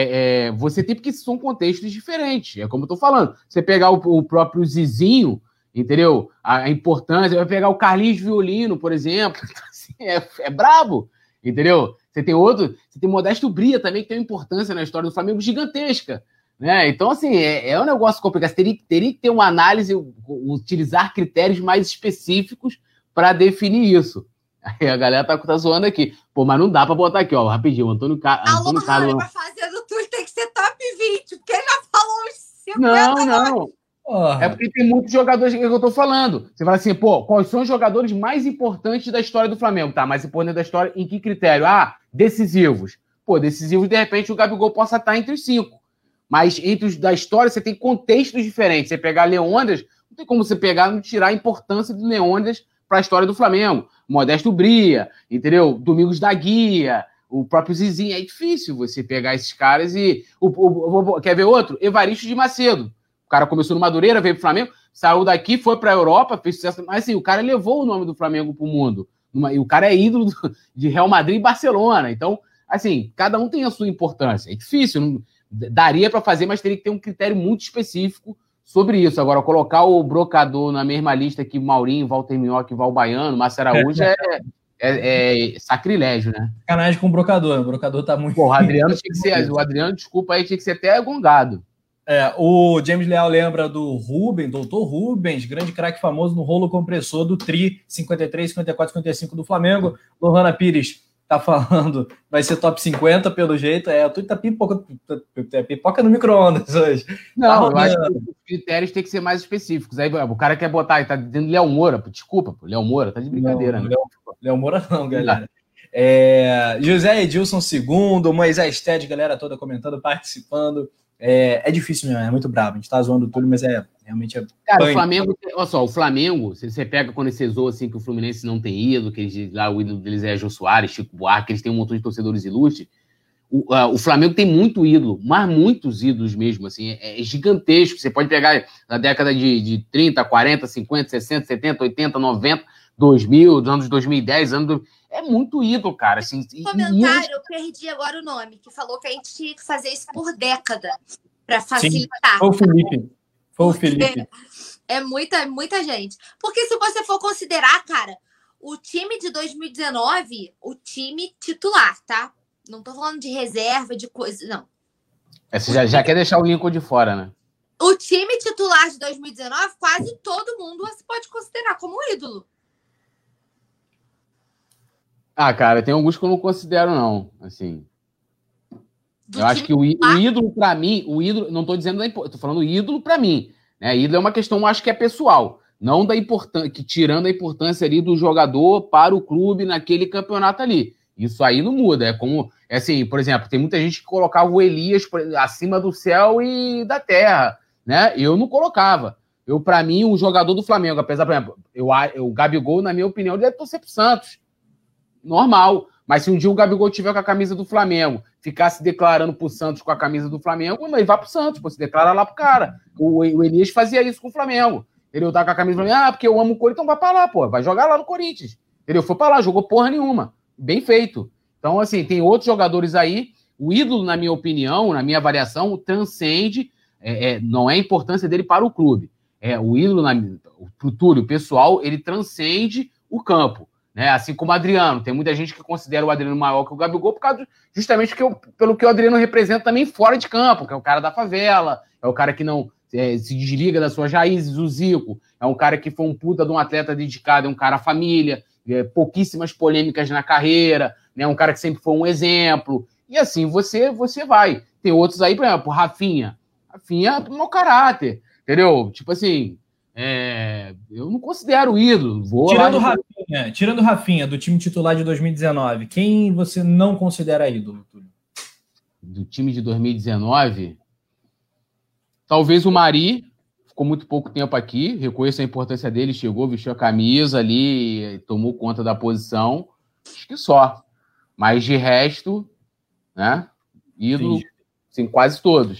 você tem, porque são contextos diferentes. É como eu tô falando. Você pegar o próprio Zizinho, entendeu? A importância, vai pegar o Carlinhos Violino, por exemplo, assim, é brabo, entendeu? Você tem Modesto Bria também, que tem uma importância na história do Flamengo gigantesca, né? Então, assim, é um negócio complicado. Você teria que ter uma análise, utilizar critérios mais específicos para definir isso. Aí a galera tá zoando aqui. Pô, mas não dá para botar aqui, ó, rapidinho, Antônio Carlos... Pra fazer do Túlio tem que ser top 20, porque ele já falou uns 50 Não. É porque tem muitos jogadores que eu tô falando. Você fala assim, pô, quais são os jogadores mais importantes da história do Flamengo? Tá, mais importante da história em que critério? Decisivos. Pô, decisivos, de repente, o Gabigol possa estar entre os 5. Mas entre os da história, você tem contextos diferentes. Você pegar Leônidas, não tem como você pegar e tirar a importância do Leônidas para a história do Flamengo. Modesto Bria, entendeu? Domingos da Guia, o próprio Zizinho. É difícil você pegar esses caras e... Quer ver outro? Evaristo de Macedo. O cara começou no Madureira, veio pro Flamengo, saiu daqui, foi pra Europa, fez sucesso. Mas assim, o cara levou o nome do Flamengo pro mundo. E o cara é ídolo de Real Madrid e Barcelona. Então, assim, cada um tem a sua importância. É difícil, não daria para fazer, mas teria que ter um critério muito específico sobre isso. Agora, colocar o Brocador na mesma lista que Maurinho, Walter Minhoca, Val Baiano, Márcio Araújo é sacrilégio, né? Sacanagem com o Brocador. O Brocador tá muito... Porra, o Adriano tinha que ser... O Adriano, desculpa aí, tinha que ser até gongado. O James Leal lembra do Rubens, doutor Rubens, grande craque famoso no rolo compressor do Tri 53, 54, 55 do Flamengo. Lohana Pires tá falando, vai ser top 50 pelo jeito. Tu tá pipoca no micro-ondas hoje. Não, eu acho que os critérios têm que ser mais específicos. Aí o cara quer botar, tá dizendo Léo Moura. Desculpa, Léo Moura, tá de brincadeira, não, né? Léo Moura não, galera. José Edilson II, Moisés Ted, galera toda comentando, participando. É difícil mesmo, é muito bravo. A gente tá zoando tudo, mas realmente é. Cara, o Flamengo, olha só, o Flamengo, se você pega quando você zoa assim que o Fluminense não tem ídolo, que lá o ídolo deles é Jô Soares, Chico Buarque, eles têm um montão de torcedores ilustres. O Flamengo tem muito ídolo, mas muitos ídolos mesmo, assim, é gigantesco. Você pode pegar na década de 30, 40, 50, 60, 70, 80, 90, 2000, dos anos 2010, é muito ídolo, cara. Assim, comentário, eu perdi agora o nome, que falou que a gente tinha que fazer isso por década, para facilitar. Sim, foi o Felipe. É muita gente. Porque se você for considerar, cara, o time de 2019, o time titular, tá? Não tô falando de reserva, de coisa, não. Você já quer deixar o Lincoln de fora, né? O time titular de 2019, quase todo mundo você pode considerar como ídolo. Ah, cara, tem alguns que eu não considero, não. Assim. Eu acho que o ídolo, pra mim, não tô dizendo da importância, tô falando ídolo pra mim. Né? Ídolo é uma questão, eu acho que é pessoal. Não da importância, que tirando a importância ali do jogador para o clube naquele campeonato ali. Isso aí não muda. É como, assim, por exemplo, tem muita gente que colocava o Elias acima do céu e da terra. Né? Eu não colocava. Para mim, o jogador do Flamengo, apesar, por exemplo, o Gabigol, na minha opinião, ele deve torcer pro Santos. Normal. Mas se um dia o Gabigol tiver com a camisa do Flamengo, ficar se declarando pro Santos com a camisa do Flamengo, ele vai pro Santos, pô, se declara lá pro cara. O Elias fazia isso com o Flamengo. Ele tá com a camisa do Flamengo, porque eu amo o Corinthians, então vai pra lá, pô, vai jogar lá no Corinthians. Entendeu? Foi pra lá, jogou porra nenhuma. Bem feito. Então, assim, tem outros jogadores aí. O ídolo, na minha opinião, na minha avaliação, transcende, não é a importância dele para o clube. O ídolo, pro Túlio, pessoal, ele transcende o campo. Né? Assim como o Adriano. Tem muita gente que considera o Adriano maior que o Gabigol por causa justamente pelo que o Adriano representa também fora de campo, que é o cara da favela, é o cara que não se desliga das suas raízes, o Zico. É um cara que foi um puta de um atleta dedicado, é um cara família, pouquíssimas polêmicas na carreira, né? Um cara que sempre foi um exemplo. E assim, você vai. Tem outros aí, por exemplo, Rafinha. Rafinha é mau caráter, entendeu? Tipo assim, eu não considero ídolo. Tirando o Rafinha, do time titular de 2019, quem você não considera ídolo, Túlio? Do time de 2019? Talvez o Mari, ficou muito pouco tempo aqui, reconheço a importância dele, chegou, vestiu a camisa ali, tomou conta da posição, acho que só. Mas de resto, né, ídolo, sim, quase todos.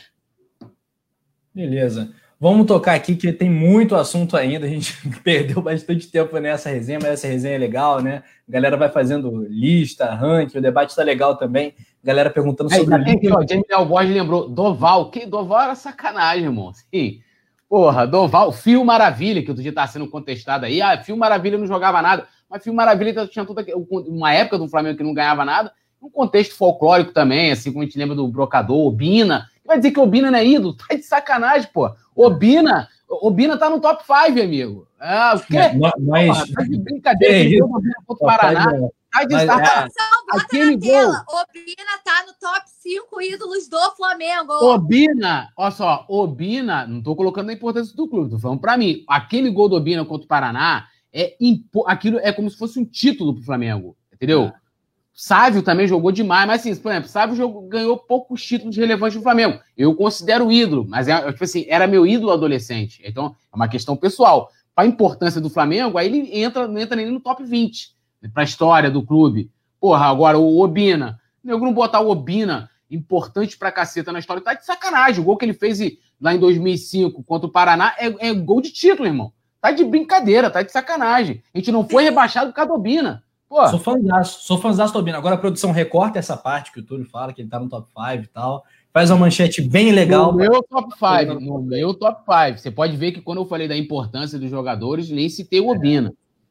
Beleza. Vamos tocar aqui, que tem muito assunto ainda, a gente perdeu bastante tempo nessa resenha, mas essa resenha é legal, né? A galera vai fazendo lista, ranking, o debate tá legal também. A galera perguntando sobre o link. O Jamie Borges lembrou, Doval, Doval era sacanagem, irmão. Sim. Porra, Doval, Fio Maravilha, que outro dia tá sendo contestado aí. Fio Maravilha não jogava nada, mas Fio Maravilha tinha toda uma época do Flamengo que não ganhava nada, um contexto folclórico também, assim como a gente lembra do Brocador, Obina. Vai dizer que Obina não é ídolo? Tá de sacanagem, pô. Obina tá no top 5, amigo. O quê? Mas... Tá de brincadeira. Ele contra o Paraná. Tá de sacanagem. Aquele gol. Obina tá no top 5 ídolos do Flamengo. Obina, olha só, Obina, não tô colocando a importância do clube, tô falando pra mim. Aquele gol do Obina contra o Paraná, aquilo é como se fosse um título pro Flamengo, entendeu? Sávio também jogou demais, mas assim, por exemplo, Sávio ganhou poucos títulos relevantes no Flamengo. Eu considero ídolo, mas tipo assim, era meu ídolo adolescente. Então, é uma questão pessoal. Para a importância do Flamengo, aí ele não entra nem no top 20, para a história do clube. Porra, agora o Obina. Eu não botar o Obina, importante pra caceta na história, tá de sacanagem. O gol que ele fez lá em 2005 contra o Paraná é gol de título, irmão. Tá de brincadeira, tá de sacanagem. A gente não foi rebaixado por causa do Obina. Pô. Sou fãzaço do Obina. Agora a produção recorta essa parte que o Túlio fala, que ele tá no top 5 e tal. Faz uma manchete bem legal. No meu top 5. Você pode ver que quando eu falei da importância dos jogadores, nem citei o Obina.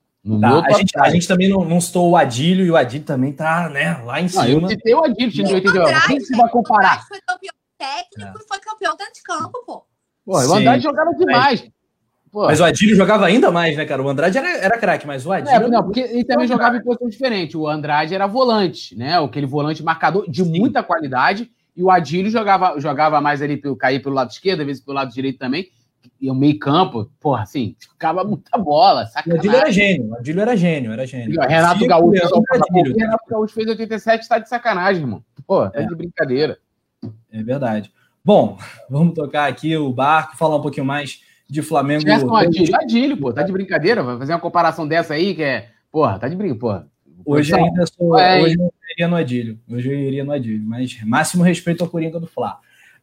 A gente também não citou o Adílio, e o Adílio também tá, né, lá em cima. Eu citei o Adílio, time de 89. Quem você vai comparar? O Foi campeão técnico e foi campeão dentro de campo, pô. O Andrade jogava demais. Mas o Adílio jogava ainda mais, né, cara? O Andrade era craque, mas o Adílio... Não, porque ele também jogava em posição diferente. O Andrade era volante, né? Aquele volante marcador de muita qualidade. E o Adílio jogava mais ali, cair pelo lado esquerdo, às vezes pelo lado direito também. E o meio campo, porra, assim, ficava muita bola. Sacanagem. O Adílio era gênio. Renato Gaúcho, Renato Gaúcho fez 87, tá de sacanagem, irmão. Pô, tá de brincadeira. É verdade. Bom, vamos tocar aqui o barco, falar um pouquinho mais de Flamengo. Adílio, pô, tá de brincadeira? Vai fazer uma comparação dessa aí que é... Porra, tá de brincadeira, porra. Hoje eu iria no Adílio. Mas máximo respeito ao Coringa do Fla.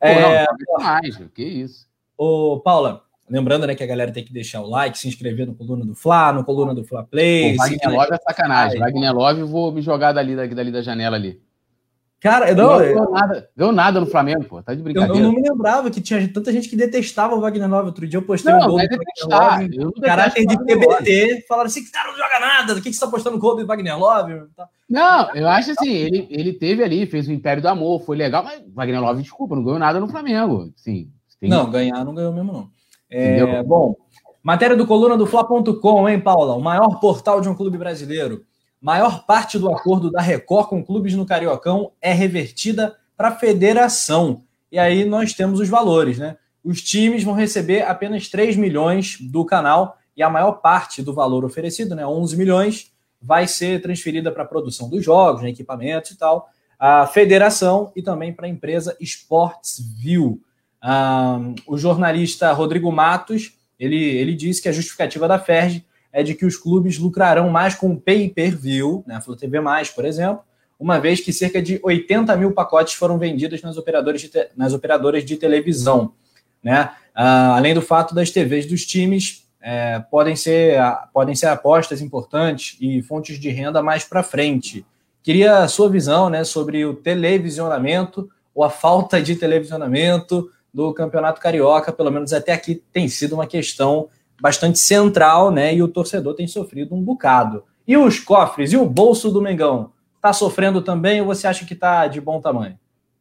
Que isso. Ô, Paula, lembrando, né, que a galera tem que deixar o like, se inscrever no Coluna do Fla, no Coluna do Fla Play. Wagner Love é sacanagem. Wagner Love, vou me jogar dali da janela ali. Cara, não ganhou nada no Flamengo, pô. Tá de brincadeira. Eu não me lembrava que tinha tanta gente que detestava o Wagner Love. Outro dia eu postei um gol do Wagner Love. Caráter de TBT. Falaram assim, que esse cara não joga nada. Do que você tá postando gol do Wagner Love? Não, eu acho assim, ele teve ali, fez o Império do Amor, foi legal, mas Wagner Love, desculpa, não ganhou nada no Flamengo. Sim, não, ganhar não ganhou mesmo, não. Bom, matéria do coluna do Fla.com, hein, Paula? O maior portal de um clube brasileiro. Maior parte do acordo da Record com clubes no Cariocão é revertida para a federação. E aí nós temos os valores, né? Os times vão receber apenas 3 milhões do canal e a maior parte do valor oferecido, né, 11 milhões, vai ser transferida para a produção dos jogos, né, equipamentos e tal, a federação e também para a empresa Sportsview. O jornalista Rodrigo Matos, ele disse que a justificativa da Ferg é de que os clubes lucrarão mais com o pay-per-view, né, a Fla TV+, por exemplo, uma vez que cerca de 80 mil pacotes foram vendidos nas operadoras de televisão. Né? Além do fato das TVs dos times podem ser apostas importantes e fontes de renda mais para frente. Queria a sua visão, né, sobre o televisionamento ou a falta de televisionamento do Campeonato Carioca, pelo menos até aqui tem sido uma questão bastante central, né, e o torcedor tem sofrido um bocado. E os cofres, e o bolso do Mengão? Está sofrendo também ou você acha que está de bom tamanho?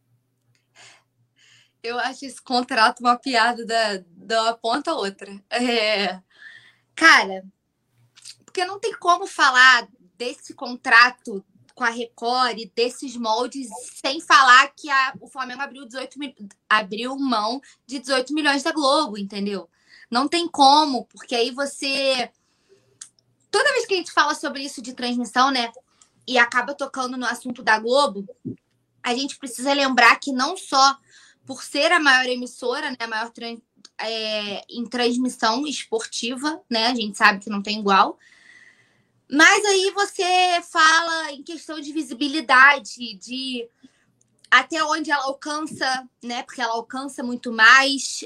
Eu acho esse contrato uma piada da uma ponta a outra. Cara, porque não tem como falar desse contrato com a Record e desses moldes sem falar que o Flamengo abriu mão de 18 milhões da Globo, entendeu? Não tem como, porque aí você... Toda vez que a gente fala sobre isso de transmissão, né, e acaba tocando no assunto da Globo, a gente precisa lembrar que não só por ser a maior emissora, né, a maior em transmissão esportiva, né, a gente sabe que não tem igual, mas aí você fala em questão de visibilidade, de até onde ela alcança, né, porque ela alcança muito mais,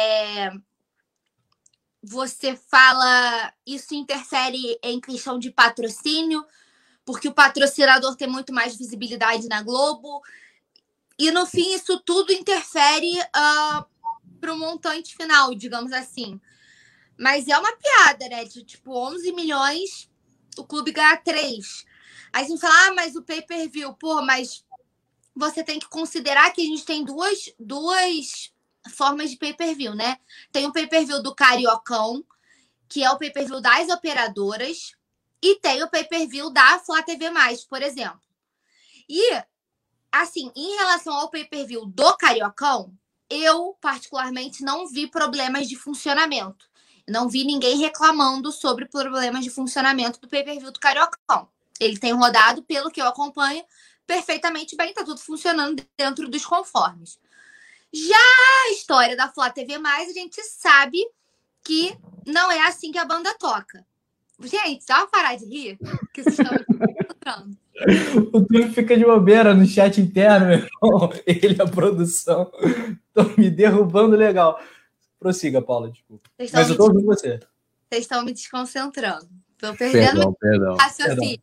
você fala, isso interfere em questão de patrocínio, porque o patrocinador tem muito mais visibilidade na Globo. E, no fim, isso tudo interfere para o montante final, digamos assim. Mas é uma piada, né? De, tipo, 11 milhões, o clube ganha 3. Aí a gente fala, mas o pay-per-view. Pô, mas você tem que considerar que a gente tem duas formas de pay-per-view, né? Tem o pay-per-view do Cariocão, que é o pay-per-view das operadoras, e tem o pay-per-view da Flá TV+, por exemplo. E, assim, em relação ao pay-per-view do Cariocão, eu, particularmente, não vi problemas de funcionamento. Não vi ninguém reclamando sobre problemas de funcionamento do pay-per-view do Cariocão. Ele tem rodado, pelo que eu acompanho, perfeitamente bem, tá tudo funcionando dentro dos conformes. Já a história da Flá TV+, a gente sabe que não é assim que a banda toca. Gente, dá uma parar de rir, que vocês estão me encontrando. O Túlio fica de bobeira no chat interno, meu irmão. Ele e a produção estão me derrubando legal. Prossiga, Paula, desculpa. Mas eu estou ouvindo você. Vocês estão me desconcentrando. Estou perdendo Perdão. raciocínio.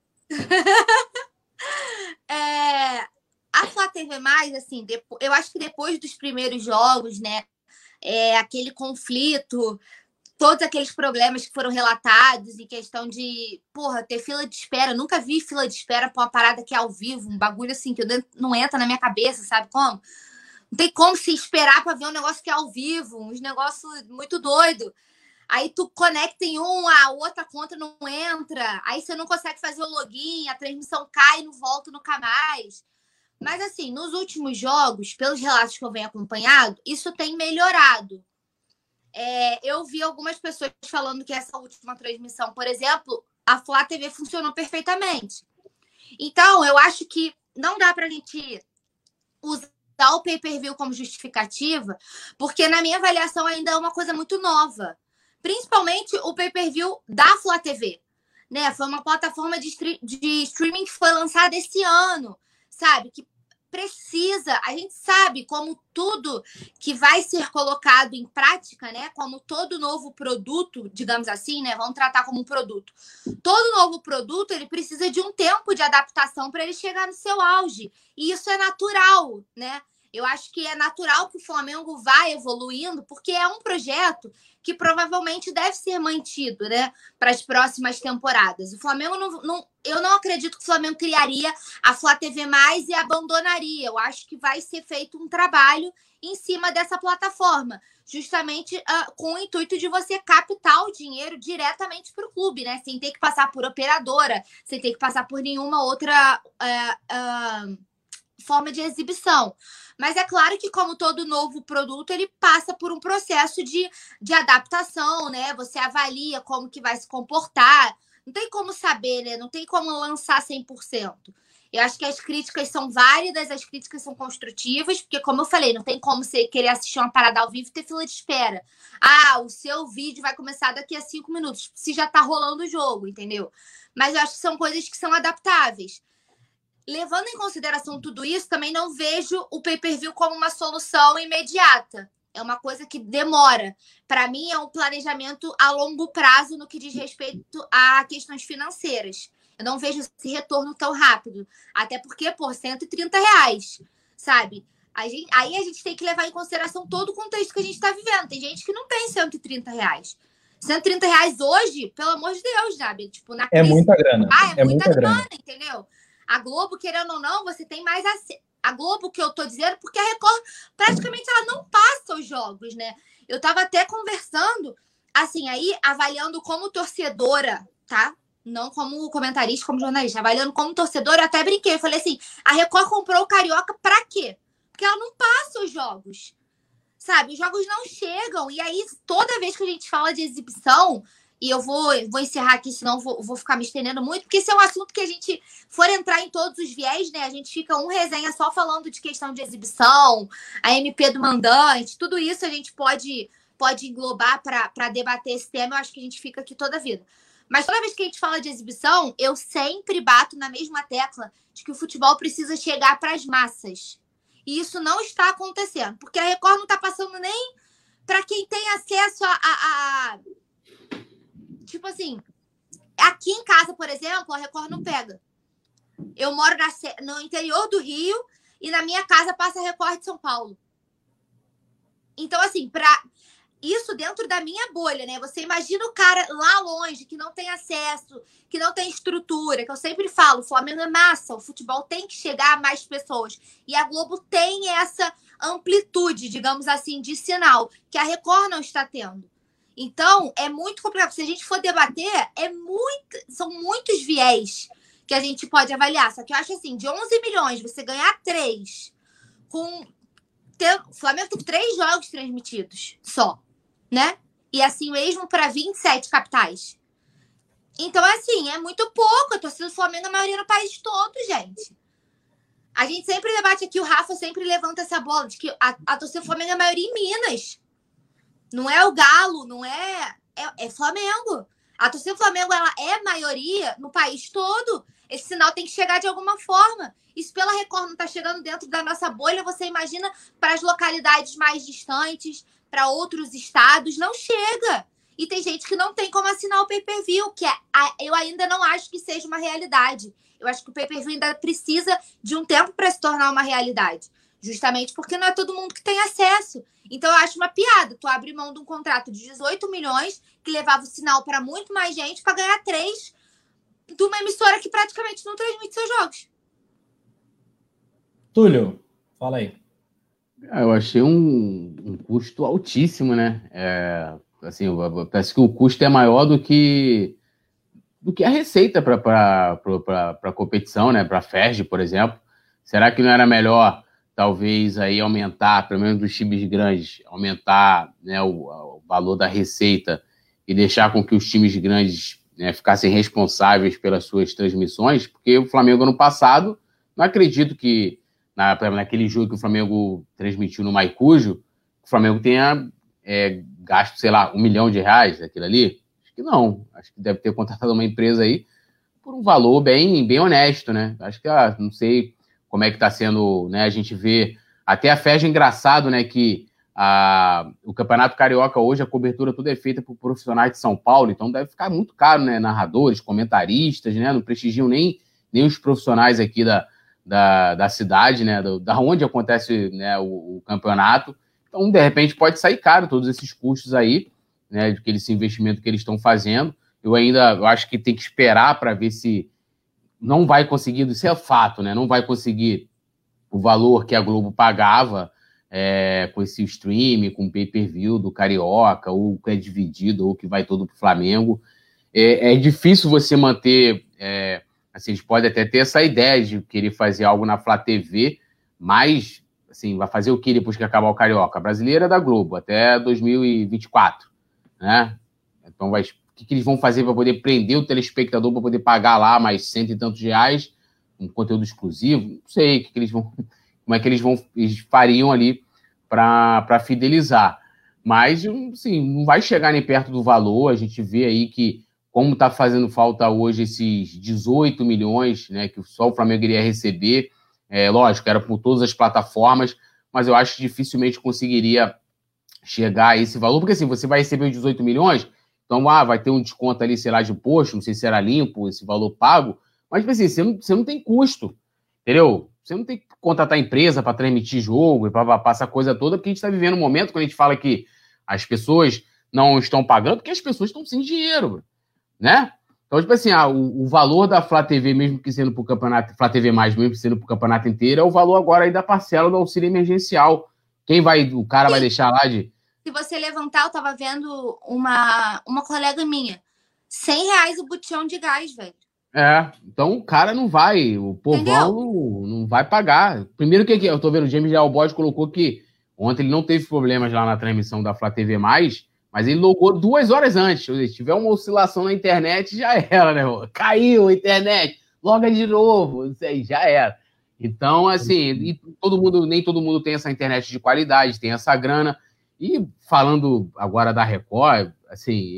A Flá TV+, assim, eu acho que depois dos primeiros jogos, né, aquele conflito, todos aqueles problemas que foram relatados em questão de, ter fila de espera. Eu nunca vi fila de espera pra uma parada que é ao vivo, um bagulho assim que não entra na minha cabeça, sabe como? Não tem como se esperar pra ver um negócio que é ao vivo, uns negócios muito doido. Aí tu conecta em a outra conta não entra, aí você não consegue fazer o login, a transmissão cai e não volta nunca mais. Mas, assim, nos últimos jogos, pelos relatos que eu venho acompanhado, isso tem melhorado. Eu vi algumas pessoas falando que essa última transmissão, por exemplo, a Flá TV funcionou perfeitamente. Então, eu acho que não dá pra gente usar o pay-per-view como justificativa, porque, na minha avaliação, ainda é uma coisa muito nova. Principalmente o pay-per-view da Flá TV. Né? Foi uma plataforma de streaming que foi lançada esse ano, sabe? Que precisa, a gente sabe como tudo que vai ser colocado em prática, né? Como todo novo produto, digamos assim, né? Vamos tratar como um produto. Todo novo produto, ele precisa de um tempo de adaptação para ele chegar no seu auge. E isso é natural, né? Eu acho que é natural que o Flamengo vá evoluindo, porque é um projeto que provavelmente deve ser mantido, né, para as próximas temporadas. O Flamengo eu não acredito que o Flamengo criaria a Flá TV Mais e abandonaria. Eu acho que vai ser feito um trabalho em cima dessa plataforma, justamente com o intuito de você captar o dinheiro diretamente para o clube, né, sem ter que passar por operadora, sem ter que passar por nenhuma outra forma de exibição. Mas é claro que, como todo novo produto, ele passa por um processo de adaptação, né? Você avalia como que vai se comportar. Não tem como saber, né? Não tem como lançar 100%. Eu acho que as críticas são válidas, as críticas são construtivas, porque, como eu falei, não tem como você querer assistir uma parada ao vivo e ter fila de espera. O seu vídeo vai começar daqui a 5 minutos, se já tá rolando o jogo, entendeu? Mas eu acho que são coisas que são adaptáveis. Levando em consideração tudo isso, também não vejo o pay-per-view como uma solução imediata. É uma coisa que demora. Para mim, é um planejamento a longo prazo no que diz respeito a questões financeiras. Eu não vejo esse retorno tão rápido. Até porque, R$130, sabe? Aí a gente tem que levar em consideração todo o contexto que a gente está vivendo. Tem gente que não tem R$130. R$130 hoje, pelo amor de Deus, sabe? Tipo, na crise, muita grana. É muita grana, entendeu? A Globo, querendo ou não, você tem mais acesso. A Globo, que eu tô dizendo, porque a Record praticamente ela não passa os jogos, né? Eu tava até conversando, assim, aí, avaliando como torcedora, tá? Não como comentarista, como jornalista. Avaliando como torcedora, eu até brinquei. Eu falei assim, a Record comprou o Carioca pra quê? Porque ela não passa os jogos, sabe? Os jogos não chegam. E aí, toda vez que a gente fala de exibição... E eu vou encerrar aqui, senão vou ficar me estendendo muito, porque esse é um assunto que a gente for entrar em todos os viés, né? A gente fica resenha só falando de questão de exibição, a MP do mandante, tudo isso a gente pode englobar para debater esse tema. Eu acho que a gente fica aqui toda a vida. Mas toda vez que a gente fala de exibição, eu sempre bato na mesma tecla de que o futebol precisa chegar para as massas. E isso não está acontecendo, porque a Record não está passando nem para quem tem acesso a tipo assim, aqui em casa, por exemplo, a Record não pega. Eu moro no interior do Rio e na minha casa passa a Record de São Paulo. Então, assim, isso dentro da minha bolha, né? Você imagina o cara lá longe, que não tem acesso, que não tem estrutura, que eu sempre falo, o Flamengo é massa, o futebol tem que chegar a mais pessoas. E a Globo tem essa amplitude, digamos assim, de sinal, que a Record não está tendo. Então, é muito complicado. Se a gente for debater, são muitos viés que a gente pode avaliar. Só que eu acho assim, de 11 milhões, você ganhar 3 o Flamengo tem 3 jogos transmitidos só, né? E assim mesmo para 27 capitais. Então, assim, é muito pouco. A torcida do Flamengo, a maioria no país todo, gente. A gente sempre debate aqui, o Rafa sempre levanta essa bola de que a torcida do Flamengo é a maioria em Minas. Não é o Galo, não é Flamengo. A torcida do Flamengo, ela é maioria no país todo. Esse sinal tem que chegar de alguma forma. Isso pela Record não está chegando dentro da nossa bolha. Você imagina para as localidades mais distantes, para outros estados, não chega. E tem gente que não tem como assinar o pay-per-view, que eu ainda não acho que seja uma realidade. Eu acho que o pay-per-view ainda precisa de um tempo para se tornar uma realidade. Justamente porque não é todo mundo que tem acesso. Então, eu acho uma piada. Tu abre mão de um contrato de 18 milhões, que levava o sinal para muito mais gente, para ganhar 3 de uma emissora que praticamente não transmite seus jogos. Túlio, fala aí. Eu achei um custo altíssimo, né? Assim, parece que o custo é maior do que a receita para a competição, né? Para a FERJ, por exemplo. Será que não era melhor... talvez aí aumentar, pelo menos dos times grandes, aumentar, né, o valor da receita e deixar com que os times grandes, né, ficassem responsáveis pelas suas transmissões, porque o Flamengo ano passado, não acredito que naquele jogo que o Flamengo transmitiu no Maicujo, o Flamengo tenha gasto, sei lá, R$1 milhão daquilo ali. Acho que não. Acho que deve ter contratado uma empresa aí por um valor bem honesto, né? Acho que, não sei como é que está sendo, né? A gente vê até a FERJ, engraçado, né? Que o Campeonato Carioca hoje, a cobertura toda é feita por profissionais de São Paulo, então deve ficar muito caro, né? Narradores, comentaristas, né? Não prestigiam nem os profissionais aqui da cidade, né? Da onde acontece, né, o campeonato. Então, de repente, pode sair caro todos esses custos aí, né? Esse investimento que eles estão fazendo. Eu acho que tem que esperar para ver se não vai conseguir, isso é fato, né? Não vai conseguir o valor que a Globo pagava com esse stream, com o pay-per-view do Carioca, ou que é dividido, ou que vai todo para o Flamengo. É difícil você manter... assim, a gente pode até ter essa ideia de querer fazer algo na Flá TV, mas assim, vai fazer o que depois que acabar o Carioca? A brasileira é da Globo, até 2024, né? Então, o que eles vão fazer para poder prender o telespectador, para poder pagar lá mais R$100 e tantos, um conteúdo exclusivo? Não sei como é que eles fariam ali para fidelizar. Mas, assim, não vai chegar nem perto do valor. A gente vê aí que, como está fazendo falta hoje esses 18 milhões, né, que só o Flamengo iria receber, lógico, era por todas as plataformas, mas eu acho que dificilmente conseguiria chegar a esse valor, porque assim, você vai receber os 18 milhões, então vai ter um desconto ali, sei lá, de imposto, não sei se era limpo esse valor pago, mas assim, você não tem custo, entendeu? Você não tem que contratar empresa para transmitir jogo e para passar essa coisa toda, porque a gente está vivendo um momento, quando a gente fala que as pessoas não estão pagando, porque as pessoas estão sem dinheiro, né? Então, tipo assim, o valor da Flá TV, mesmo que sendo para o campeonato, Flá TV+, mesmo que sendo para o campeonato inteiro, é o valor agora aí da parcela do auxílio emergencial. O cara vai deixar lá de... Se você levantar, eu tava vendo uma colega minha, R$100 o botijão de gás, velho. Então o cara não vai, o povão não vai pagar. Primeiro que eu tô vendo, o James Leal Bode colocou que ontem ele não teve problemas lá na transmissão da Flá TV+, mas ele logou 2 horas antes. Se tiver uma oscilação na internet, já era, né? Caiu a internet, loga de novo, isso aí, já era. Então, assim, nem todo mundo tem essa internet de qualidade, tem essa grana. E falando agora da Record, assim,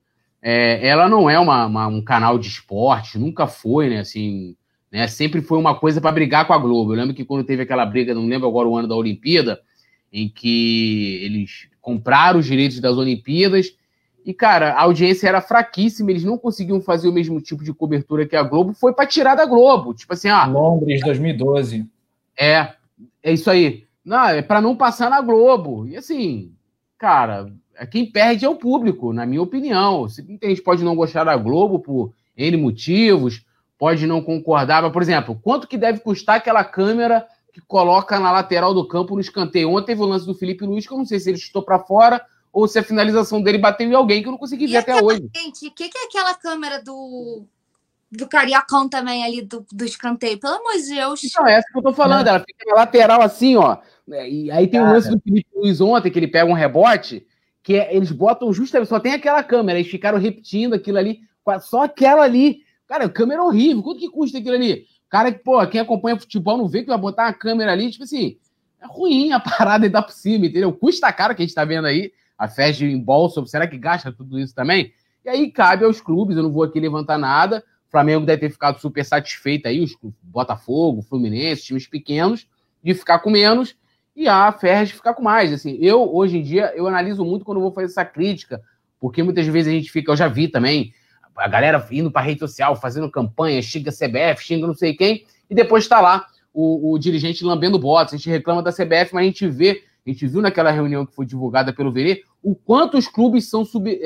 ela não é um canal de esporte, nunca foi, né? Assim, né? Sempre foi uma coisa para brigar com a Globo. Eu lembro que quando teve aquela briga, não lembro agora o ano da Olimpíada, em que eles compraram os direitos das Olimpíadas e, cara, a audiência era fraquíssima, eles não conseguiam fazer o mesmo tipo de cobertura que a Globo, foi para tirar da Globo. Tipo assim, Londres, 2012. É isso aí. Não, é para não passar na Globo. E assim, cara, quem perde é o público, na minha opinião. Muita gente pode não gostar da Globo por N motivos, pode não concordar, mas, por exemplo, quanto que deve custar aquela câmera que coloca na lateral do campo no escanteio? Ontem teve o lance do Felipe Luiz, que eu não sei se ele chutou para fora ou se a finalização dele bateu em alguém, que eu não consegui ver até hoje. Gente, o que é aquela câmera do Cariocão também ali, do escanteio? Pelo amor de Deus. Então, é essa que eu tô falando, ela fica na lateral assim, ó. E aí tem o lance do Felipe Luiz ontem, que ele pega um rebote, que eles botam justamente, só tem aquela câmera, eles ficaram repetindo aquilo ali, só aquela ali. Cara, a câmera é horrível, quanto que custa aquilo ali? Cara, quem acompanha futebol não vê que vai botar uma câmera ali, tipo assim, é ruim a parada e dá por cima, entendeu? Custa caro que a gente tá vendo aí, a FERJ em bolsa, será que gasta tudo isso também? E aí cabe aos clubes, eu não vou aqui levantar nada, o Flamengo deve ter ficado super satisfeito aí, os Botafogo, Fluminense, times pequenos, de ficar com menos, e a FERJ ficar com mais. Assim, hoje em dia, eu analiso muito quando eu vou fazer essa crítica, porque muitas vezes a gente fica, eu já vi também, a galera indo para rede social, fazendo campanha, xinga a CBF, xinga não sei quem, e depois está lá o dirigente lambendo botas. A gente reclama da CBF, mas a gente viu naquela reunião que foi divulgada pelo Verê, o quanto os clubes são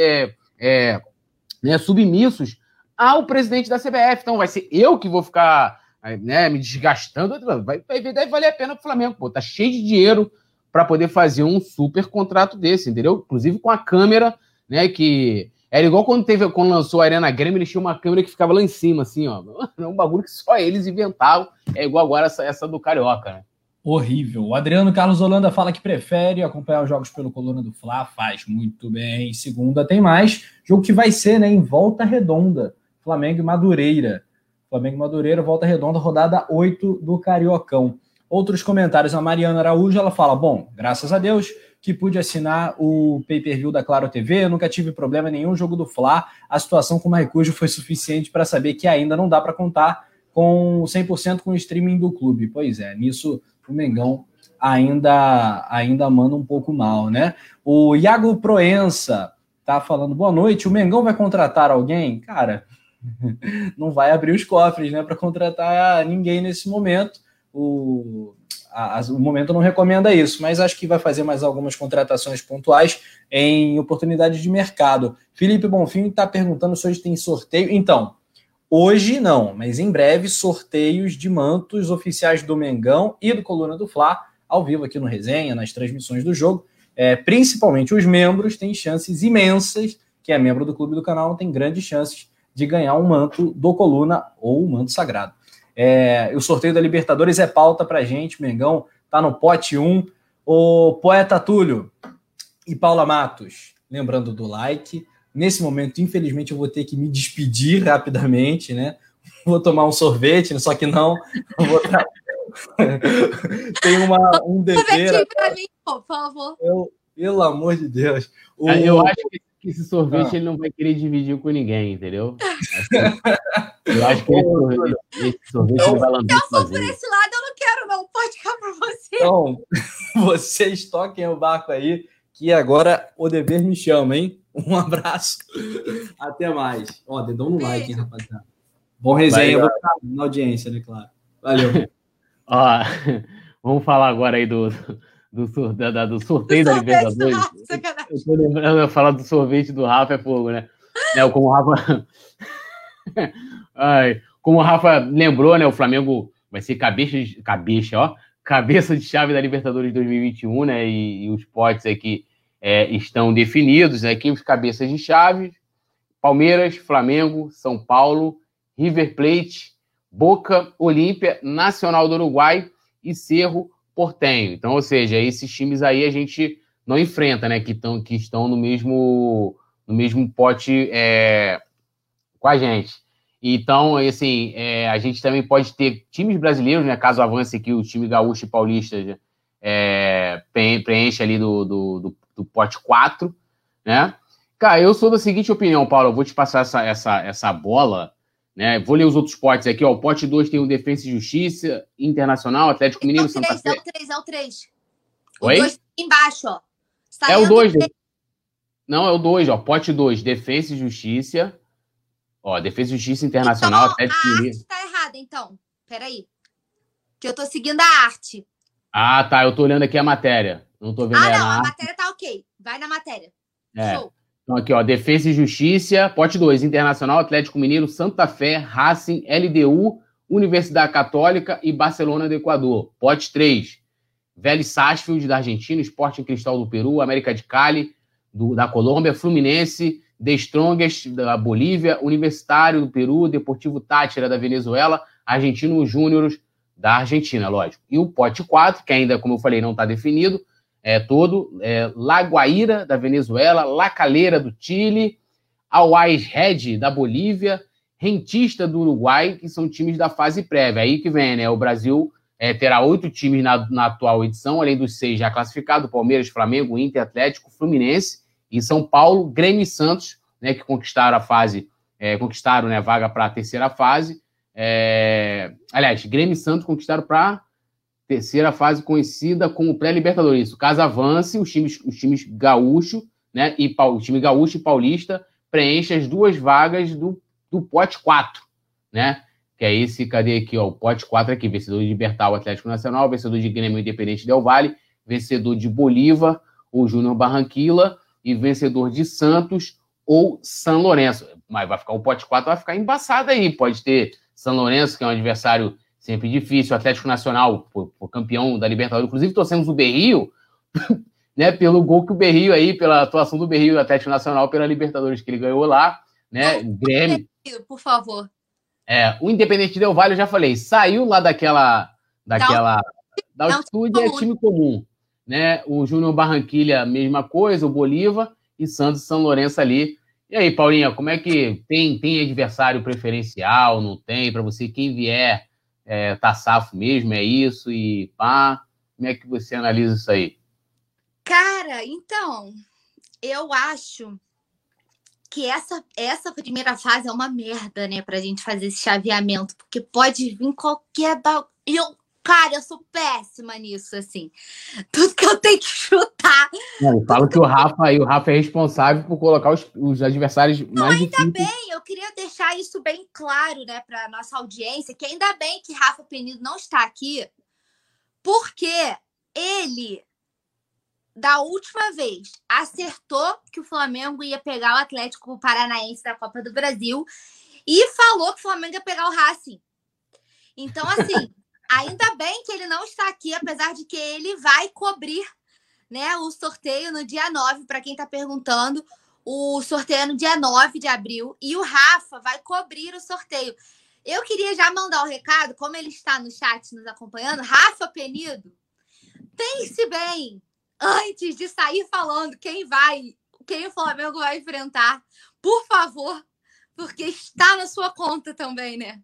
submissos ao presidente da CBF. Então vai ser eu que vou ficar me desgastando, deve valer a pena pro Flamengo, pô, tá cheio de dinheiro para poder fazer um super contrato desse, entendeu? Inclusive com a câmera, né, que era igual quando lançou a Arena Grêmio, eles tinham uma câmera que ficava lá em cima, assim, ó. É um bagulho que só eles inventavam. É igual agora essa do Carioca, né? Horrível. O Adriano Carlos Holanda fala que prefere acompanhar os jogos pelo Coluna do Fla. Faz muito bem. Segunda tem mais. Jogo que vai ser, né, em Volta Redonda. Flamengo e Madureira. Flamengo e Madureira, Volta Redonda, rodada 8 do Cariocão. Outros comentários. A Mariana Araújo, ela fala, bom, graças a Deus que pude assinar o pay-per-view da Claro TV, eu nunca tive problema em nenhum jogo do Fla, a situação com o Maicujo foi suficiente para saber que ainda não dá para contar com 100% com o streaming do clube. Pois é, nisso o Mengão ainda manda um pouco mal, né? O Iago Proença tá falando, boa noite, o Mengão vai contratar alguém? Cara, não vai abrir os cofres, né, para contratar ninguém nesse momento. O momento não recomenda isso, mas acho que vai fazer mais algumas contratações pontuais em oportunidades de mercado. Felipe Bonfim está perguntando se hoje tem sorteio. Então, hoje não, mas em breve sorteios de mantos oficiais do Mengão e do Coluna do Fla, ao vivo aqui no Resenha, nas transmissões do jogo. Principalmente os membros têm chances imensas, quem é membro do clube do canal tem grandes chances de ganhar um manto do Coluna ou um manto sagrado. O sorteio da Libertadores é pauta pra gente, Mengão tá no pote 1. O Poeta Túlio e Paula Matos, lembrando do like. Nesse momento, infelizmente, eu vou ter que me despedir rapidamente, né? Vou tomar um sorvete, só que não. Vou Tem um dever. Pra mim, por favor. Pelo amor de Deus. Eu acho que esse sorvete ele não vai querer dividir com ninguém, entendeu? Eu acho que esse sorvete ele vai lamber sozinho. Se eu for por esse lado, eu não quero, não. Pode ficar pra você. Então, vocês toquem o barco aí, que agora o dever me chama, hein? Um abraço. Até mais. Dedão no like, hein, rapaziada. Bom resenha. Vou ficar na audiência, né, claro. Valeu. Vamos falar agora aí do sorteio da Libertadores. Eu tô lembrando, eu falar do sorvete do Rafa é fogo, né? Como o Rafa lembrou, né? O Flamengo vai ser cabeça de chave da Libertadores 2021, né? E os potes aqui estão definidos, né? Aqui os cabeças de chave: Palmeiras, Flamengo, São Paulo, River Plate, Boca, Olímpia, Nacional do Uruguai e Cerro Porteño. Então, ou seja, esses times aí a gente não enfrenta, né? Que estão no mesmo pote com a gente. Então, assim, a gente também pode ter times brasileiros, né? Caso avance aqui o time gaúcho e paulista preenche ali do pote 4, né? Cara, eu sou da seguinte opinião, Paulo, eu vou te passar essa bola, né? Vou ler os outros potes aqui, ó. O pote 2 tem o Defensa e Justiça, Internacional, Atlético Mineiro, Santa Fé. É o 3. Oi? O 2 embaixo, ó. É o 2. Não, é o 2, ó. Pote 2, Defensa e Justiça. Ó, Defesa e Justiça Internacional, então, Atlético Mineiro. A arte tá errada, então. Peraí. Que eu tô seguindo a arte. Ah, tá. Eu tô olhando aqui a matéria. Não tô vendo a matéria tá ok. Vai na matéria. Show. Então aqui, ó, Defesa e Justiça, pote 2, Internacional, Atlético Mineiro, Santa Fé, Racing, LDU, Universidade Católica e Barcelona do Equador. Pote 3, Vélez Sarsfield, da Argentina, Sporting Cristal do Peru, América de Cali, da Colômbia, Fluminense, The Strongest, da Bolívia, Universitário do Peru, Deportivo Táchira, da Venezuela, Argentinos Júniors, da Argentina, lógico. E o pote 4, que ainda, como eu falei, não está definido, La Guaira, da Venezuela, La Calera, do Chile, Always Red, da Bolívia, Rentista, do Uruguai, que são times da fase prévia. Aí que vem, né? O Brasil terá 8 times na atual edição, além dos 6 já classificados: Palmeiras, Flamengo, Inter, Atlético, Fluminense e São Paulo, Grêmio e Santos, né, que conquistaram a fase, conquistaram, né, vaga para a terceira fase. Aliás, Grêmio e Santos conquistaram para a terceira fase, conhecida como pré-Libertadores. Isso, caso avance, os times gaúcho, né, o time gaúcho e paulista preenchem as 2 vagas do pote 4, né? Que é esse, cadê aqui, ó, o pote 4 aqui: vencedor de Libertad, o Atlético Nacional, vencedor de Grêmio, Independente Del Valle, vencedor de Bolívar, o Júnior Barranquilla, e vencedor de Santos ou São Lourenço. Mas vai ficar o pote 4, vai ficar embaçado aí. Pode ter São Lourenço, que é um adversário sempre difícil, o Atlético Nacional, o campeão da Libertadores. Inclusive, torcemos o Berrio, né, pelo gol que o Berrio aí, pela atuação do Berrio, o Atlético Nacional, pela Libertadores que ele ganhou lá, né? Grêmio. Por favor. O Independente Del Valle, eu já falei, saiu lá da altitude, é time comum. Né? O Júnior Barranquilla, mesma coisa, o Bolívar e Santos e São Lourenço ali. E aí, Paulinha, como é que tem adversário preferencial? Não tem? Para você, quem vier, tá safo mesmo, é isso? E pá, como é que você analisa isso aí? Cara, então, eu acho que essa primeira fase é uma merda, né? Pra gente fazer esse chaveamento. Porque pode vir qualquer... Cara, eu sou péssima nisso, assim. Tudo que eu tenho que chutar. Eu falo que o Rafa é responsável por colocar os adversários mais difíceis. Ainda bem, eu queria deixar isso bem claro, né, para nossa audiência, que ainda bem que Rafa Penido não está aqui, porque ele, da última vez, acertou que o Flamengo ia pegar o Atlético Paranaense da Copa do Brasil e falou que o Flamengo ia pegar o Racing. Então, assim... Ainda bem que ele não está aqui, apesar de que ele vai cobrir, né, o sorteio no dia 9, para quem está perguntando, o sorteio é no dia 9 de abril, e o Rafa vai cobrir o sorteio. Eu queria já mandar o recado, como ele está no chat nos acompanhando, Rafa Penido, pense bem, antes de sair falando quem o Flamengo vai enfrentar, por favor, porque está na sua conta também, né?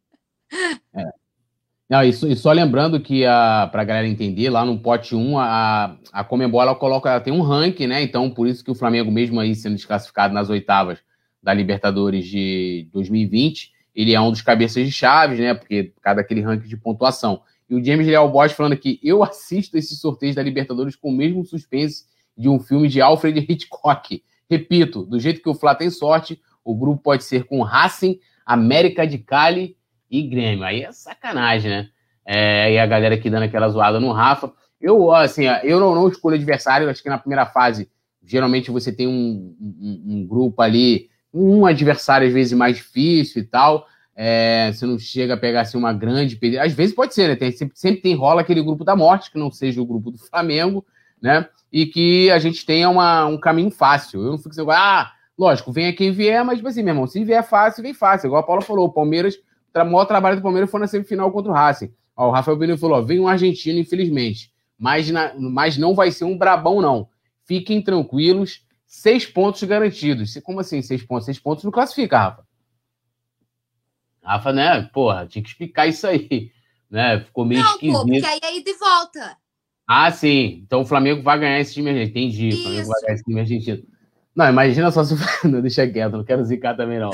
Não, e só lembrando que, para a galera entender, lá no pote 1, a Conmebol ela tem um ranking, né? Então, por isso que o Flamengo, mesmo aí sendo desclassificado nas oitavas da Libertadores de 2020, ele é um dos cabeças de chaves, né? Porque por causa daquele ranking de pontuação. E o James Leal Bosch falando aqui, eu assisto esses sorteios da Libertadores com o mesmo suspense de um filme de Alfred Hitchcock. Repito, do jeito que o Flá tem sorte, o grupo pode ser com Racing, América de Cali e Grêmio. Aí é sacanagem, né? E a galera aqui dando aquela zoada no Rafa. Eu não escolho adversário. Acho que na primeira fase, geralmente você tem um grupo ali, um adversário às vezes mais difícil e tal. Você não chega a pegar assim uma grande... Às vezes pode ser, né? Sempre rola aquele grupo da morte, que não seja o grupo do Flamengo, né? E que a gente tenha um caminho fácil. Eu não fico assim, lógico, venha quem vier, mas tipo assim, meu irmão, se vier fácil, vem fácil. Igual a Paula falou, o Palmeiras... O maior trabalho do Palmeiras foi na semifinal contra o Racing. O Rafael Benito falou, vem um argentino, infelizmente. Mas não vai ser um brabão, não. Fiquem tranquilos, 6 pontos garantidos. Como assim 6 pontos? 6 pontos não classifica, Rafa. Rafa, né? Porra, tinha que explicar isso aí. Né? Ficou meio esquisito. Não, porque aí é ida e volta. Ah, sim. Então o Flamengo vai ganhar esse time argentino. Entendi. Isso. O Flamengo vai ganhar esse time argentino. Não, imagina só se... Não, deixa quieto, não quero zicar também, não.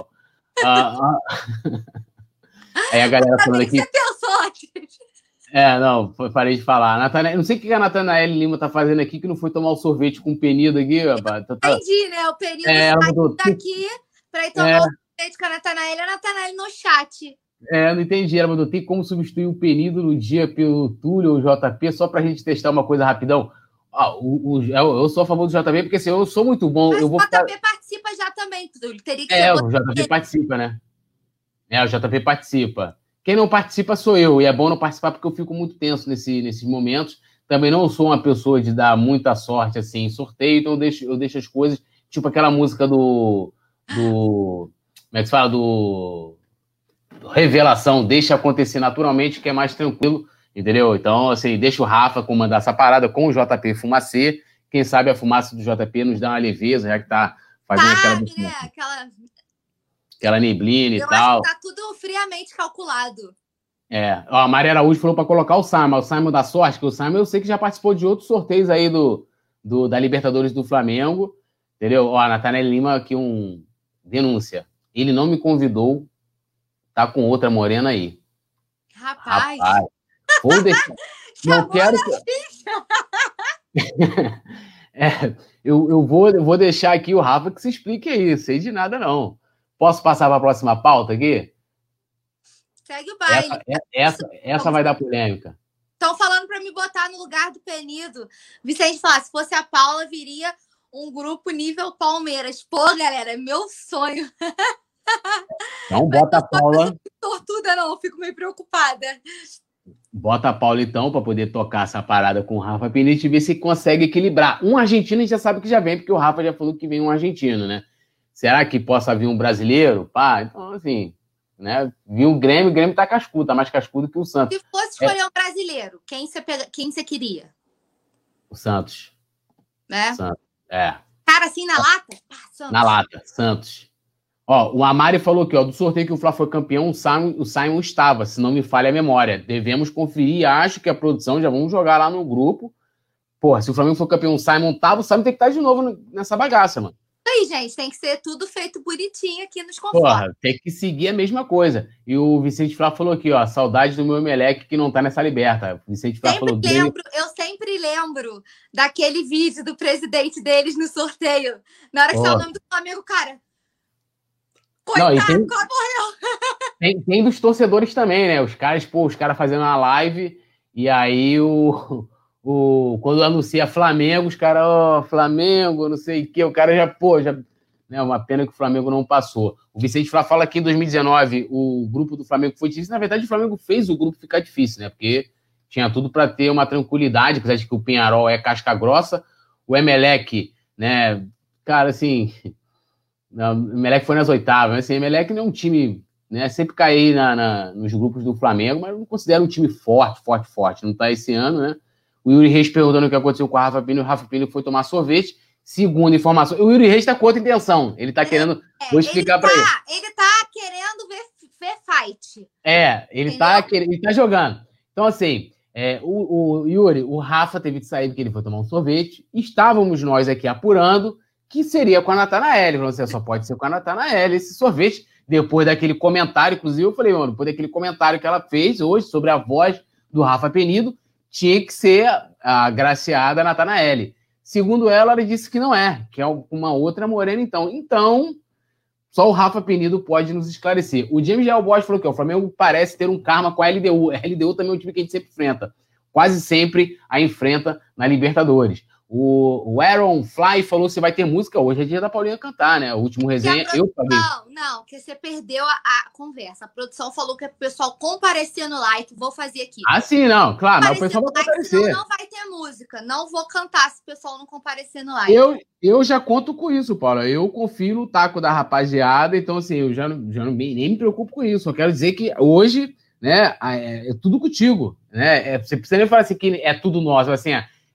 Aí a galera falando aqui... Você pensou antes. Não, parei de falar. Não sei o que a Natanael Lima tá fazendo aqui, que não foi tomar um sorvete com o Penido aqui, rapaz. Entendi, né? O Penido saiu daqui pra ir tomar um sorvete com a Natanael no chat. Não entendi. Ela mandou, tem como substituir o Penido no dia pelo Túlio ou JP, só pra gente testar uma coisa rapidão? Eu sou a favor do JP, porque assim, eu sou muito bom. Mas o JP participa já também, Túlio. Teria que o JP participa, né? O JP participa. Quem não participa sou eu, e é bom não participar porque eu fico muito tenso nesses momentos. Também não sou uma pessoa de dar muita sorte assim em sorteio, então eu deixo as coisas, tipo aquela música do como é que se fala? Do Revelação, deixa acontecer naturalmente, que é mais tranquilo, entendeu? Então, assim, deixa o Rafa comandar essa parada com o JP Fumacê. Quem sabe a fumaça do JP nos dá uma leveza, já que tá fazendo aquela neblina e tal. Eu acho que tá tudo friamente calculado. A Maria Araújo falou para colocar o Simon da sorte, que o Simon eu sei que já participou de outros sorteios aí da Libertadores do Flamengo, entendeu? A Natanael Lima aqui denúncia. Ele não me convidou, tá com outra morena aí. Rapaz. Vou deixar... não quero... eu vou deixar aqui o Rafa que se explique aí, sei de nada não. Posso passar para a próxima pauta aqui? Segue o baile. Essa vai dar polêmica. Estão falando para me botar no lugar do Penido. Vicente fala, se fosse a Paula, viria um grupo nível Palmeiras. Pô, galera, é meu sonho. Então bota a Paula... Não tortuda não, eu fico meio preocupada. Bota a Paula, então, para poder tocar essa parada com o Rafa Penido e ver se consegue equilibrar. Um argentino a gente já sabe que já vem, porque o Rafa já falou que vem um argentino, né? Será que possa vir um brasileiro? Então, assim, né? Viu o Grêmio tá cascudo, tá mais cascudo que o Santos. Se fosse escolher um brasileiro, quem você queria? O Santos. Né? Santos, Cara, assim, na lata? Santos. Na lata, Santos. O Amari falou aqui, do sorteio que o Fla foi campeão, o Simon estava, se não me falha a memória. Devemos conferir, acho que a produção já vamos jogar lá no grupo. Porra, se o Flamengo for campeão, o Simon tem que estar de novo nessa bagaça, mano. aí, gente. Tem que ser tudo feito bonitinho aqui nos Porra, conformes. tem que seguir a mesma coisa. E o Vicente Flá falou aqui, ó, saudade do meu Emelec que não tá nessa liberta. O Vicente Flá falou dele. Eu sempre lembro daquele vídeo do presidente deles no sorteio. Na hora que saiu o nome do Flamengo, cara. Coitado, Não, e tem, quase morreu. tem dos torcedores também, né? Os caras fazendo uma live e aí quando anuncia Flamengo, os caras, ó, Flamengo, não sei o quê, o cara já, né? Uma pena que o Flamengo não passou. O Vicente Flá fala que em 2019 o grupo do Flamengo foi difícil. Na verdade, o Flamengo fez o grupo ficar difícil, né? Porque tinha tudo para ter uma tranquilidade, apesar de que o Peñarol é casca grossa. O Emelec, né? Cara, assim, o Emelec foi nas oitavas. Assim, o Emelec não é um time, né? Sempre caí nos grupos do Flamengo, mas eu não considero um time forte. Não tá esse ano, né? O Yuri Reis perguntando o que aconteceu com o Rafa Pinho. O Rafa Pinho foi tomar sorvete. Segunda informação, o Yuri Reis está com outra intenção. Ele está querendo. Vou explicar para ele. Ele tá querendo ver fight. Ele tá jogando. Então, assim, o Yuri, o Rafa teve que sair porque ele foi tomar um sorvete. Estávamos nós aqui apurando que seria com a Natanael. Você só pode ser com a Natanael esse sorvete. Depois daquele comentário, inclusive, eu falei, mano, depois daquele comentário que ela fez hoje sobre a voz do Rafa Penido, tinha que ser a agraciada Natanael. Segundo ela disse que não é, que é uma outra morena, então. Então, só o Rafa Penido pode nos esclarecer. O James Leal Bosch falou que o Flamengo parece ter um karma com a LDU. A LDU também é um time que a gente sempre enfrenta. Quase sempre a enfrenta na Libertadores. O Aaron Fly falou se vai ter música hoje. É dia da Paulinha cantar, né? O último resenha eu falei. Não, que você perdeu a conversa. A produção falou que é pro pessoal comparecer no like. Vou fazer aqui. Ah, sim, não. Claro, mas o pessoal vai comparecer. Senão não vai ter música. Não vou cantar se o pessoal não comparecer no like. Eu já conto com isso, Paulo. Eu confio no taco da rapaziada. Então, assim, eu já nem me preocupo com isso. Eu quero dizer que hoje, né, é tudo contigo. Né? Você precisa nem falar assim que é tudo nosso. Assim,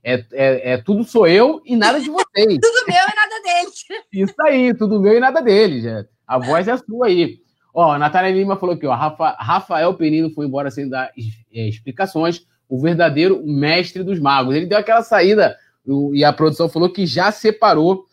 tudo sou eu e nada de vocês. Tudo meu e nada deles. Isso aí, tudo meu e nada deles. A voz é sua aí. Ó, a Natália Lima falou aqui, ó, Rafael Penino foi embora sem dar explicações, o verdadeiro mestre dos magos. Ele deu aquela saída e a produção falou que já separou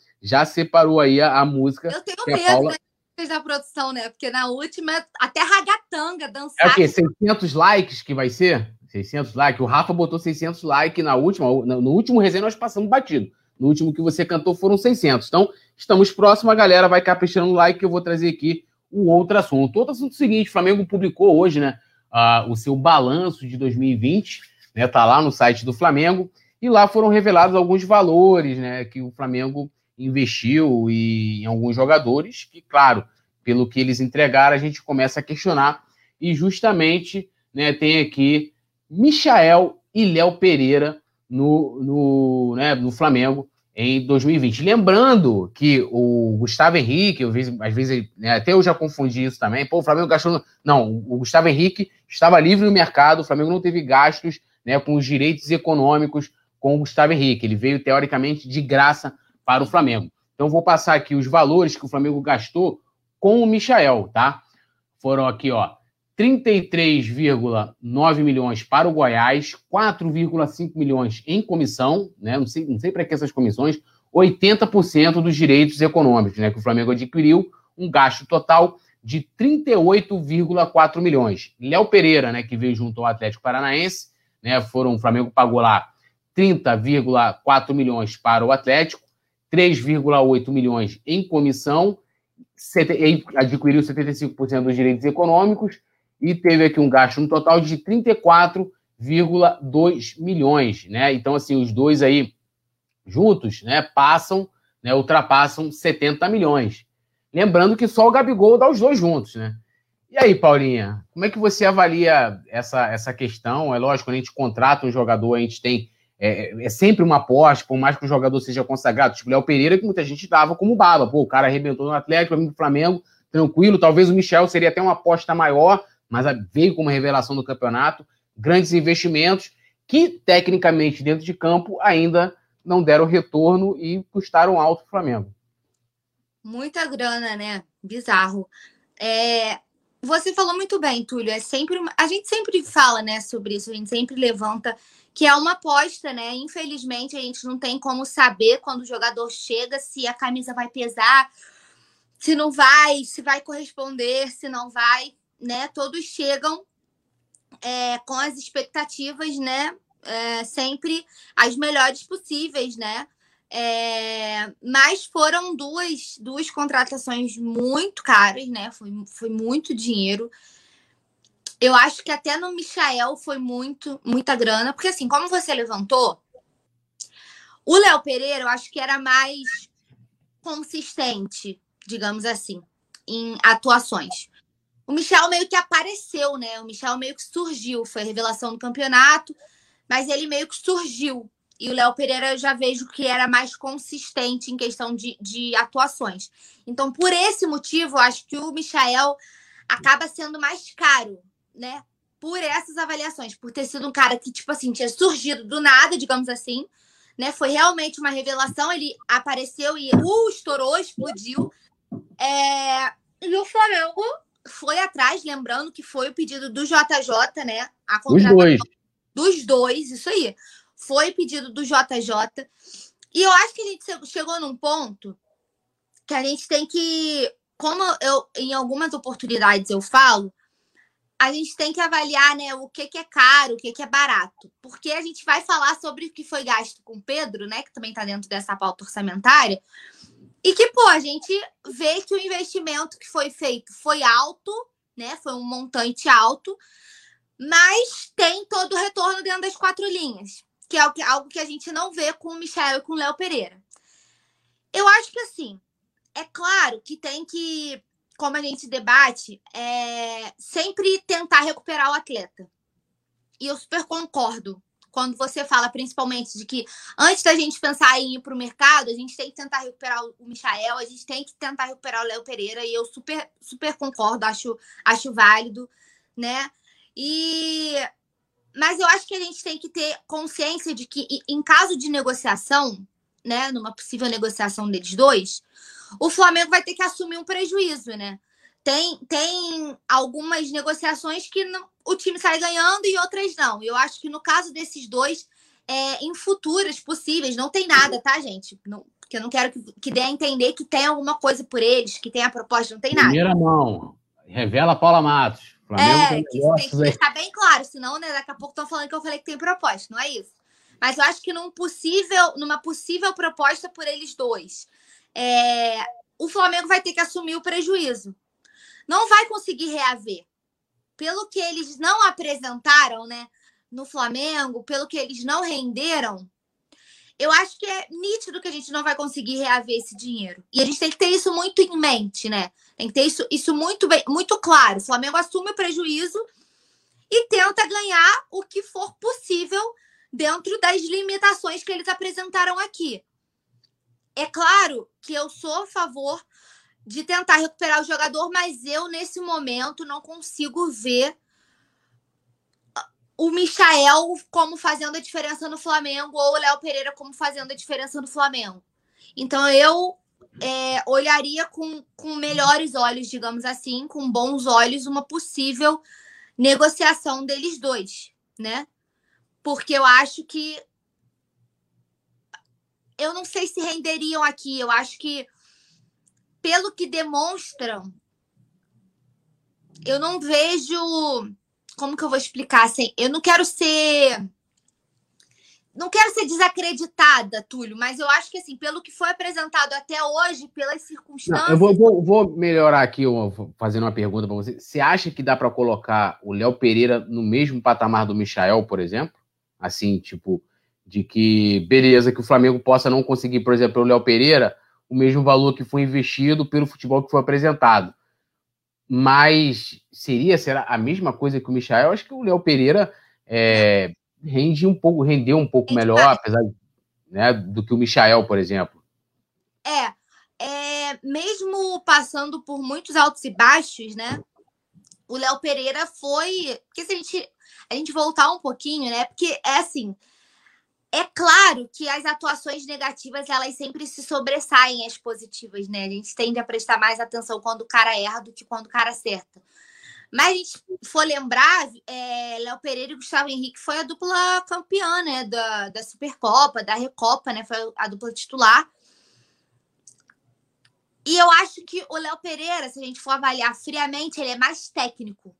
aí a música. Eu tenho medo, Paula... da produção, né? Porque na última, até ragatanga, dançar. É o quê? 600 likes que vai ser? 600 likes. O Rafa botou 600 likes no último resenha nós passamos batido. No último que você cantou foram 600. Então, estamos próximos, a galera vai caprichando no like que eu vou trazer aqui um outro assunto. Outro assunto seguinte, o Flamengo publicou hoje, né, o seu balanço de 2020, né, tá lá no site do Flamengo, e lá foram revelados alguns valores, né, que o Flamengo investiu em alguns jogadores, que, claro, pelo que eles entregaram, a gente começa a questionar, e justamente, né, tem aqui Michael e Léo Pereira no Flamengo em 2020. Lembrando que o Gustavo Henrique, às vezes, né, até eu já confundi isso também, o Flamengo gastou... Não, o Gustavo Henrique estava livre no mercado, o Flamengo não teve gastos, né, com os direitos econômicos com o Gustavo Henrique. Ele veio, teoricamente, de graça para o Flamengo. Então, vou passar aqui os valores que o Flamengo gastou com o Michael, tá? Foram aqui, ó, 33,9 milhões para o Goiás, 4,5 milhões em comissão, né? Não sei para que essas comissões, 80% dos direitos econômicos, né? Que o Flamengo adquiriu, um gasto total de 38,4 milhões. Léo Pereira, né? Que veio junto ao Atlético Paranaense, né? O Flamengo pagou lá 30,4 milhões para o Atlético, 3,8 milhões em comissão, adquiriu 75% dos direitos econômicos, e teve aqui um gasto no total de 34,2 milhões, né? Então, assim, os dois aí juntos, né, ultrapassam 70 milhões. Lembrando que só o Gabigol dá os dois juntos, né? E aí, Paulinha, como é que você avalia essa questão? É lógico, quando a gente contrata um jogador, a gente tem sempre uma aposta, por mais que o jogador seja consagrado, tipo o Léo Pereira, que muita gente dava como baba. Pô, o cara arrebentou no Atlético, vai vir pro Flamengo, tranquilo, talvez o Michel seria até uma aposta maior, mas veio como revelação do campeonato, grandes investimentos que, tecnicamente, dentro de campo, ainda não deram retorno e custaram alto o Flamengo. Muita grana, né? Bizarro. Você falou muito bem, Túlio. A gente sempre fala, né, sobre isso, a gente sempre levanta que é uma aposta, né? Infelizmente, a gente não tem como saber quando o jogador chega se a camisa vai pesar, se não vai, se vai corresponder, se não vai, né? Todos chegam com as expectativas, né? Sempre as melhores possíveis, né? Mas foram duas contratações muito caras, né? Foi muito dinheiro. Eu acho que até no Michael foi muita grana, porque assim, como você levantou, o Léo Pereira eu acho que era mais consistente, digamos assim, em atuações. O Michel meio que apareceu, né? O Michel meio que surgiu, foi a revelação do campeonato, mas ele meio que surgiu. E o Léo Pereira eu já vejo que era mais consistente em questão de atuações. Então, por esse motivo, eu acho que o Michael acaba sendo mais caro, né? Por essas avaliações, por ter sido um cara que, tipo assim, tinha surgido do nada, digamos assim, né? Foi realmente uma revelação, ele apareceu e estourou, explodiu. E o Flamengo foi atrás, lembrando que foi o pedido do JJ, né? A contratação dos dois, isso aí. Foi pedido do JJ. E eu acho que a gente chegou num ponto que a gente tem que, como eu em algumas oportunidades eu falo, a gente tem que avaliar, né, o que é caro, o que é barato. Porque a gente vai falar sobre o que foi gasto com o Pedro, né, que também está dentro dessa pauta orçamentária, e que, pô, a gente vê que o investimento que foi feito foi alto, né, foi um montante alto, mas tem todo o retorno dentro das 4 linhas, que é algo que a gente não vê com o Michael e com o Léo Pereira. Eu acho que, assim, é claro que tem que, como a gente debate, sempre tentar recuperar o atleta. E eu super concordo quando você fala, principalmente, de que antes da gente pensar em ir para o mercado, a gente tem que tentar recuperar o Michael, a gente tem que tentar recuperar o Léo Pereira, e eu super, super concordo, acho válido, né? Mas eu acho que a gente tem que ter consciência de que, em caso de negociação, né, numa possível negociação deles dois, o Flamengo vai ter que assumir um prejuízo, né? Tem algumas negociações que o time sai ganhando e outras não. Eu acho que no caso desses dois, em futuras possíveis, não tem nada, tá, gente? Porque eu não quero que dê a entender que tem alguma coisa por eles, que tem a proposta, não tem nada. Primeira mão, revela Paula Matos. Flamengo que isso tem que deixar bem claro, senão, né, daqui a pouco estão falando que eu falei que tem proposta, não é isso. Mas eu acho que numa possível proposta por eles dois, o Flamengo vai ter que assumir o prejuízo. Não vai conseguir reaver. Pelo que eles não apresentaram, né, no Flamengo, pelo que eles não renderam, eu acho que é nítido que a gente não vai conseguir reaver esse dinheiro. E a gente tem que ter isso muito em mente, né? Tem que ter isso muito claro. O Flamengo assume o prejuízo e tenta ganhar o que for possível dentro das limitações que eles apresentaram aqui. É claro que eu sou a favor de tentar recuperar o jogador, mas eu, nesse momento, não consigo ver o Michael como fazendo a diferença no Flamengo ou o Léo Pereira como fazendo a diferença no Flamengo. Então, eu olharia com melhores olhos, digamos assim, com bons olhos, uma possível negociação deles dois, né? Porque eu acho que eu não sei se renderiam aqui. Eu acho que, pelo que demonstram, eu não vejo... Como que eu vou explicar? Assim, eu não quero ser desacreditada, Túlio, mas eu acho que, assim, pelo que foi apresentado até hoje, pelas circunstâncias... Não, eu vou melhorar aqui, fazendo uma pergunta para você. Você acha que dá para colocar o Léo Pereira no mesmo patamar do Michael, por exemplo? Assim, tipo, de que, beleza, que o Flamengo possa não conseguir, por exemplo, o Léo Pereira, o mesmo valor que foi investido pelo futebol que foi apresentado. Mas será a mesma coisa que o Michael? Eu acho que o Léo Pereira rendeu um pouco melhor, apesar né, do que o Michael, por exemplo. Mesmo passando por muitos altos e baixos, né? O Léo Pereira foi... Porque se a gente voltar um pouquinho, né? Porque assim... É claro que as atuações negativas, elas sempre se sobressaem às positivas, né? A gente tende a prestar mais atenção quando o cara erra do que quando o cara acerta. Mas a gente for lembrar, Léo Pereira e Gustavo Henrique foi a dupla campeã, né? Da Supercopa, da Recopa, né? Foi a dupla titular. E eu acho que o Léo Pereira, se a gente for avaliar friamente, ele é mais técnico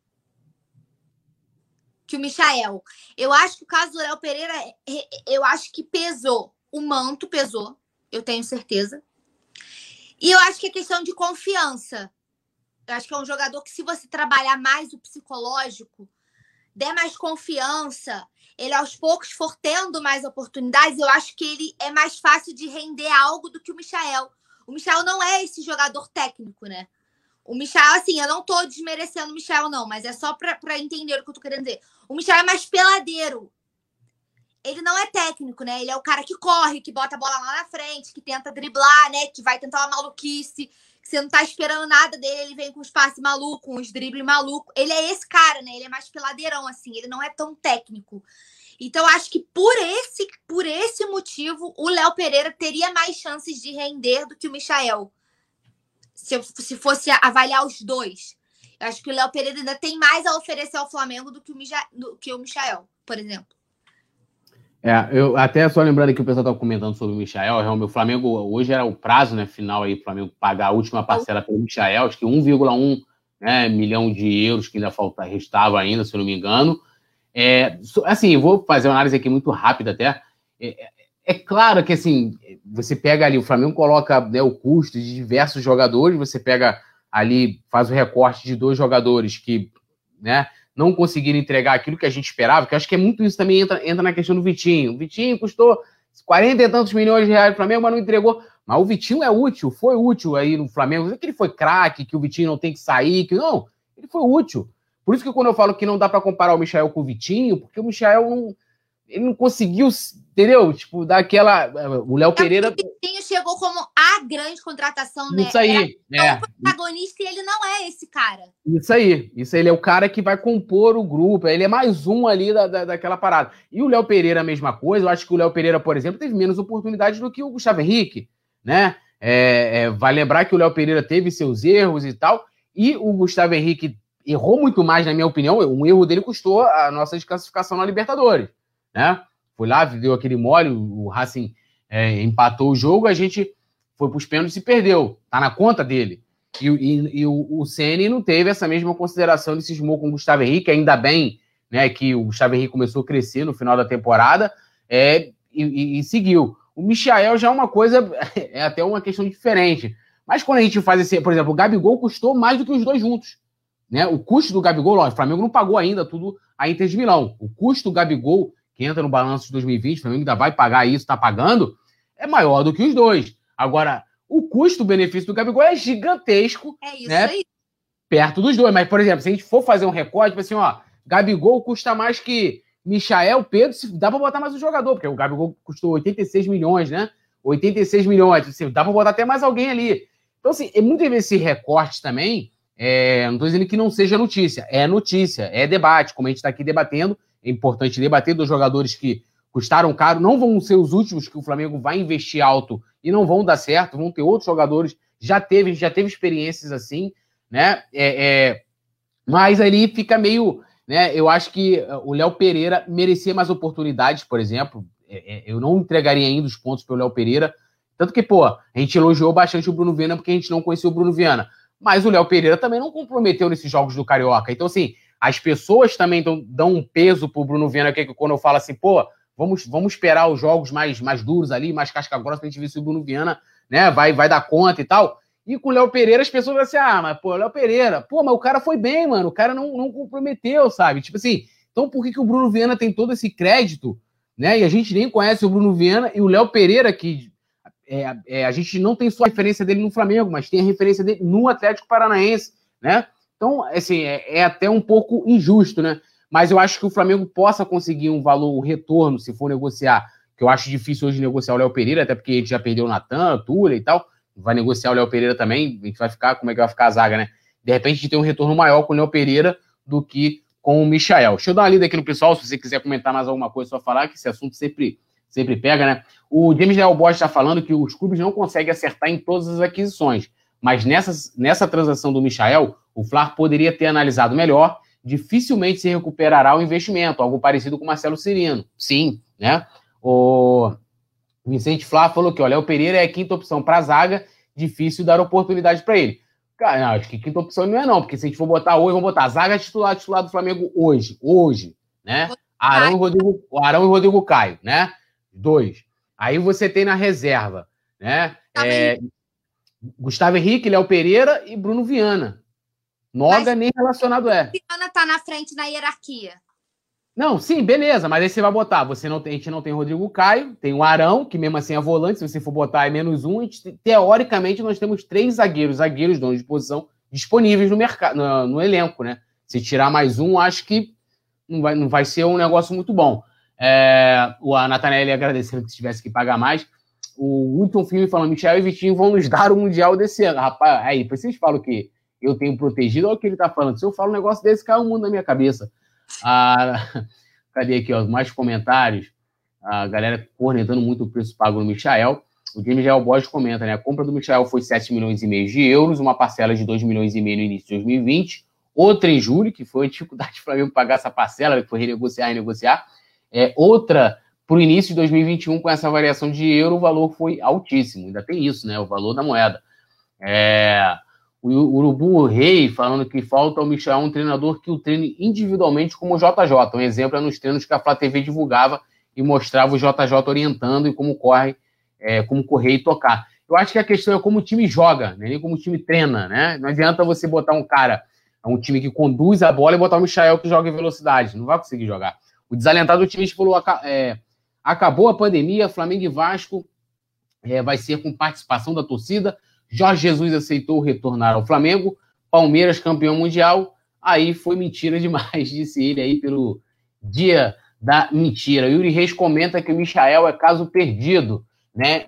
que o Michael. Eu acho que o caso do Léo Pereira, eu acho que pesou. O manto pesou, eu tenho certeza. E eu acho que é questão de confiança. Eu acho que é um jogador que, se você trabalhar mais o psicológico, der mais confiança, ele aos poucos for tendo mais oportunidades, eu acho que ele é mais fácil de render algo do que o Michael. O Michael não é esse jogador técnico, né? O Michael, assim, eu não tô desmerecendo o Michael, não, mas é só pra entender o que eu tô querendo dizer. O Michael é mais peladeiro. Ele não é técnico, né? Ele é o cara que corre, que bota a bola lá na frente, que tenta driblar, né? Que vai tentar uma maluquice, que você não tá esperando nada dele, ele vem com os passes malucos, uns dribles malucos. Ele é esse cara, né? Ele é mais peladeirão, assim, ele não é tão técnico. Então, acho que por esse motivo, o Léo Pereira teria mais chances de render do que o Michael. Se fosse avaliar os dois. Eu acho que o Léo Pereira ainda tem mais a oferecer ao Flamengo do que o Michael, por exemplo. Eu até só lembrando que o pessoal estava comentando sobre o Michael, realmente o Flamengo, hoje era o prazo, né, final aí, o Flamengo pagar a última parcela pelo Michael, acho que 1,1 milhão de euros que ainda restava ainda, se eu não me engano. Assim, vou fazer uma análise aqui muito rápida até. É claro que, assim, você pega ali, o Flamengo coloca, né, o custo de diversos jogadores, você pega ali, faz o recorte de 2 jogadores que, né, não conseguiram entregar aquilo que a gente esperava, que eu acho que é muito isso também entra na questão do Vitinho. O Vitinho custou 40 e tantos milhões de reais no Flamengo, mas não entregou. Mas o Vitinho é útil, foi útil aí no Flamengo. Não é que ele foi craque, que o Vitinho não tem que sair, não, ele foi útil. Por isso que quando eu falo que não dá para comparar o Michael com o Vitinho, porque o Michael ele não conseguiu, entendeu? Tipo, dar aquela... O Léo Pereira... O Vitinho chegou como a grande contratação, né? Isso aí. Era o protagonista e ele não é esse cara. Isso aí. Ele é o cara que vai compor o grupo. Ele é mais um ali daquela parada. E o Léo Pereira, a mesma coisa. Eu acho que o Léo Pereira, por exemplo, teve menos oportunidades do que o Gustavo Henrique, né? Vai lembrar que o Léo Pereira teve seus erros e tal. E o Gustavo Henrique errou muito mais, na minha opinião. Um erro dele custou a nossa desclassificação na Libertadores, né? Foi lá, deu aquele mole, o Racing empatou o jogo, a gente foi para os pênaltis e perdeu. Tá na conta dele. E o Ceni não teve essa mesma consideração, ele cismou com o Gustavo Henrique, ainda bem, né, que o Gustavo Henrique começou a crescer no final da temporada e seguiu. O Michael já é uma coisa, é até uma questão diferente. Mas quando a gente faz esse, por exemplo, o Gabigol custou mais do que os dois juntos, né? O custo do Gabigol, lógico, o Flamengo não pagou ainda tudo a Inter de Milão. O custo do Gabigol, que entra no balanço de 2020, o Flamengo ainda vai pagar isso, está pagando, é maior do que os dois. Agora, o custo-benefício do Gabigol é gigantesco, isso, né? Perto dos dois. Mas, por exemplo, se a gente for fazer um recorde, tipo assim, ó, Gabigol custa mais que Michael, Pedro, dá pra botar mais um jogador, porque o Gabigol custou 86 milhões, né? 86 milhões, assim, dá pra botar até mais alguém ali. Então, assim, muitas vezes esse recorte também, não tô dizendo que não seja notícia, é debate, como a gente tá aqui debatendo, é importante debater dos jogadores que custaram caro, não vão ser os últimos que o Flamengo vai investir alto e não vão dar certo, vão ter outros jogadores, já teve experiências assim, né? Mas ali fica meio, né? Eu acho que o Léo Pereira merecia mais oportunidades, por exemplo. Eu não entregaria ainda os pontos para o Léo Pereira, tanto que, pô, a gente elogiou bastante o Bruno Viana porque a gente não conhecia o Bruno Viana, mas o Léo Pereira também não comprometeu nesses jogos do Carioca. Então, assim, as pessoas também dão um peso pro Bruno Viana, que quando eu falo assim, pô, vamos esperar os jogos mais duros ali, mais casca-grossa, pra gente ver se o Bruno Viana, né, vai dar conta e tal. E com o Léo Pereira, as pessoas vão assim, mas pô, Léo Pereira, pô, mas o cara foi bem, mano, o cara não comprometeu, sabe? Tipo assim, então por que o Bruno Viana tem todo esse crédito, né? E a gente nem conhece o Bruno Viana e o Léo Pereira, que a gente não tem só a referência dele no Flamengo, mas tem a referência dele no Atlético Paranaense, né? Então, assim, é até um pouco injusto, né? Mas eu acho que o Flamengo possa conseguir um valor, um retorno, se for negociar, que eu acho difícil hoje negociar o Léo Pereira, até porque a gente já perdeu o Natan, o Túlio e tal, vai negociar o Léo Pereira também, a gente vai ficar, como é que vai ficar a zaga, né? De repente a gente tem um retorno maior com o Léo Pereira do que com o Michael. Deixa eu dar uma lida aqui no pessoal, se você quiser comentar mais alguma coisa, só falar, que esse assunto sempre pega, né? O James Leal Bosch está falando que os clubes não conseguem acertar em todas as aquisições, mas nessa transação do Michael, O Fla poderia ter analisado melhor, dificilmente se recuperará o investimento, algo parecido com o Marcelo Cirino. Sim, né? O Vicente Flá falou que o Léo Pereira é a quinta opção para a zaga, difícil dar oportunidade para ele. Cara, não, acho que quinta opção não é não, porque se a gente for botar hoje, vamos botar a zaga titular do Flamengo hoje, né? Arão e Rodrigo Caio, né? 2. Aí você tem na reserva, né? Gustavo Henrique, Léo Pereira e Bruno Viana. Noga nem relacionado é. Viana tá na frente na hierarquia. Não, sim, beleza, mas aí você vai botar, a gente não tem Rodrigo Caio, tem o Arão, que mesmo assim é volante, se você for botar é -1, teoricamente nós temos 3 zagueiros donos de posição, disponíveis no mercado, no elenco, né? Se tirar mais um, acho que não vai ser um negócio muito bom. A Nathanael agradecendo que se tivesse que pagar mais. O Wilton Filme falando, Michel e Vitinho vão nos dar o Mundial desse ano. Rapaz, aí, vocês falam que eu tenho protegido, olha o que ele tá falando. Se eu falo um negócio desse, cai o mundo na minha cabeça. Cadê aqui, ó, mais comentários? A galera cornetando muito o preço pago no Michael. O James Gael Borges comenta, né? A compra do Michael foi 7,5 milhões de euros, uma parcela de 2,5 milhões no início de 2020, outra em julho, que foi a dificuldade do Flamengo pagar essa parcela, que foi renegociar e negociar. Outra para o início de 2021, com essa variação de euro, o valor foi altíssimo. Ainda tem isso, né? O valor da moeda. O Urubu Rei falando que falta ao Michel um treinador que o treine individualmente como o JJ. Um exemplo é nos treinos que a Flá TV divulgava e mostrava o JJ orientando e como correr e tocar. Eu acho que a questão é como o time joga, né? Nem como o time treina, né? Não adianta você botar um time que conduz a bola e botar o Michael que joga em velocidade. Não vai conseguir jogar. O desalentado otimista falou, acabou a pandemia, Flamengo e Vasco vai ser com participação da torcida. Jorge Jesus aceitou retornar ao Flamengo. Palmeiras campeão mundial. Aí foi mentira demais, disse ele aí pelo dia da mentira. Yuri Reis comenta que o Michael é caso perdido, né?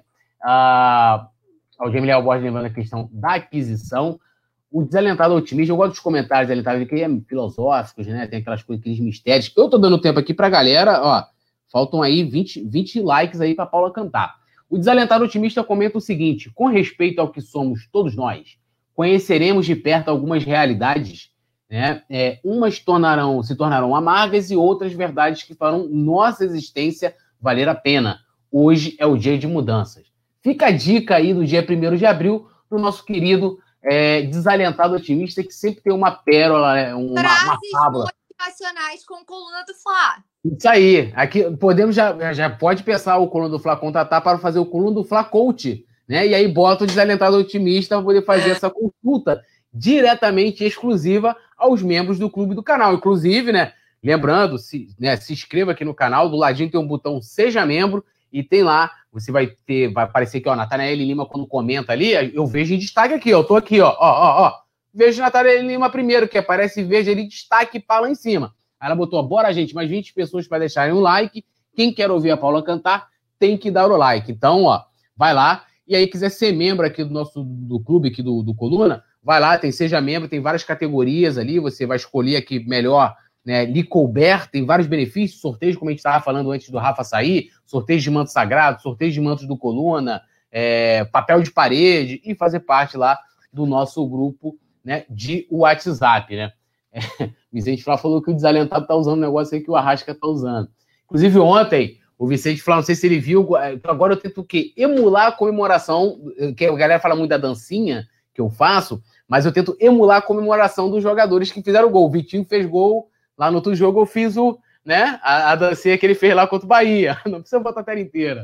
O Jamie Léo Borges lembrando a questão da aquisição. O desalentado otimista, eu gosto dos comentários desalentados, que é filosóficos, né? Tem aquelas coisas, aqueles mistérios. Eu tô dando tempo aqui pra galera, ó. Faltam aí 20 likes aí pra Paula cantar. O desalentado otimista comenta o seguinte: com respeito ao que somos todos nós, conheceremos de perto algumas realidades, né? Umas se tornarão amargas e outras verdades que farão nossa existência valer a pena. Hoje é o dia de mudanças. Fica a dica aí do dia 1º de abril pro nosso querido desalentado otimista, que sempre tem uma pérola, uma fábula. Motivacionais com coluna do Fla. Isso aí. Aqui podemos já pode pensar o coluna do Fla contratar para fazer o coluna do Fla Coach, né? E aí bota o desalentado otimista para poder fazer essa consulta diretamente exclusiva aos membros do clube do canal. Inclusive, né? Lembrando, se inscreva aqui no canal, do ladinho tem um botão Seja Membro e tem lá, você vai aparecer aqui, ó, Nathanael Lima quando comenta ali, eu vejo em destaque aqui, ó, eu tô aqui, ó. Vejo Nathanael Lima primeiro, que aparece verde ali, destaque e pá lá em cima. Aí ela botou, bora, gente, mais 20 pessoas para deixarem um like. Quem quer ouvir a Paula cantar, tem que dar o like. Então, ó, vai lá. E aí, quiser ser membro aqui do clube, aqui do Coluna, vai lá, seja membro, tem várias categorias ali, você vai escolher aqui melhor, né, lhe couber, tem vários benefícios, sorteio, como a gente estava falando antes do Rafa sair, sorteio de manto sagrado, sorteio de mantos do Coluna, papel de parede, e fazer parte lá do nosso grupo, né, de WhatsApp, né? Vicente Flá falou que o desalentado tá usando um negócio aí que o Arrasca tá usando. Inclusive ontem, o Vicente Flá, não sei se ele viu, agora eu tento o quê? Emular a comemoração, que a galera fala muito da dancinha que eu faço, mas eu tento emular a comemoração dos jogadores que fizeram gol. O Vitinho fez gol, lá no outro jogo eu fiz a dancinha que ele fez lá contra o Bahia. Não precisa botar a tela inteira.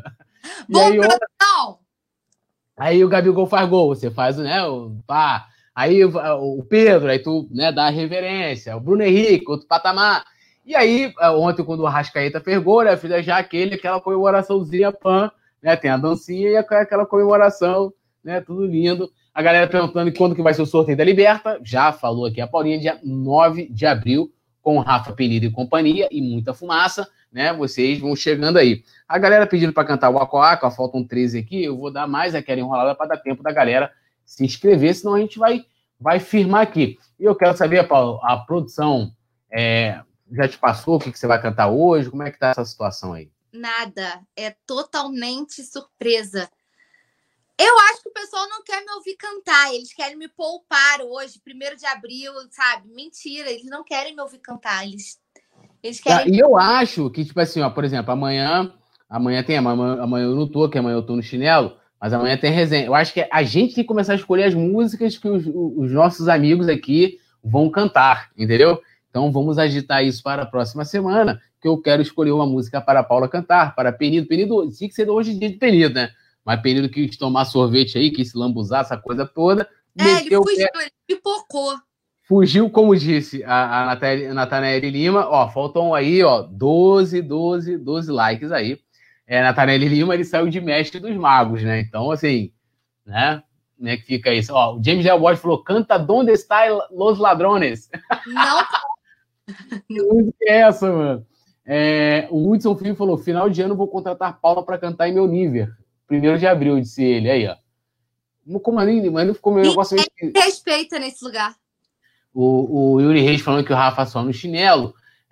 Aí o Gabigol faz gol, você faz, né, Aí o Pedro, aí tu, né, dá a reverência. O Bruno Henrique, outro patamar. E aí, ontem, quando o Arrascaeta fez gol, né, fiz já aquela comemoraçãozinha, né, tem a dancinha e aquela comemoração, né, tudo lindo. A galera perguntando quando que vai ser o sorteio da Liberta. Já falou aqui a Paulinha, dia 9 de abril, com o Rafa Penido e companhia, e muita fumaça, né, vocês vão chegando aí. A galera pedindo para cantar o Aco Aco, faltam 13 aqui, eu vou dar mais aquela enrolada para dar tempo da galera se inscrever, senão a gente vai firmar aqui. E eu quero saber, Paulo, a produção já te passou o que você vai cantar hoje? Como é que tá essa situação aí? Nada, é totalmente surpresa. Eu acho que o pessoal não quer me ouvir cantar. Eles querem me poupar hoje, 1º de abril, sabe? Mentira, eles não querem me ouvir cantar. Eles querem... E eu acho que, tipo assim, ó, por exemplo, amanhã eu não tô, que amanhã eu tô no chinelo, mas amanhã tem resenha. Eu acho que a gente tem que começar a escolher as músicas que os nossos amigos aqui vão cantar, entendeu? Então vamos agitar isso para a próxima semana, que eu quero escolher uma música para a Paula cantar, para Penido. Penido, tinha que ser hoje em dia de Penido, né? Mas Penido quis tomar sorvete aí, quis se lambuzar, essa coisa toda. Ele fugiu, ele pipocou. Fugiu, como disse a Nathanaele Lima. Ó, faltam aí, ó, 12 likes aí. Nathanaele Lima, ele saiu de mestre dos magos, né? Então, assim, né? Como é que fica isso? Ó, o James Del Bois falou, canta Donde está los ladrones? Não. Que música é essa, mano? O Hudson Filho falou, final de ano vou contratar Paula para cantar em meu nível. 1º de abril, disse ele. Aí, ó. Como ali, mas não ficou meu negócio... Respeita nesse lugar. O Yuri Reis falando que o Rafa só no chinelo.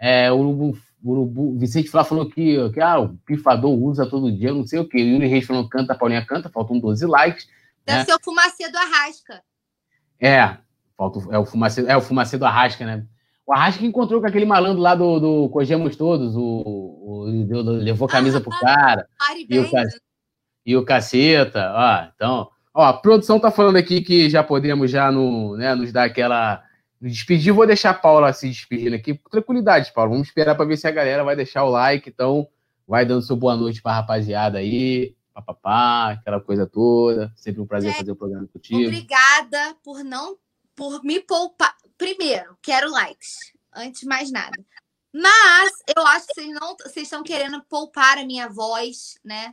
O Vicente Flá falou que o pifador usa todo dia, não sei o quê. O Yuri Reis falando canta, a Paulinha canta, faltam 12 likes. Deve ser o Fumacê do Arrasca. O Fumacê do Arrasca, né? O Arrasca encontrou com aquele malandro lá do Cogemos Todos, levou camisa pro cara. E o Caceta, ó. Então, ó, a produção tá falando aqui que já podemos nos dar aquela... despedir. Vou deixar a Paula se despedindo aqui. Tranquilidade, Paula. Vamos esperar para ver se a galera vai deixar o like. Então, vai dando seu boa noite para a rapaziada aí. Papapá, aquela coisa toda. Sempre um prazer fazer o programa contigo. Obrigada por me poupar. Primeiro, quero likes. Antes de mais nada. Mas eu acho que vocês estão querendo poupar a minha voz, né?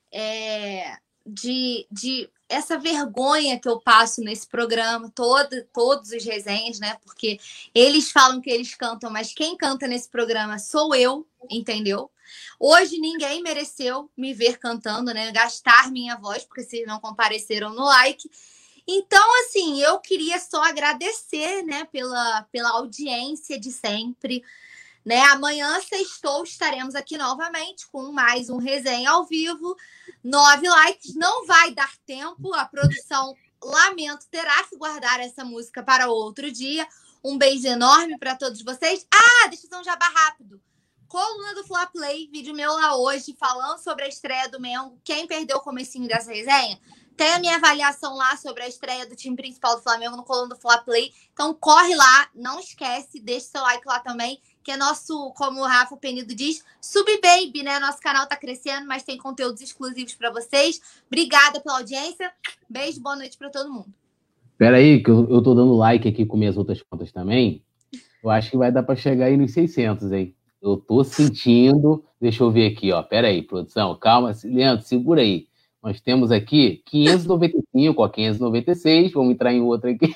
De essa vergonha que eu passo nesse programa, todos os resenhas, né? Porque eles falam que eles cantam, mas quem canta nesse programa sou eu, entendeu? Hoje ninguém mereceu me ver cantando, né? Gastar minha voz, porque vocês não compareceram no like. Então, assim, eu queria só agradecer, né, pela audiência de sempre. Né? Amanhã, sextou, estaremos aqui novamente com mais um resenha ao vivo. 9 likes, não vai dar tempo. A produção, lamento, terá que guardar essa música para outro dia. Um beijo enorme para todos vocês. Deixa eu fazer um jabá rápido. Coluna do Fla Play, vídeo meu lá hoje, falando sobre a estreia do Mengo. Quem perdeu o comecinho dessa resenha, tem a minha avaliação lá sobre a estreia do time principal do Flamengo no Coluna do Fla Play. Então corre lá, não esquece, deixa seu like lá também, que é nosso, como o Rafa Penido diz, sub-baby, né? Nosso canal tá crescendo, mas tem conteúdos exclusivos para vocês. Obrigada pela audiência. Beijo, boa noite para todo mundo. Espera aí, que eu tô dando like aqui com minhas outras contas também. Eu acho que vai dar para chegar aí nos 600, hein? Eu tô sentindo... Deixa eu ver aqui, ó. Espera aí, produção. Calma, Leandro, segura aí. Nós temos aqui 595, ó, 596. Vamos entrar em outra aqui.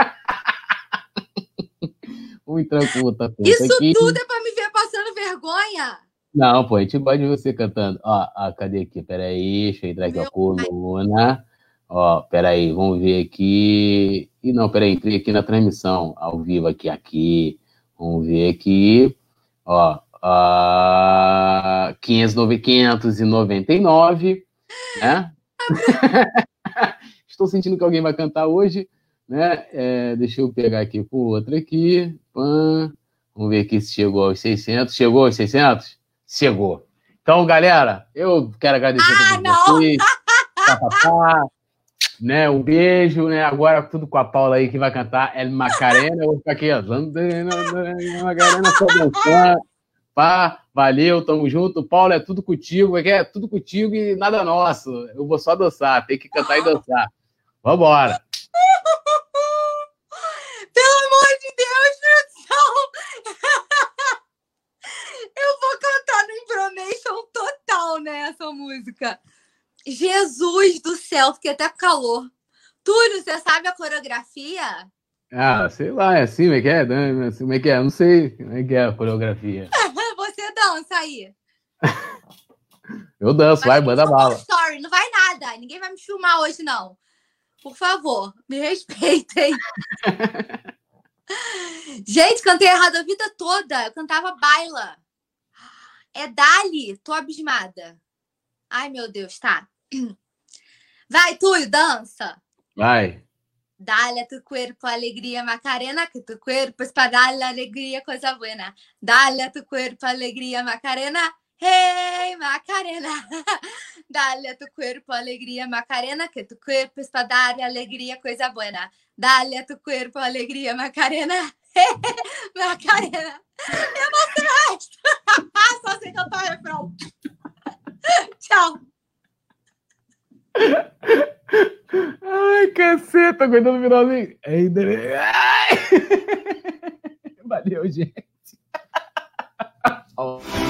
Vamos entrar com outra conta Isso aqui. tudo é para me ver passando vergonha? Não, pô, a gente pode ver você cantando. Ó, cadê aqui? Peraí, deixa eu entrar aqui, a coluna. Ó, peraí, vamos ver aqui. Não, peraí, entrei aqui na transmissão, ao vivo aqui. Vamos ver aqui. Ó, 599, né? Estou sentindo que alguém vai cantar hoje, né? Deixa eu pegar aqui com outra aqui. Vamos ver aqui se chegou aos 600. Chegou aos 600? Chegou. Então, galera, eu quero agradecer a todos vocês. Né? Um beijo, né? Agora tudo com a Paula aí que vai cantar El Macarena. Eu vou ficar aqui, ó. Macarena, só dançando. Pá, valeu, tamo junto. Paulo, é tudo contigo. É tudo contigo e nada nosso. Eu vou só dançar, tem que cantar e dançar. Vambora. Pelo amor de Deus, produção! Eu vou cantar no Impronation total, né, essa música. Jesus do céu, fiquei até com calor. Túlio, você sabe a coreografia? Sei lá, é assim, como é que é? Como é que é? Eu não sei como é que é a coreografia. Você dança aí. Eu danço, vai, manda bala. Story, não vai nada. Ninguém vai me filmar hoje, não. Por favor, me respeitem. Gente, cantei errado a vida toda. Eu cantava baila. É Dali, tô abismada. Ai, meu Deus, tá. Vai, Túlio, dança. Vai. Dale a tu cuerpo alegría, Macarena, que tu cuerpo es para darle alegría, cosa buena. Dale a tu cuerpo alegría, Macarena. Hey, Macarena. Dale a tu cuerpo alegría, Macarena, que tu cuerpo es para darle alegría, coisa buena. Dale a tu cuerpo alegría, Macarena. Macarena. Eu não sei o resto. Só sei cantar o refrão. Tchau. Ai, caceta, aguentando o finalzinho. Ai. Valeu, gente.